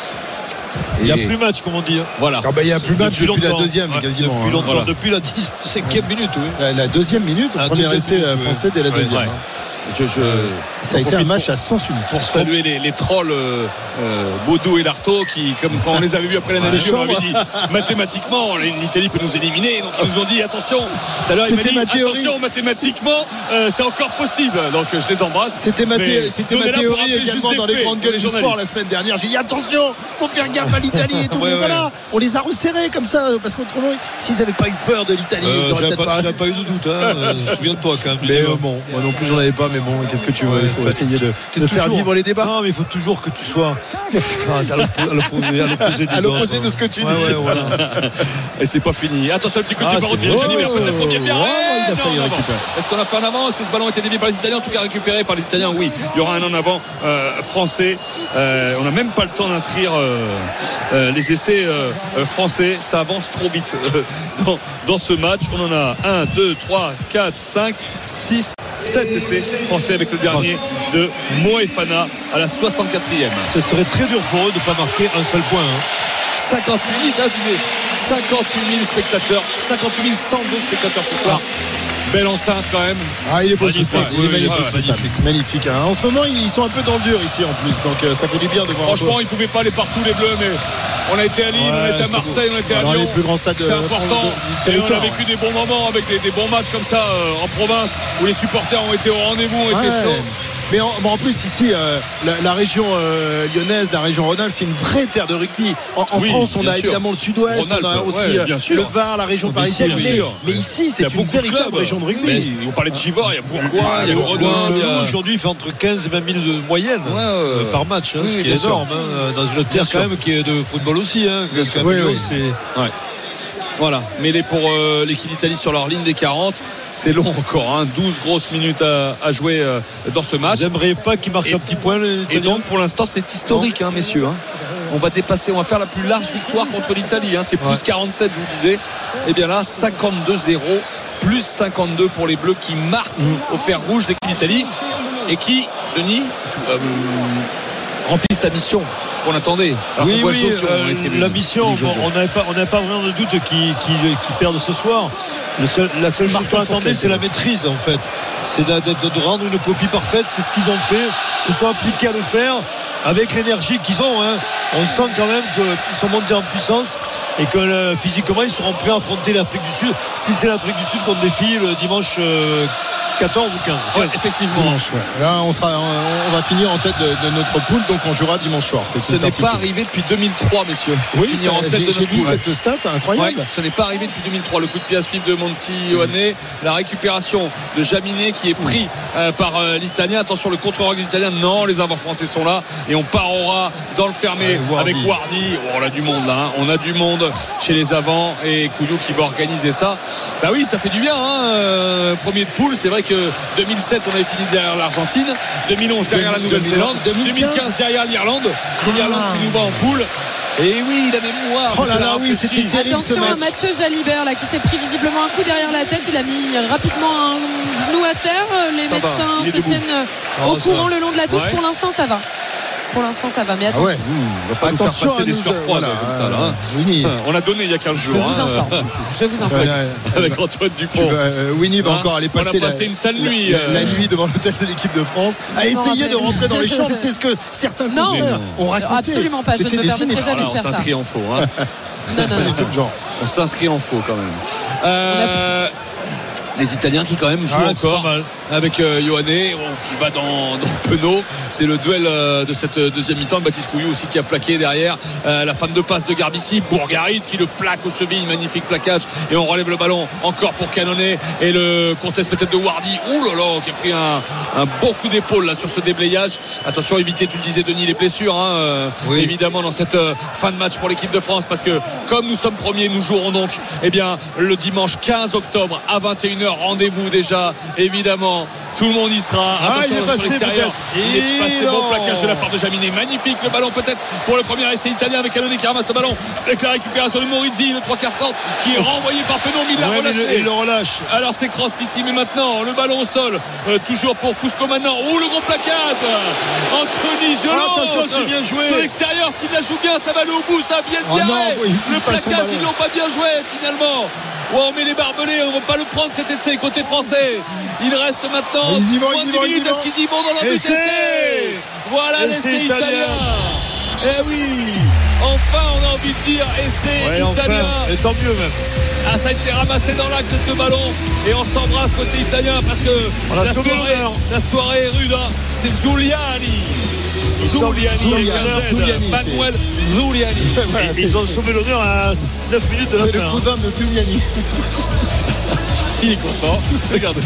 Il n'y a plus match, comme on dit. Voilà. Ah bah, il n'y a plus match depuis, depuis la deuxième, ouais, quasiment. Depuis longtemps, voilà. Depuis la cinquième minute, oui. La, la deuxième minute, le premier essai minute, français oui. dès la deuxième. Ouais. Hein. Je, je, ça a été un match pour, à sens unique. Pour saluer les, les trolls euh, euh, Baudou et Lartaud qui, comme quand on les avait vus après la natation, on avait dit mathématiquement l'Italie peut nous éliminer. Donc ils nous ont dit attention. Tout à l'heure, il m'a dit attention mathématiquement, euh, c'est encore possible. Donc je les embrasse. C'était ma, thé- c'était ma théorie également dans les grandes gueules du sport la semaine dernière. J'ai dit attention, faut faire gaffe à l'Italie et tout. ouais, mais ouais. Voilà, on les a resserrés comme ça parce qu'autrement, s'ils n'avaient pas eu peur de l'Italie, euh, ils auraient peut-être pas. J'ai pas eu de doute. Hein. Souviens-toi quand même. Mais bon, moi non plus j'en avais pas. Mais bon, qu'est-ce que tu veux? Il faut ouais, essayer de, de faire toujours, vivre les débats. Non, mais il faut toujours que tu sois à l'opposé, à l'opposé, à l'opposé de ce que tu ouais, dis. Ouais, voilà. Et c'est pas fini. Attention, un petit coup de pied par Jalibert. Peut-être premier bien. Est-ce qu'on a fait un avant? Est-ce que ce ballon a été dévié par les Italiens? En tout cas, récupéré par les Italiens. Oui, il y aura un en avant euh, français. Euh, on n'a même pas le temps d'inscrire euh, euh, les essais euh, français. Ça avance trop vite euh, dans, dans ce match. On en a un, deux, trois, quatre, cinq, six. sept essais français avec le dernier de Moefana à la soixante-quatrième. Ce serait très dur pour eux de ne pas marquer un seul point. Hein. cinquante-huit mille, cinquante-huit mille spectateurs, cinquante-huit mille cent deux spectateurs ce soir. Belle enceinte quand même. Ah, il est beau, magnifique, ouais, il est oui, magnifique, ouais, magnifique. magnifique hein. En ce moment, ils sont un peu dans le dur ici en plus, donc euh, ça fait du bien de voir. Franchement, ils ne pouvaient pas aller partout les Bleus, mais on a été à Lille, ouais, on a été à Marseille, on a été à Lyon. Les plus grands stades c'est important. De, de, de et on a vécu des bons moments avec des, des bons matchs comme ça euh, en province où les supporters ont été au rendez-vous, ont ouais. été chauds. Mais en, bon, en plus ici euh, la, la région euh, lyonnaise, la région Rhône-Alpes, c'est une vraie terre de rugby. En, en oui, France, on a sûr. évidemment le Sud-Ouest, on a aussi ouais, euh, le Var, la région bien parisienne. Bien mais, mais ici, c'est une véritable région de rugby. Mais, on parlait de Givors, il y a Bourgoin, il y a Grenoble. Aujourd'hui, il fait entre quinze et vingt mille de moyenne ouais, euh, par match, hein, oui, ce qui est énorme hein, dans une terre quand même qui est de football aussi. Hein, oui, oui. C'est... Ouais. Voilà, mêlé pour euh, l'équipe d'Italie sur leur ligne des quarante. C'est long encore, hein, douze grosses minutes à, à jouer euh, dans ce match. J'aimerais pas qu'ils marquent et, un petit point. Et donc pour l'instant c'est historique, hein, messieurs. Hein. On va dépasser, on va faire la plus large victoire contre l'Italie. Hein. C'est plus ouais. quarante-sept, je vous disais. Et bien là, cinquante-deux zéro, plus cinquante-deux pour les Bleus qui marquent mmh. au fer rouge l'équipe d'Italie et qui, Denis, euh, remplissent la mission qu'on attendait. Alors oui, oui euh, la mission, bon, on n'avait pas, on n'avait pas vraiment de doute qu'ils qui, qui perdent ce soir. Le seul, la seule chose qu'on attendait, c'est la maîtrise en fait. C'est de, de, de rendre une copie parfaite. C'est ce qu'ils ont fait. Ils se sont appliqués à le faire avec l'énergie qu'ils ont. Hein. On sent quand même qu'ils sont montés en puissance et que euh, physiquement, ils seront prêts à affronter l'Afrique du Sud. Si c'est l'Afrique du Sud qu'on défie le dimanche euh, quatorze ou quinze. Ouais, effectivement. Dimanche, ouais. Là, on, sera, on va finir en tête de, de notre poule, donc on jouera dimanche soir. C'est ce n'est pas arrivé depuis deux mille trois, messieurs. Oui, finir ça, en tête j'ai, de notre j'ai lu cette stat incroyable. Ouais, ce n'est pas arrivé depuis deux mille trois. Le coup de pied à suivre de Monti Ioane, la récupération de Jaminet qui est pris euh, par euh, l'Italien. Attention, le contre-rock des Italiens. Non, les avants français sont là et on part au ras dans le fermé ouais, Wardy. avec Wardy. Oh, on a du monde là. Hein. On a du monde chez les avants et Couillou qui va organiser ça. Bah oui, ça fait du bien. Hein. Euh, premier de poule, c'est vrai que deux mille sept on avait fini derrière l'Argentine, deux mille onze derrière la Nouvelle-Zélande, deux mille quinze derrière l'Irlande. C'est l'Irlande qui nous bat en poule. Et oui, la mémoire. Oh là là, oui, c'était terrible. Attention à Mathieu Jalibert là, qui s'est pris visiblement un coup derrière la tête. Il a mis rapidement un genou à terre. Les ça médecins se debout. tiennent oh, au courant va. le long de la touche. Ouais. Pour l'instant, ça va. Pour l'instant, ça va. Mais Ah attention. ouais. On va pas nous faire passer des sueurs froides comme ça là. Hein. Winnie. On a donné il y a quinze jours. Je vous hein. informe. Je vous informe. Avec Antoine Dupont. Euh, Winnie va Hein encore aller passer, on a passé la, une sale nuit. la, euh. la nuit devant l'hôtel de l'équipe de France, à essayer de rentrer dans les chambres. C'est ce que certains Non, confrères ont raconté. absolument pas. Je ne C'était me des permettrai signes jamais de on faire ça. s'inscrit en faux. Hein. Non, non, non. tout le genre. On s'inscrit en faux quand même. Euh, les Italiens qui quand même jouent Ah, c'est encore pas mal. avec euh, Ioane bon, qui va dans, dans le penaud. C'est le duel euh, de cette deuxième mi-temps. Baptiste Couillou aussi qui a plaqué derrière. Euh, la fin de passe de Garbici. Bourgarit qui le plaque aux chevilles. Magnifique plaquage. Et on relève le ballon encore pour Canonnet. Et le contest peut-être de Wardy. Ouh là là, qui a pris un, un beau coup d'épaule là sur ce déblayage. Attention, éviter, tu le disais Denis, les blessures. Hein, euh, Oui. Évidemment dans cette euh, fin de match pour l'équipe de France. Parce que comme nous sommes premiers, nous jouerons donc eh bien, le dimanche quinze octobre à vingt et une heures. Rendez-vous déjà, évidemment. Tout le monde y sera. Ah, Attention il est sur passé, l'extérieur. peut-être. Il est passé. Non. Bon plaquage de la part de Jaminet. Magnifique le ballon peut-être pour le premier essai italien avec Canonnet qui ramasse le ballon avec la récupération de Morizzi, le trois quarts centre qui est renvoyé par Penon, mais il l'a Ouais, mais relâché. le- il le relâche. Alors c'est Kroos qui s'y met maintenant. Le ballon au sol. Euh, toujours pour Fusco maintenant. Ouh, le gros plaquage. Anthony Gelon. Ah, attention, c'est bien joué. Sur l'extérieur, s'il la joue bien, ça va aller au bout. Ça a bien Oh bien. non, oui, il Le passe son plaquage, ballon. ils l'ont pas bien joué finalement. Ouais, on met les barbelés, on ne va pas le prendre cet essai côté français. Il reste maintenant Ils y vont, moins ils y de vont, dix ils y minutes. vont. Est-ce qu'ils y vont dans leur but Essai. essai? Voilà Essai l'essai italien. italien. Eh oui, enfin on a envie de dire essai Ouais, enfin. italien. Et tant mieux même. Ah, ça a été ramassé dans l'axe ce ballon et on s'embrasse côté italien parce que On a la sauvé soirée, l'honneur. la soirée est rude. Hein. C'est Giuliani. Giuliani, Giuliani, avec un Z. Giuliani, c'est- Manuel Giuliani. Et ils ont sauvé l'honneur à neuf minutes de la C'est le fin. cousin de Giuliani. Il est content. Regardez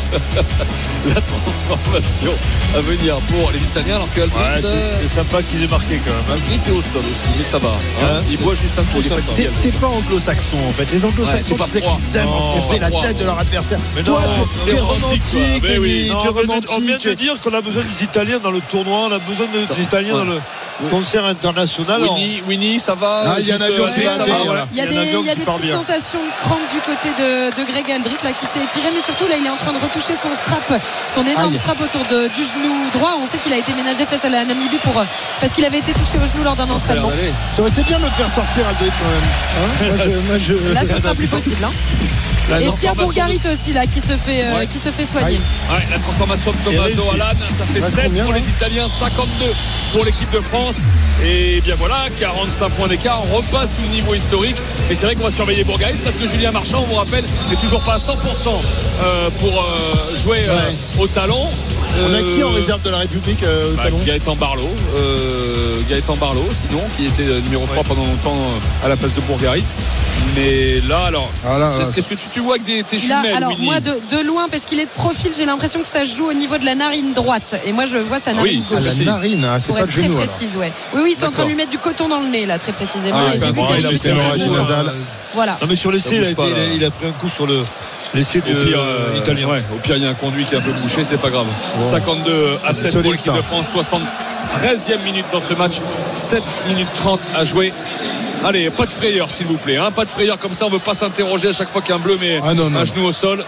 la transformation à venir pour les Italiens alors que Ouais, Albrit, c'est- euh, c'est sympa qu'ils aient marqué quand même. Albrit est au sol aussi, mais ça va. Hein. Hein, Il c'est- boit juste un coup. c'est il est sympa. fatigué. T'es t'es pas anglo-saxon en fait. Les Ouais, anglo-saxons, c'est pas tu sais froid. qu'ils aiment Non, enfoncer pas la froid. tête de leur adversaire. Mais Toi, non, tu- tu es t'es romantique, toi. romantique, Mais oui. Denis, Non, tu es on vient de- on vient romantique. de dire qu'on a besoin des Italiens dans le tournoi, on a besoin de- des Italiens dans le concert international. Winnie, Winnie, ça va. Ah, il y a un Juste, avion euh, qui oui, va ça atterrir, va, là. ouais. Il y a Il y a des, un avion il y a qui des part petites bien. sensations de crampes du côté de, de Greg Aldrit là, qui s'est étiré, mais surtout là il est en train de retoucher son strap, son énorme Aïe. strap autour de, du genou droit. On sait qu'il a été ménagé face à la Namibie pour, euh, parce qu'il avait été touché au genou lors d'un Ça a l'air entraînement. d'aller. Ça aurait été bien de le faire sortir Aldrit quand même. Hein moi, je, moi, je- Là ce sera plus possible. Hein. La Et Pierre transformation Bourgarit aussi là qui se fait, euh, Ouais. qui se fait soigner. Ouais, la transformation de Et Tommaso réussi. Alan, ça fait Ça sept combien, pour là les Italiens, cinquante-deux pour l'équipe de France. Et bien voilà, quarante-cinq points d'écart, on repasse le niveau historique. Et c'est vrai qu'on va surveiller Bourgarit parce que Julien Marchand, on vous rappelle, n'est toujours pas à cent pour cent euh, pour euh, jouer euh, Ouais. au talon. On a qui en Euh, réserve de la République euh, au bah, talon Gaëtan Barlow, euh, Gaëtan Barlow, sinon, qui était euh, numéro trois pendant longtemps euh, à la place de Bourgarit. Mais là, alors, Ah là, c'est- là, qu'est-ce que tu, tu vois avec des, tes Là, jumelles, alors Winnie moi de, de loin parce qu'il est de profil, j'ai l'impression que ça se joue au niveau de la narine droite. Et moi je vois sa narine Oui, Ah, gauche. la aussi. narine, hein, c'est Pour pas être le très genou alors. précise, ouais. Oui, oui, ils sont en train D'accord. de lui mettre du coton dans le nez là, très précisément. Ah, Et bah, j'ai vu bon, qu'il y il a avait été une enragé petite dans chose. Nasal. Voilà. Non mais sur l'essai, Ça il, a bouge pas, été- il a- là. il a pris un coup sur le l'essai Au de pire, euh, italien. ouais, au pire, il y a un conduit qui est un peu bouché, c'est pas grave. cinquante-deux à sept Solide, pour l'équipe ça. de France, soixante-treizième minute dans ce match, sept minutes trente à jouer. Allez, pas de frayeur s'il vous plaît, hein, pas de frayeur comme ça, on ne veut pas s'interroger à chaque fois qu'un bleu met Ah non, non. un genou au sol.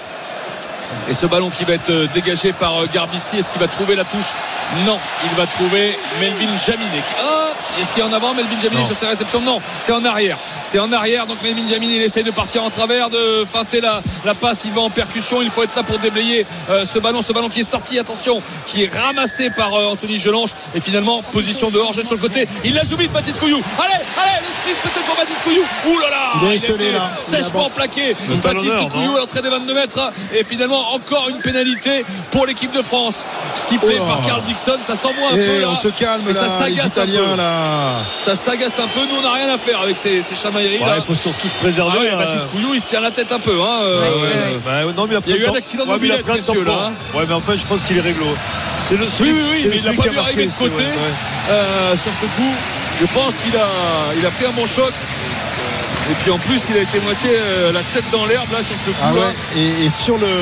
Et ce ballon qui va être euh, dégagé par euh, Garbici, est-ce qu'il va trouver la touche? Non, il va trouver Melvin Jaminet. Ah, est-ce qu'il est en avant Melvin Jaminet Non. sur ses réceptions? Non, c'est en arrière. C'est en arrière, donc Melvin Jaminet il essaye de partir en travers, de feinter la, la passe, il va en percussion, il faut être là pour déblayer euh, ce ballon, ce ballon qui est sorti, attention, qui est ramassé par euh, Anthony Gelange, et finalement position de hors-jeu sur le côté. Il la joue vite, Baptiste Couillou. Allez, allez, le sprint peut-être pour Baptiste Couillou. Ouh là là, Il est a esselé, été là. Il a sèchement bon. plaqué. Le Baptiste talonneur, Couillou non à l'entrée des vingt-deux mètres, et finalement encore une pénalité pour l'équipe de France, sifflée Oh. par Carl Dixon. Ça s'envoie un peu Et là. on se calme Et ça là, les s'agace un Italiens peu. là. Ça s'agace un peu. Nous, on n'a rien à faire avec ces, ces chamailleries Ouais, là. il faut surtout se Ah préserver. ouais, hein. Baptiste Couillou, il se tient la tête un peu. Hein, euh, Ouais, euh, ouais, ouais. Bah, non, mais après Il y a eu le un temps- accident de ouais, mais il a mobilette, pris un messieurs, tampon. là, hein. Ouais, mais enfin, je pense qu'il est réglo. C'est le Oui, celui- oui, oui, c'est mais il celui l'a qui pas a vu marqué, arriver de c'est côté vrai, ouais. euh, sur ce coup. Je pense qu'il a, il a pris un bon choc. Et puis en plus, il a été moitié euh, la tête dans l'herbe là sur ce coup. Ah là. ouais, et, et sur le.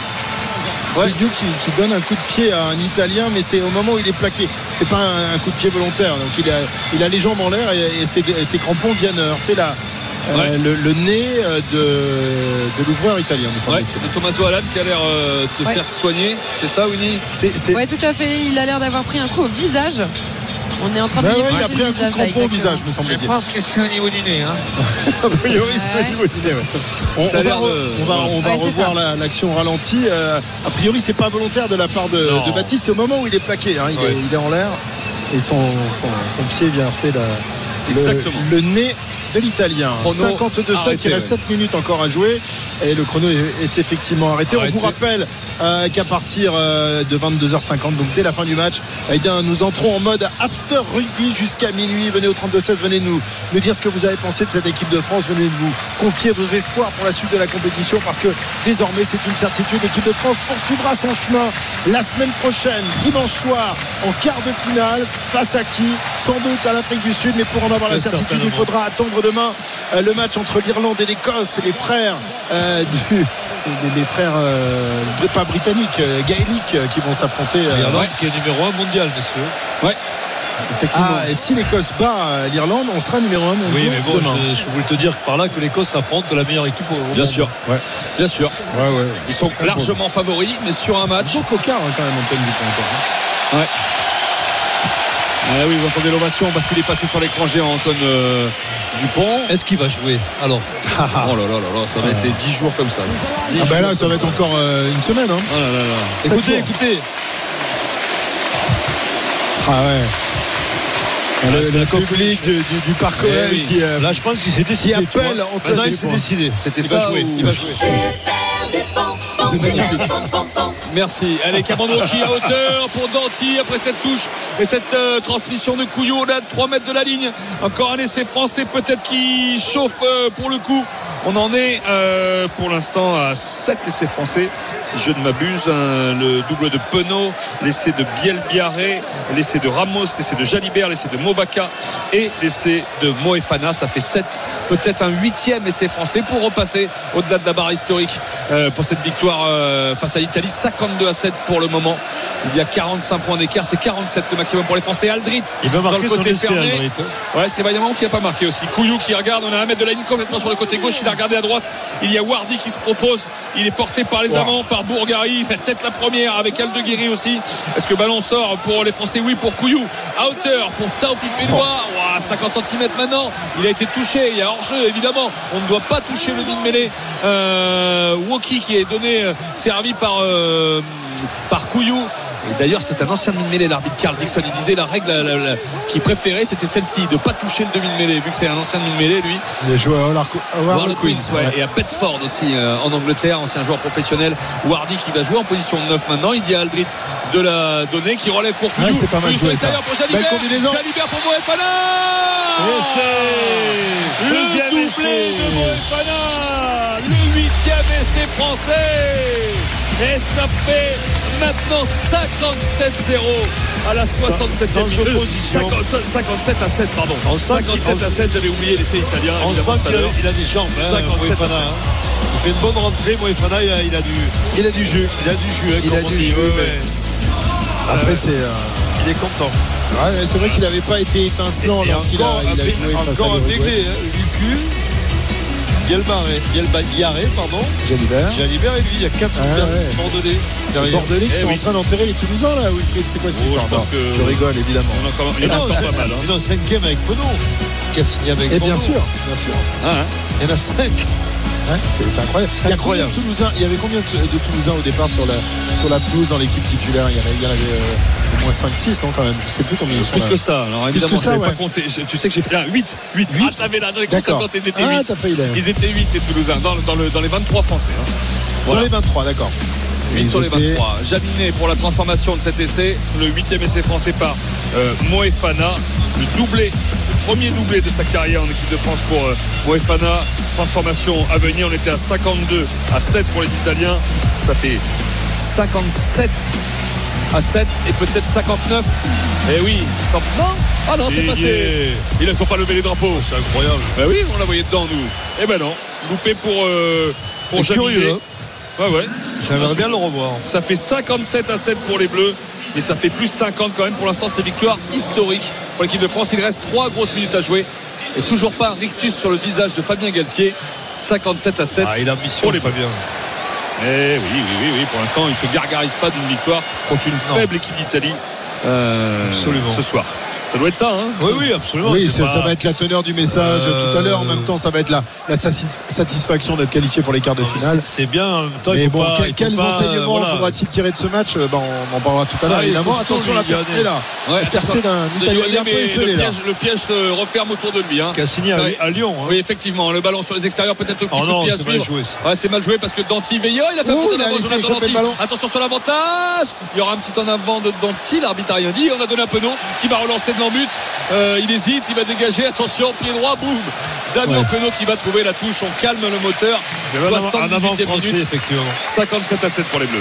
Ouais. Couillou qui, qui donne un coup de pied à un Italien, mais c'est au moment où il est plaqué. C'est pas un, un coup de pied volontaire. Donc il a, il a les jambes en l'air et, et ses, et ses crampons viennent heurter la, euh, Ouais. le, le nez euh, de, de l'ouvreur italien, me Ouais, semble-t-il. c'est Tommaso Alan qui a l'air euh, de te Ouais. faire soigner. C'est ça, Winnie? C'est, c'est- Ouais, tout à fait. Il a l'air d'avoir pris un coup au visage. On est en train de bah lui ouais, il a éplucher pris le un coup de visage, là, crampon au exactement. visage, me semble-t-il. Je pense que c'est au niveau du nez. Hein. A priori, c'est au niveau du nez, ouais. On, Ça a on va, l'air re- de- on va, on va Ouais, c'est revoir ça. la- l'action ralentie. Euh, a priori, c'est pas volontaire de la part de, Non. de Baptiste. C'est au moment où il est plaqué. Hein. Il, Ouais. est, il est en l'air et son, son, son pied vient heurter la- le, Exactement. le nez de l'Italien. Chrono cinquante-deux sept, arrêté, il reste ouais. sept minutes encore à jouer et le chrono est, est effectivement arrêté. Arrêté. On vous rappelle euh, qu'à partir euh, de vingt-deux heures cinquante, donc dès la fin du match, eh bien, nous entrons en mode after rugby jusqu'à minuit. Venez au trente-deux seize, venez nous, nous dire ce que vous avez pensé de cette équipe de France. Venez vous confier vos espoirs pour la suite de la compétition parce que désormais c'est une certitude. L'équipe de France poursuivra son chemin la semaine prochaine, dimanche soir, en quart de finale. Face à qui? Sans doute à l'Afrique du Sud, mais pour en avoir la Très certitude, il certainement. faudra attendre demain euh, le match entre l'Irlande et l'Écosse et les frères euh, du, les, les frères euh, pas britanniques, euh, gaéliques euh, qui vont s'affronter. euh, L'Irlande ouais. qui est numéro un mondial, messieurs. Ouais. Effectivement. Ah, et si l'Écosse bat euh, l'Irlande, on sera numéro un mondial. Oui, mais bon, demain. je, je voulais te dire par là que l'Écosse affronte la meilleure équipe au au Bien monde. sûr. Ouais. Bien sûr. Ouais, ouais. Ils sont largement favoris, mais sur un match. Bon cocard hein, quand même, Antoine Dupont encore. Ouais. Ah oui, vous entendez l'ovation parce qu'il est passé sur l'écran géant, Antoine euh, Dupont. Est-ce qu'il va jouer? Alors, Oh là là là là, ça va être les dix jours comme ça. dix Ah ben là, jours ça comme va être encore euh, une semaine. Hein. Oh là là là. Sept écoutez, jours. écoutez. Ah ouais. Ah, le, c'est le la public du, du, du Parc O L Eh oui. qui, euh, Là, je pense qu'il s'est qui décidé. tu appelle vois. Antoine Maintenant, il s'est Dupont. décidé. C'était Il ça va jouer. ou- Il va jouer. C'est magnifique. Merci. Allez, Cameron qui à hauteur pour Danty après cette touche et cette euh, transmission de Couillou au-delà de trois mètres de la ligne. Encore un essai français peut-être qui chauffe euh, pour le coup. On en est euh, pour l'instant à sept essais français, si je ne m'abuse. Hein, le double de Penaud, l'essai de Bielbiaré, l'essai de Ramos, l'essai de Jalibert, l'essai de Movaca et l'essai de Moefana. Ça fait sept, peut-être un huitième essai français pour repasser au-delà de la barre historique euh, pour cette victoire euh, face à l'Italie. cinquante-deux à sept pour le moment. Il y a quarante-cinq points d'écart, c'est quarante-sept le maximum pour les Français. Aldrit Il va dans marquer le son côté essai, fermé. Aldrit. Ouais, c'est Vaillamont qui n'a pas marqué aussi. Couillou qui regarde, on a un mètre de la ligne complètement sur le côté gauche, il a regardé à droite. Il y a Wardy qui se propose, il est porté par les Wow. amants, par Bourgari, peut-être la première avec Aldeguerri aussi. Est-ce que ballon sort pour les Français? Oui, pour Couillou. À hauteur pour Taoufik Benoît. Wow, cinquante centimètres maintenant. Il a été touché, il y a hors-jeu évidemment. On ne doit pas toucher le mid-mêlée. Euh, Woki qui est donné, euh, servi par, euh, par Couillou. Et d'ailleurs, c'est un ancien demi-mêlée, l'arbitre Carl Dixon. Il disait la règle la, la, la, qu'il préférait, c'était celle-ci, de ne pas toucher le demi-mêlée, vu que c'est un ancien demi-mêlée, lui. Il a joué à Harlequins, Harlequins, ouais, et à Bedford aussi euh, en Angleterre, ancien joueur professionnel. Wardy qui va jouer en position de neuf maintenant. Il dit à Aldrit de la donner, qui relève pour Couillou. Ouais, c'est pas mal Couillou joué, sur l'extérieur ça. pour Jalibert. Belle combinaison. Jalibert pour Moefana. Essai. Le Deuxième doublé essai. de Moefana. Le huitième essai français. Et ça fait maintenant cinquante-sept zéro à la soixante-septième Sans minute. opposition. cinquante, cinquante-sept à sept, pardon. On sent qu'il- cinquante-sept à sept, j'avais oublié l'essai italien. On évidemment, sent tout à qu'il a, l'heure. il a des jambes. Hein, cinquante-sept à Moefana, sept. hein. Il fait une bonne rentrée. Moefana, il a, il a du, Il a du jus. il a du jus. Hein, Il comme a on du dit. jus, Ouais, mais- ouais. Après, Ouais. c'est. euh, Il est content. ouais, c'est vrai qu'il n'avait pas été étincelant Et lorsqu'il a, encore il a un joué Bé- face à encore un l'Uruguay. Béglé. Hein. Lucu, Bielbarré, Bielbarré, pardon. Jalibert. Jalibert et lui, il y a quatre Ah, Bordelais ouais. Bordelais Les derrière. Bordelais qui Eh sont oui. en train d'enterrer les Toulousains là, Wilfried. C'est quoi cette Oh, je histoire? pense Non, que- je rigole évidemment. On a encore- il y en a Non, encore c'est- pas mal. hein. non, cinquième avec Penaud, qui a signé avec Et Bordeaux. bien sûr, bien sûr. Ah, hein. Il y en a cinq. Ouais, c'est c'est incroyable. Il y, a combien de incroyable. Toulousains, il y avait combien de, de Toulousains au départ sur la, sur la pelouse dans l'équipe titulaire? Il y en avait, il y en avait euh, au moins cinq six, non, quand même. Je sais plus combien ils sont. Plus là. que ça. Alors Plus évidemment, que ça, je n'avais ouais. pas compté. Je- Tu sais que j'ai fait là, huit. huit. Huit. Ah, t'avais là, j'avais compté D'accord. quand ils étaient Ah, huit. t'as failli là. Ils étaient huit, les Toulousains, dans, dans, le, dans les vingt-trois Français. hein. Dans Voilà. les vingt-trois, d'accord. huit Ils sur les étaient- vingt-trois. Jaminet pour la transformation de cet essai. Le huitième essai français par euh, Moefana. Le doublé, le premier doublé de sa carrière en équipe de France pour euh, Moefana. Transformation à venir. On était à cinquante-deux à sept pour les Italiens. Ça fait cinquante-sept à sept et peut-être cinquante-neuf. Eh oui, ça- non. Ah non, c'est Il passé. est- Ils ne sont pas levé les drapeaux. C'est incroyable. Ben oui, on la voyait dedans, nous. Eh ben non. Loupé pour, euh, pour C'est Jaminet. curieux, hein. Ouais, ouais. J'aimerais bien le revoir. Ça fait cinquante-sept à sept pour les Bleus. Et ça fait plus cinquante quand même. Pour l'instant, c'est victoire historique pour l'équipe de France. Il reste trois grosses minutes à jouer. Et toujours pas un rictus sur le visage de Fabien Galtier. cinquante-sept à sept. Ah, il a ambition, pour les Fabien. Eh oui, oui, oui, oui. Pour l'instant, il ne se gargarise pas d'une victoire contre une Non. faible équipe d'Italie euh, Absolument. ce soir. Ça doit être ça, hein. Oui, oui, absolument. Oui, c'est ça, pas... ça va être la teneur du message euh... tout à l'heure. En même temps, ça va être la, la satisfaction d'être qualifié pour les quarts de finale. C'est, c'est bien. En même temps, mais il faut bon, pas, quel, il faut quels pas, enseignements voilà. faudra-t-il tirer de ce match? Ben, on en parlera tout à l'heure. Ah, évidemment. Attention la percée là. Ouais, la percée d'un Italien. Il est un peu esselé, le, là. piège, le piège se referme autour de lui. Hein. Cassini à, à Lyon. Hein. Oui, effectivement. Le ballon sur les extérieurs, peut-être un petit oh coup non, de pied à c'est suivre. mal joué, ouais, c'est mal joué parce que Danty Veilleur, il a fait oh, un petit en avant. Jonathan Danty. Attention sur l'avantage. Il y aura un petit en avant de Danty. L'arbitre n'a rien dit. On a donné un peu d'eau qui va relancer de l'embut. Euh, il hésite, il va dégager. Attention, pied droit, boum. Damien ouais. Penaud qui va trouver la touche. On calme le moteur. soixante-dix-huitième minute. cinquante-sept à sept pour les Bleus.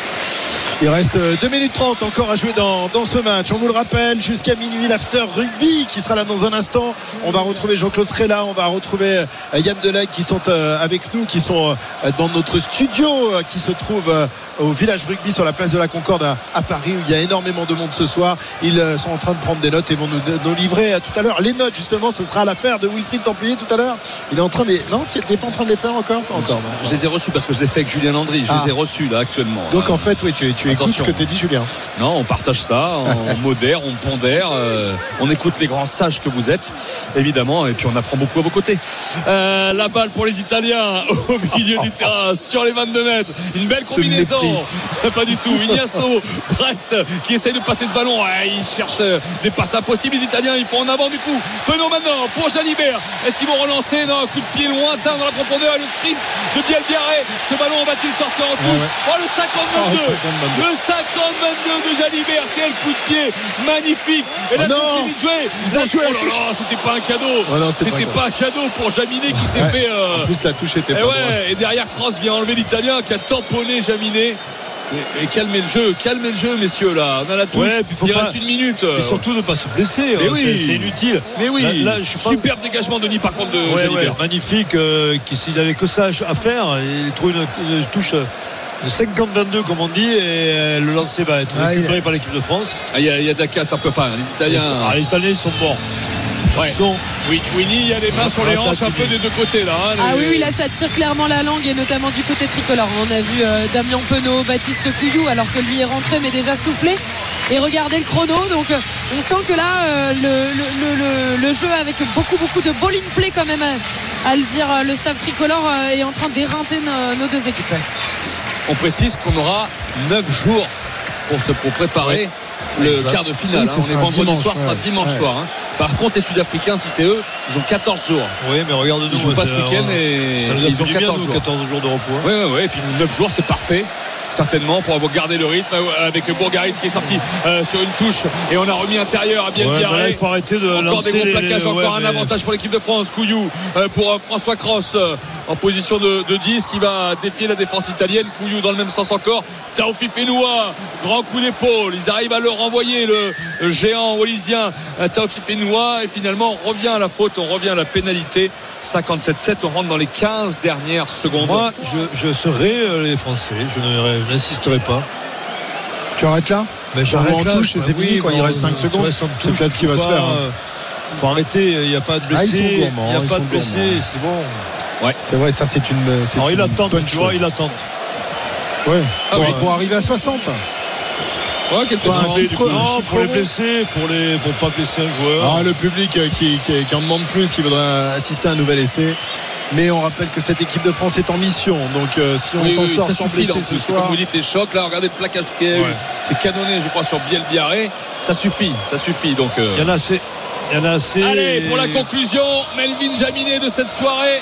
Il reste deux minutes trente encore à jouer dans, dans ce match. On vous le rappelle, jusqu'à minuit, l'after rugby qui sera là dans un instant. On va retrouver Jean-Claude Strella, on va retrouver Yann Delague qui sont avec nous, qui sont dans notre studio qui se trouve au village rugby sur la place de la Concorde à, à Paris, où il y a énormément de monde ce soir. Ils sont en train de prendre des notes et vont nous, nous livrer tout à l'heure les notes. Justement, ce sera l'affaire de Wilfried Templier tout à l'heure. Il est en train de... Non, tu n'es pas en train de les faire encore, pas encore. Je les ai reçus parce que je l'ai fait avec Julien Landry. Je ah. les ai reçus là actuellement. Donc en fait, oui, tu, tu écoutes ce que t'es dit, Julien. Non, on partage ça, on modère, on pondère, euh, on écoute les grands sages que vous êtes, évidemment, et puis on apprend beaucoup à vos côtés. Euh, la balle pour les Italiens au milieu du terrain, sur les vingt-deux mètres. Une belle combinaison. Pas du tout. Ignacio Brex qui essaye de passer ce ballon. Ouais, il cherche des passes impossibles. Les Italiens, ils font en avant du coup. Penaud maintenant pour Jalibert. Est-ce qu'ils vont relancer? Non, un coup de pied lointain dans la profondeur. Et le sprint de Biel Biarré. Ce ballon va-t-il sortir en touche? Ah ouais. Oh, le cinquante vingt-deux. Oh, le cinquante vingt-deux de Jalibert. Quel coup de pied magnifique. Et là, oh c'est joué. Ils ont joué. Oh là là, c'était pas un cadeau. Oh non, c'était, c'était pas, pas un cadeau pour Jaminet qui s'est ouais. fait. Euh... En plus, la touche était et pas ouais. droite. Et derrière, Cross vient enlever l'Italien qui a tamponné Jaminet. Et, et calmez le jeu, calmez le jeu, messieurs. Là, on a la touche. Ouais, il pas... reste une minute. Et surtout ne pas se blesser. Mais hein, oui. c'est, c'est inutile. Mais oui. Là, là, je Superbe pense... dégagement de Denis par contre de ouais, Jalibert. Ouais, magnifique. Euh, s'il avait que ça à faire, il trouve une, une touche de cinquante vingt-deux comme on dit, et euh, le lancer va être ah, récupéré a... par l'équipe de France. Il y a, y a de la casse un peu. Enfin, les Italiens. Ah, les Italiens ils sont morts. Ouais. Sont... Oui, Winnie, il y a les mains sur les hanches un peu des deux côtés là. Hein, les... Ah oui, oui, là ça tire clairement la langue et notamment du côté tricolore. On a vu euh, Damien Penaud, Baptiste Couillou, alors que lui est rentré mais déjà soufflé. Et regardez le chrono, donc euh, on sent que là euh, le, le, le, le jeu avec beaucoup beaucoup de ball in play quand même à, à le dire, le staff tricolore euh, est en train d'éreinter nos, nos deux équipes. On précise qu'on aura neuf jours pour se pour préparer. Ouais. Le ça. quart de finale, oui, hein. On est vendredi dimanche, soir, ouais. sera dimanche ouais. soir. Hein. Par contre, les Sud-Africains, si c'est eux, ils ont quatorze jours. Oui, mais regarde-nous. Ils jouent pas ce week-end et ils ont quatorze jours. quatorze jours de repos. Oui, oui, oui. Et puis neuf jours, c'est parfait. Certainement pour avoir gardé le rythme avec Bourgarit qui est sorti euh, sur une touche et on a remis intérieur à Biel ouais, Biarré. Il faut arrêter de encore des gros les, plaquages, les, encore ouais, un mais... avantage pour l'équipe de France. Couillou euh, pour euh, François Cross euh, en position de, de dix qui va défier la défense italienne. Couillou dans le même sens encore. Taofi Fenoua, grand coup d'épaule. Ils arrivent à le renvoyer, le, le géant wallisien euh, Taofi Fenoua, et finalement on revient à la faute, on revient à la pénalité. cinquante-sept sept, on rentre dans les quinze dernières secondes. Moi, je, je serai les Français, je n'insisterai pas. Tu arrêtes là? Mais j'arrête là. Touche, c'est fini quand il reste cinq secondes. C'est peut-être ce qui va se faire. Il faut arrêter, il n'y a pas de blessés. Ah, il n'y a pas de blessés, c'est bon. Ouais. C'est vrai, ça c'est une. C'est Alors une il attend, tu vois, il attend. Ouais. Ah, pour, oui. pour arriver à soixante. Ouais, quel ouais, chiffre, non, pour les blessés, pour les pour pas blesser un joueur. Ah, le public qui, qui, qui en demande plus, il voudrait assister à un nouvel essai. Mais on rappelle que cette équipe de France est en mission. Donc euh, si on oui, s'en oui, sort sans blesser ce soir, comme vous dites les chocs là, regardez le plaquage qui est, ouais. c'est canonné, je crois, sur Biel Biarré. Ça suffit, ça suffit. Donc euh... il y en a assez. Il y en a assez. Allez, pour la conclusion, Melvin Jaminet de cette soirée.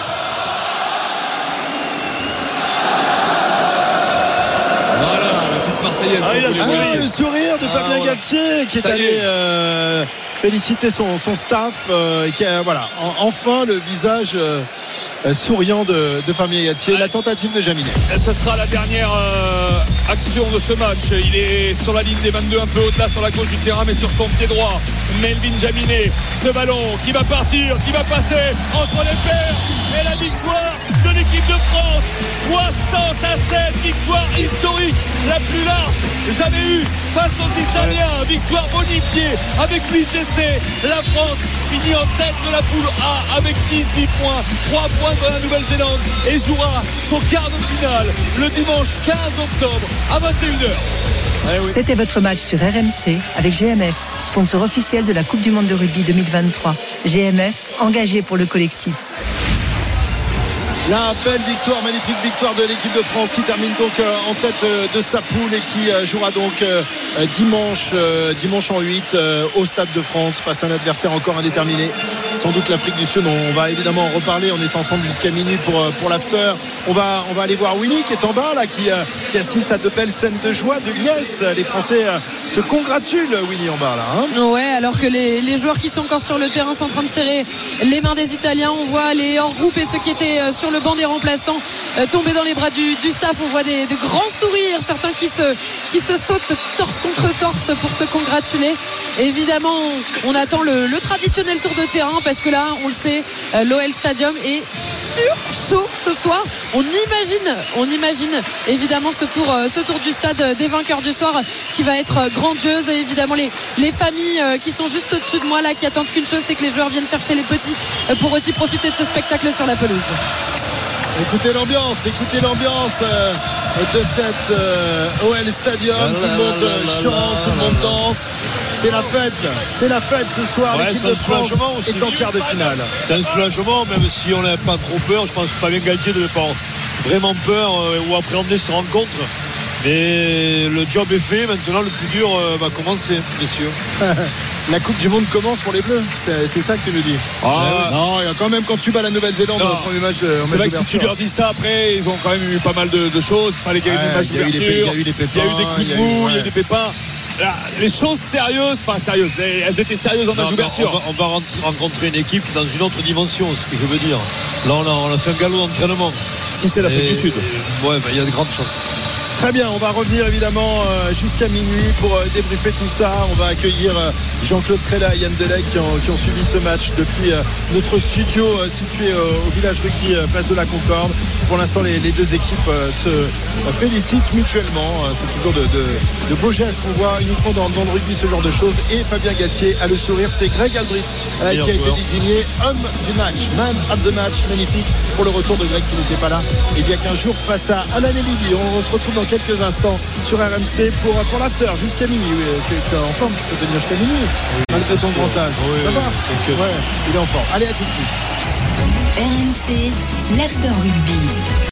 Voilà, la petite Marseillaise. Ah, ah, le sourire de ah, Fabien voilà. Galtier qui est ça allé. Est. Euh... féliciter son, son staff euh, qui a voilà en, enfin le visage euh, souriant de, de Fabien Galtier. Ouais. La tentative de Jaminet. Ce sera la dernière euh, action de ce match. Il est sur la ligne des vingt-deux, un peu au-delà sur la gauche du terrain, mais sur son pied droit. Melvin Jaminet, ce ballon qui va partir, qui va passer entre les paires, et la victoire de l'équipe de France. soixante à sept, victoire historique, la plus large jamais eue face aux Italiens. Ouais. Victoire bonifiée avec huit essais. La France finit en tête de la poule A avec dix-huit points, trois points dans la Nouvelle-Zélande, et jouera son quart de finale le dimanche quinze octobre à vingt et une heures. Eh oui. C'était votre match sur R M C avec G M F, sponsor officiel de la Coupe du Monde de rugby deux mille vingt-trois. G M F, engagé pour le collectif. La belle victoire, magnifique victoire de l'équipe de France qui termine donc en tête de sa poule et qui jouera donc dimanche, dimanche en huit au Stade de France face à un adversaire encore indéterminé. Sans doute l'Afrique du Sud. On va évidemment en reparler. On est ensemble jusqu'à minuit pour, pour l'after. On va, on va aller voir Winnie qui est en bas là, qui, qui assiste à de belles scènes de joie, de liesse. Les Français se congratulent, Winnie, en bas là. Hein ouais, alors que les, les joueurs qui sont encore sur le terrain sont en train de serrer les mains des Italiens. On voit les hors groupes et ceux qui étaient sur le banc des remplaçants euh, tomber dans les bras du, du staff. On voit des, de grands sourires, certains qui se, qui se sautent torse contre torse pour se congratuler. Évidemment, on, on attend le, le traditionnel tour de terrain parce que là, on le sait, euh, l'O L Stadium est sur chaud ce soir. On imagine, on imagine évidemment ce tour, euh, ce tour du stade des vainqueurs du soir qui va être grandiose. Et évidemment, les, les familles euh, qui sont juste au-dessus de moi là, qui attendent qu'une chose, c'est que les joueurs viennent chercher les petits euh, pour aussi profiter de ce spectacle sur la pelouse. Écoutez l'ambiance, écoutez l'ambiance euh, de cette euh, O L Stadium. Tout le monde euh, chante, tout le monde danse. C'est la fête, c'est la fête ce soir. Ouais, l'équipe de France est en quart de finale. C'est un soulagement, même si on n'a pas trop peur. Je pense que Fabien Galtier ne devait pas vraiment peur euh, ou appréhender cette rencontre. Mais le job est fait, maintenant le plus dur euh, va commencer, messieurs. La Coupe du Monde commence pour les Bleus, c'est, c'est ça que tu nous dis. Ah, non, il y a quand même quand tu bats la Nouvelle-Zélande dans le premier match de, c'est vrai que si tu leur dis ça après, ils ont quand même eu pas mal de, de choses. Il fallait qu'il y ait ouais, des matchs d'ouverture, il y a eu des pépins, il y a eu des coups de mou, il y a eu des pépins. Là, les choses sérieuses, enfin sérieuses, elles étaient sérieuses en match d'ouverture. On va, on va rencontrer une équipe dans une autre dimension, ce que je veux dire. Là, on a, on a fait un galop d'entraînement. Si c'est l'Afrique du Sud. Ouais, bah, il y a de grandes chances. Très bien, on va revenir évidemment euh, jusqu'à minuit pour euh, débriefer tout ça. On va accueillir euh, Jean-Claude Strella et Yann Delec qui ont, qui ont suivi ce match depuis euh, notre studio euh, situé euh, au village rugby euh, place de la Concorde. Pour l'instant, les, les deux équipes euh, se euh, félicitent mutuellement. Euh, c'est toujours de, de, de beaux gestes qu'on voit uniquement dans, dans le rugby, ce genre de choses. Et Fabien Galtier a le sourire. C'est Greg Aldrit euh, qui a été désigné homme du match, man of the match. Magnifique pour le retour de Greg qui n'était pas là il y a quinze jours face à Alan Elili. On, on se retrouve dans quelques instants sur R M C pour, pour l'after jusqu'à minuit. Oui, tu, tu es en forme, tu peux tenir jusqu'à minuit malgré ton grand âge. Oui, ça va ouais, il est en forme. Allez, à tout de suite. R M C, l'after rugby.